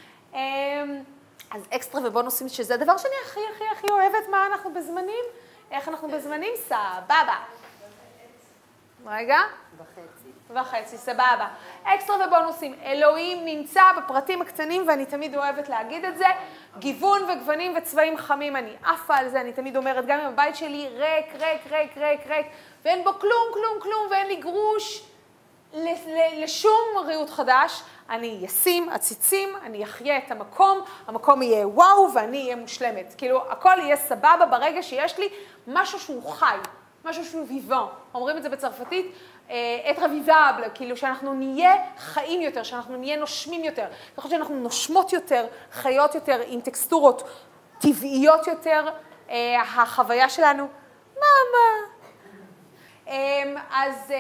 אז אקסטרה ובונוסים, שזה הדבר שאני הכי הכי הכי אוהבת, מה אנחנו בזמנים? איך אנחנו בזמנים? סבבה. רגע. וחצי. וחצי, סבבה. אקסטרה ובונוסים. אלוהים נמצא בפרטים הקטנים, ואני תמיד אוהבת להגיד את זה. גיוון וגוונים וצבעים חמים, אני עפה על זה, אני תמיד אומרת, גם אם הבית שלי ריק, ריק, ריק, ריק, ריק, ואין בו כלום, כלום, כלום, ואין לי גרוש לשום ריהוט חדש, אני אשים עציצים, אני אחיה את המקום, המקום יהיה וואו ואני אהיה מושלמת. כאילו, הכל יהיה סבבה ברגע שיש לי משהו שהוא חי, משהו שהוא ויבן. אומרים את זה בצרפתית, את רביבבל, כאילו שאנחנו נהיה חיים יותר, שאנחנו נהיה נושמים יותר. אני חושבת שאנחנו נושמות יותר, חיות יותר, עם טקסטורות טבעיות יותר, החוויה שלנו, מאמה. אז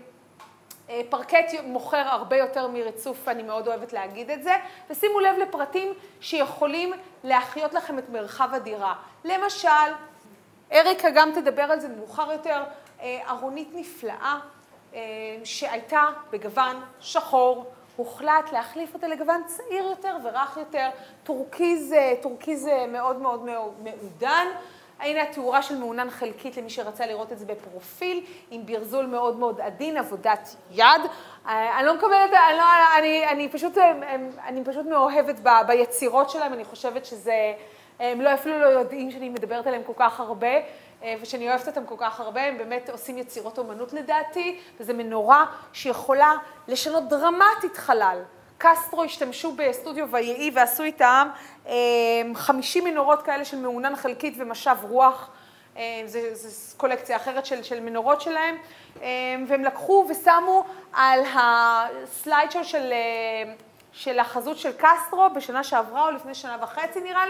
פרקט מוכר הרבה יותר מרצוף, אני מאוד אוהבת להגיד את זה, ושימו לב לפרטים שיכולים להחיות לכם את מרחב הדירה. למשל, אריקה גם תדבר על זה מאוחר יותר, ארונית נפלאה שהייתה בגוון שחור, הוחלט להחליף אותה לגוון צעיר יותר ורך יותר, טורקיז, טורקיז מאוד מאוד מעודן. הנה התאורה של מעונן חלקית למי שרצה לראות את זה בפרופיל, עם ברזול מאוד מאוד עדין, עבודת יד. אני לא מקבלת, אני, לא, אני, אני, פשוט, אני פשוט מאוהבת ב, ביצירות שלהם, אני חושבת שזה, הם לא, אפילו לא יודעים שאני מדברת עליהם כל כך הרבה, ושאני אוהבת אותם כל כך הרבה, הם באמת עושים יצירות אומנות לדעתי, וזו מנורה שיכולה לשנות דרמטית חלל. קסטרו השתמשו בסטודיו ויהי ועשו איתם חמישים מנורות כאלה של מעונן חלקית ומשב רוח, זו קולקציה אחרת של, של מנורות שלהם, והם לקחו ושמו על הסלייד של, של החזות של קסטרו בשנה שעברה או לפני שנה וחצי נראה לי,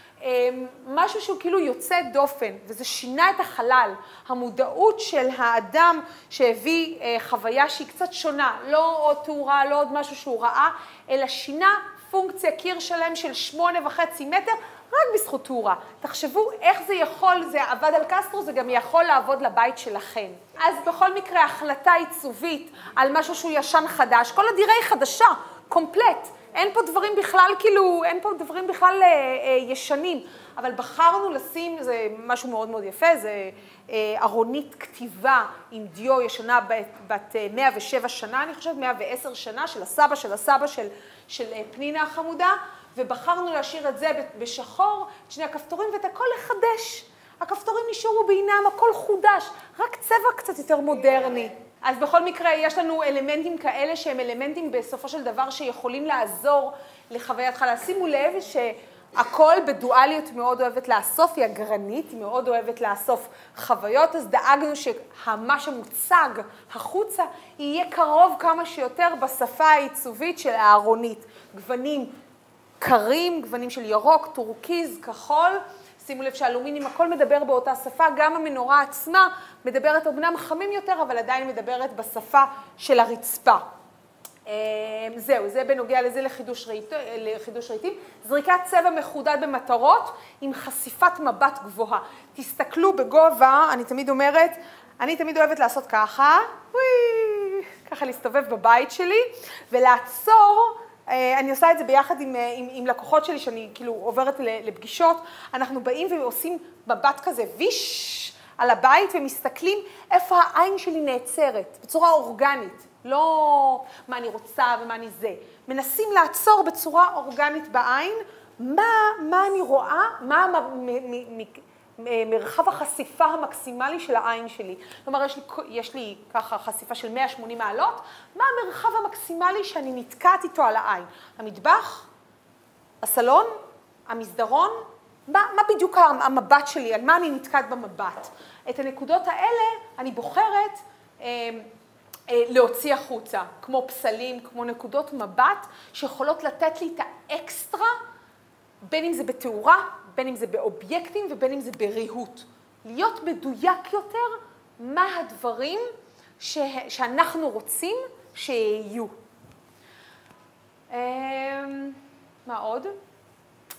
משהו שהוא כאילו יוצא דופן, וזה שינה את החלל, המודעות של האדם שהביא חוויה שהיא קצת שונה, לא עוד תאורה, לא עוד משהו שהוא ראה, אלא שינה פונקציה קיר שלם של שמונה וחצי מטר, רק בזכות תאורה. תחשבו איך זה יכול, זה עבד על קסטרו, זה גם יכול לעבוד לבית שלכם. אז בכל מקרה, החלטה עיצובית על משהו שהוא ישן חדש, כל הדירה היא חדשה, קומפלט. אין פה דברים בכלל, כאילו, אין פה דברים בכלל אה, אה, ישנים, אבל בחרנו לשים, זה משהו מאוד מאוד יפה, זה אה, ארונית כתיבה עם דיו ישנה בת, בת אה, מאה ושבע שנה, אני חושבת, מאה ועשר שנה, של הסבא, של הסבא, של, של אה, פנינה החמודה, ובחרנו להשאיר את זה בשחור, את שני הכפתורים, ואת הכל לחדש. הכפתורים נשארו בעינם, הכל חודש, רק צבע קצת יותר מודרני. אז בכל מקרה, יש לנו אלמנטים כאלה שהם אלמנטים בסופו של דבר שיכולים לעזור לחוויית חלל. שימו לב שהכל בדואליות מאוד אוהבת לאסוף, היא הגרנית, היא מאוד אוהבת לאסוף חוויות, אז דאגנו שמה שמוצג החוצה יהיה קרוב כמה שיותר בשפה העיצובית של הארונית. גוונים קרים, גוונים של ירוק, טורקיז, כחול, שימו לב שהאלומינים, הכל מדבר באותה שפה, גם המנורה עצמה מדברת אומנם חמים יותר, אבל עדיין מדברת בשפה של הרצפה. זהו, זה בנוגע לזה לחידוש, רהיט, לחידוש רהיטים. זריקת צבע מחודד במטרות עם חשיפת מבט גבוהה. תסתכלו בגובה, אני תמיד אומרת, אני תמיד אוהבת לעשות ככה, וואי, ככה להסתובב בבית שלי, ולעצור, אני עושה את זה ביחד עם, עם, עם לקוחות שלי, שאני כאילו עוברת לפגישות, אנחנו באים ועושים מבט כזה ויש על הבית, ומסתכלים איפה העין שלי נעצרת, בצורה אורגנית, לא מה אני רוצה ומה אני זה. מנסים לעצור בצורה אורגנית בעין, מה, מה אני רואה, מה מ, מ, מ, מרחב החשיפה המקסימלי של העין שלי. כלומר, יש לי, יש לי ככה חשיפה של מאה ושמונים מעלות, מה המרחב המקסימלי שאני נתקעת איתו על העין? המטבח, הסלון, המסדרון, מה, מה בדיוק המבט שלי, על מה אני נתקעת במבט? את הנקודות האלה אני בוחרת אה, אה, להוציא החוצה, כמו פסלים, כמו נקודות מבט, שיכולות לתת לי את האקסטרה, בין אם זה בתאורה, בין אם זה באובייקטים ובין אם זה בריהוט. להיות מדויק יותר מה הדברים ש... שאנחנו רוצים שיהיו. מה עוד?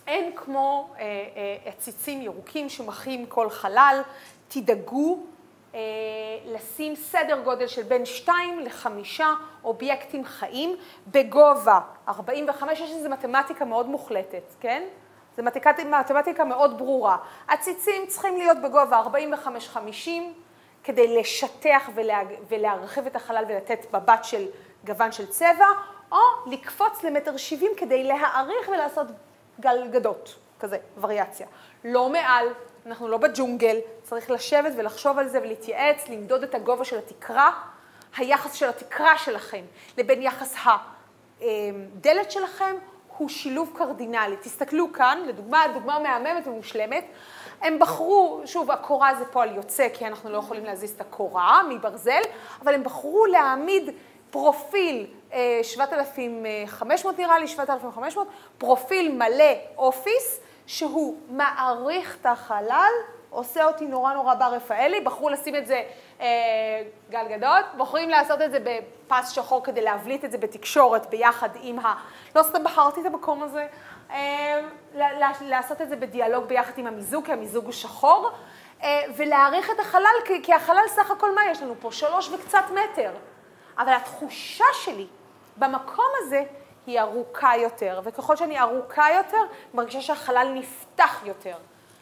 אין כמו אה, אה, עציצים ירוקים שמחיים כל חלל, תדאגו אה, לשים סדר גודל של בין שתיים לחמישה אובייקטים חיים בגובה ארבעים וחמש, יש איזו מתמטיקה מאוד מוחלטת, כן? זו מתמטיקה, מתמטיקה מאוד ברורה. עציצים צריכים להיות בגובה ארבעים וחמש חמישים כדי לשטח ולה, ולהרחיב את החלל ולתת מבט של גוון של צבע, או לקפוץ למטר שבעים כדי להעריך ולעשות גלגדות, כזה, וריאציה. לא מעל, אנחנו לא בג'ונגל, צריך לשבת ולחשוב על זה ולהתייעץ, למדוד את הגובה של התקרה, היחס של התקרה שלכם לבין יחס הדלת שלכם הוא שילוב קרדינלי. תסתכלו כאן, לדוגמה, דוגמה מהממת ומושלמת, הם בחרו, שוב, הקורה זה פועל יוצא, כי אנחנו לא יכולים להזיז את הקורה מברזל, אבל הם בחרו להעמיד פרופיל שבעת אלפים וחמש מאות נראה לי, שבעת אלפים וחמש מאות, פרופיל מלא אופיס, שהוא מעריך את החלל, עושה אותי נורא נורא בר רפאלי, בחרו לשים את זה אה, גלגדות, בוחרים לעשות את זה בפס שחור כדי להבליט את זה בתקשורת ביחד עם ה... לא סתם בחרתי את המקום הזה, אה, לעשות את זה בדיאלוג ביחד עם המיזוג, כי המיזוג הוא שחור, אה, ולהעריך את החלל, כי, כי החלל סך הכל מה יש לנו פה? שלוש וקצת מטר. אבל התחושה שלי במקום הזה היא ארוכה יותר, וככל שאני ארוכה יותר, מרגישה שהחלל נפתח יותר.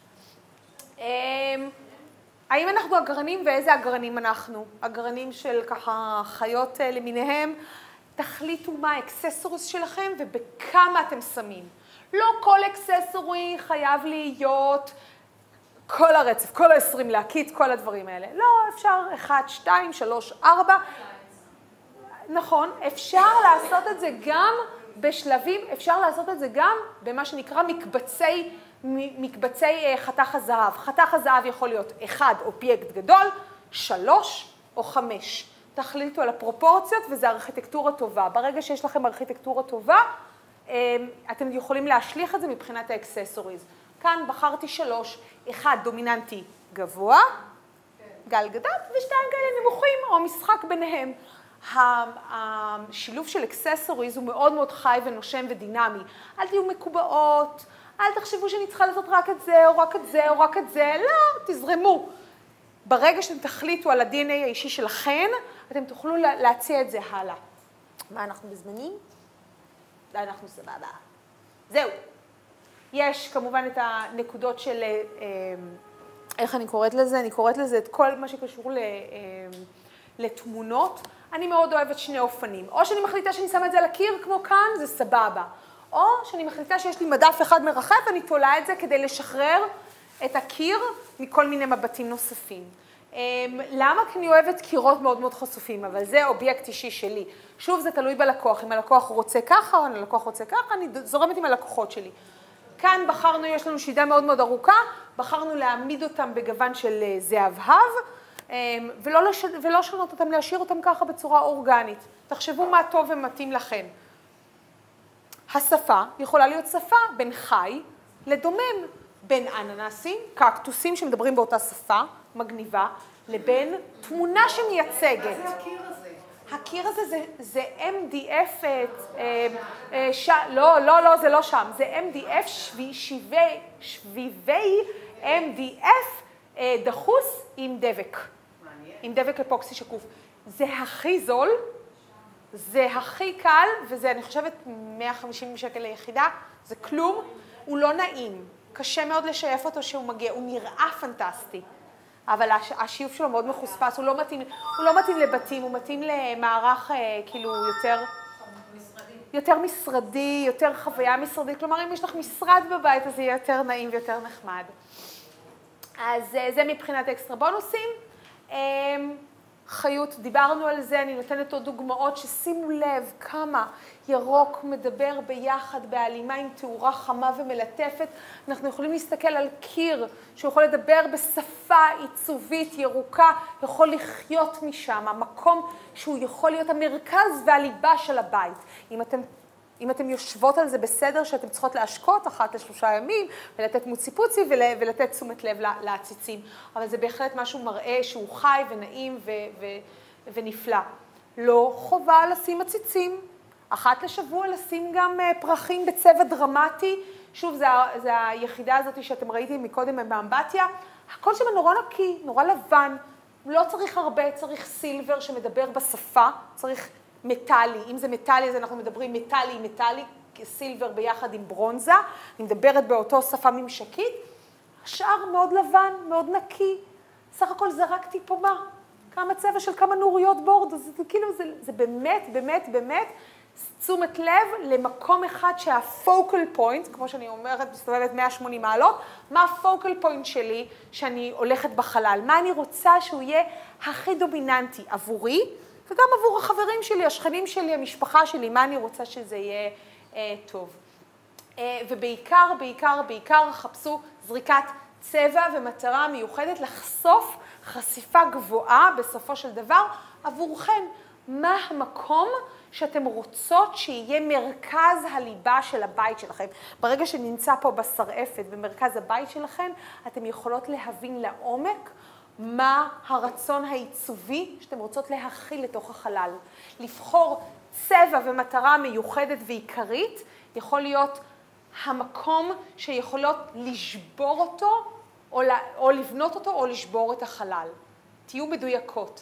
האם אנחנו אגרנים ואיזה אגרנים אנחנו? אגרנים של ככה חיות למיניהם, תחליטו מה האקססוריס שלכם ובכמה אתם שמים. לא כל אקססורי חייב להיות כל הרצף, כל ה-עשרים להקיט, כל הדברים האלה. לא, אפשר אחד, שתיים, שלוש, ארבע. נכון, אפשר לעשות את זה גם בשלבים, אפשר לעשות את זה גם במה שנקרא מקבצי, מקבצי חתך הזהב. חתך הזהב יכול להיות אחד אובייקט גדול, שלוש או חמש. תחליטו על הפרופורציות וזה ארכיטקטורה טובה. ברגע שיש לכם ארכיטקטורה טובה, אתם יכולים להשליך את זה מבחינת האקססוריז. כאן בחרתי שלוש, אחד דומיננטי גבוה, גלגדות, ושתיים כאלה נמוכים או משחק ביניהם. השילוב של אקססוריז הוא מאוד מאוד חי ונושם ודינמי. אל תהיו מקובעות, אל תחשבו שאני צריכה לעשות רק את זה או רק את זה או רק את זה, לא, תזרמו. ברגע שאתם תחליטו על ה-די אן איי האישי שלכם, אתם תוכלו להציע את זה הלאה. מה, אנחנו בזמנים? לא, אנחנו סבבה. זהו. יש כמובן את הנקודות של, איך אני קוראת לזה? אני קוראת לזה את כל מה שקשור לתמונות. אני מאוד אוהבת שני אופנים. או שאני מחליטה שאני שמה את זה על הקיר כמו כאן, זה סבבה. או שאני מחליטה שיש לי מדף אחד מרחב ואני תולה את זה כדי לשחרר את הקיר מכל מיני מבטים נוספים. למה? כי אני אוהבת קירות מאוד מאוד חשופים, אבל זה אובייקט אישי שלי. שוב, זה תלוי בלקוח. אם הלקוח רוצה ככה או הלקוח רוצה ככה, אני זורמת עם הלקוחות שלי. כאן בחרנו, יש לנו שידה מאוד מאוד ארוכה, בחרנו להעמיד אותם בגוון של זהבהב, ולא, לש... ולא שנות אותם, להשאיר אותם ככה בצורה אורגנית. תחשבו מה טוב ומתאים לכם. השפה יכולה להיות שפה בין חי לדומם, בין אננסים, קקטוסים שמדברים באותה שפה, מגניבה, לבין תמונה שמייצגת. מה זה הקיר הזה? הקיר הזה זה, זה אם די אף, אה, אה, ש... לא, לא, לא, זה לא שם, זה אם די אף שבי, שביבי, שביבי אם די אף אה, דחוס עם דבק, מעניין. עם דבק אפוקסי שקוף. זה הכי זול, זה הכי קל, וזה אני חושבת מאה וחמישים שקל ליחידה, זה כלום, הוא לא נעים, קשה מאוד לשייף אותו שהוא מגיע, הוא נראה פנטסטי. אבל השיוף שלו מאוד מחוספס, הוא לא מתאים, הוא לא מתאים לבתים, הוא מתאים למערך כאילו יותר משרדי. יותר משרדי, יותר חוויה משרדית. כלומר, אם יש לך משרד בבית, אז זה יהיה יותר נעים ויותר נחמד. אז זה מבחינת אקסטרה בונוסים. חיות, דיברנו על זה, אני נותנת עוד דוגמאות ששימו לב כמה ירוק מדבר ביחד בהלימה עם תאורה חמה ומלטפת. אנחנו יכולים להסתכל על קיר שיכול לדבר בשפה עיצובית ירוקה, יכול לחיות משם, המקום שהוא יכול להיות המרכז והליבה של הבית. אם אתם, אם אתם יושבות על זה בסדר שאתם צריכות להשקות אחת לשלושה ימים ולתת מוציפוצי ולתת תשומת לב לעציצים. אבל זה בהחלט משהו מראה שהוא חי ונעים ו- ו- ונפלא. לא חובה לשים עציצים. אחת לשבוע לשים גם פרחים בצבע דרמטי שוב, זה, זה היחידה הזאת שאתם ראיתם מקודם באמבטיה. הכל שם נורא נקי, נורא לבן. לא צריך הרבה, צריך סילבר שמדבר בשפה, צריך מטלי. אם זה מטלי, אז אנחנו מדברים מטלי, מטלי, סילבר ביחד עם ברונזה. אני מדברת באותו שפה ממשקית. השאר מאוד לבן, מאוד נקי. סך הכל זרקתי פה מה? כמה צבע של כמה נוריות בורד. אז זה כאילו, זה, זה באמת, באמת, באמת, תשומת לב למקום אחד שהפוקל פוינט, כמו שאני אומרת, מסתובבת מאה ושמונים מעלות, מה הפוקל פוינט שלי שאני הולכת בחלל? מה אני רוצה שהוא יהיה הכי דומיננטי עבורי, וגם עבור החברים שלי, השכנים שלי, המשפחה שלי, מה אני רוצה שזה יהיה אה, טוב. אה, ובעיקר, בעיקר, בעיקר חפשו זריקת צבע ומטרה מיוחדת לחשוף חשיפה גבוהה בסופו של דבר עבורכן. מה המקום שאתם רוצות שיהיה מרכז הליבה של הבית שלכם. ברגע שנמצא פה בשרעפת, במרכז הבית שלכם, אתם יכולות להבין לעומק מה הרצון העיצובי שאתם רוצות להכיל לתוך החלל. לבחור צבע ומטרה מיוחדת ועיקרית, יכול להיות המקום שיכולות לשבור אותו, או, או לבנות אותו, או לשבור את החלל. תהיו מדויקות.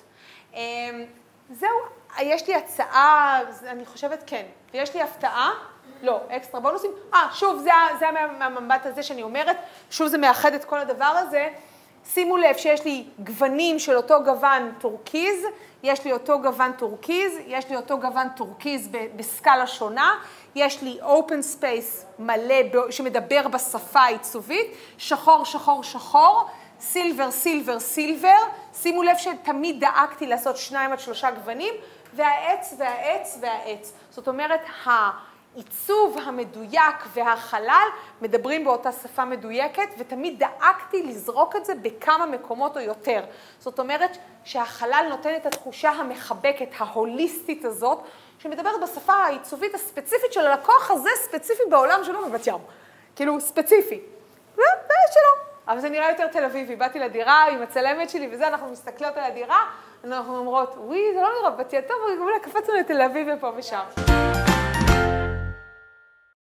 זהו, יש לי הצעה, אני חושבת כן, ויש לי הפתעה, לא, אקסטרה בונוסים, אה, שוב, זה, זה מהמבט הזה שאני אומרת, שוב זה מאחד את כל הדבר הזה, שימו לב שיש לי גוונים של אותו גוון טורקיז, יש לי אותו גוון טורקיז, יש לי אותו גוון טורקיז בסקאלה שונה, יש לי open space מלא שמדבר בשפה העיצובית, שחור, שחור, שחור, סילבר, סילבר, סילבר, שימו לב שתמיד דאגתי לעשות שניים עד שלושה גוונים, והעץ והעץ והעץ. זאת אומרת, העיצוב המדויק והחלל מדברים באותה שפה מדויקת, ותמיד דאגתי לזרוק את זה בכמה מקומות או יותר. זאת אומרת שהחלל נותן את התחושה המחבקת, ההוליסטית הזאת, שמדברת בשפה העיצובית הספציפית של הלקוח הזה, ספציפי בעולם שלו בבת ים. כאילו, ספציפי. זה שלו. אבל זה נראה יותר תל אביבי. באתי לדירה עם הצלמת שלי וזה, אנחנו מסתכלות על הדירה, אנחנו אומרות, וואי, זה לא נראה בת ים, טוב, קפצנו לתל אביב ופה ושם.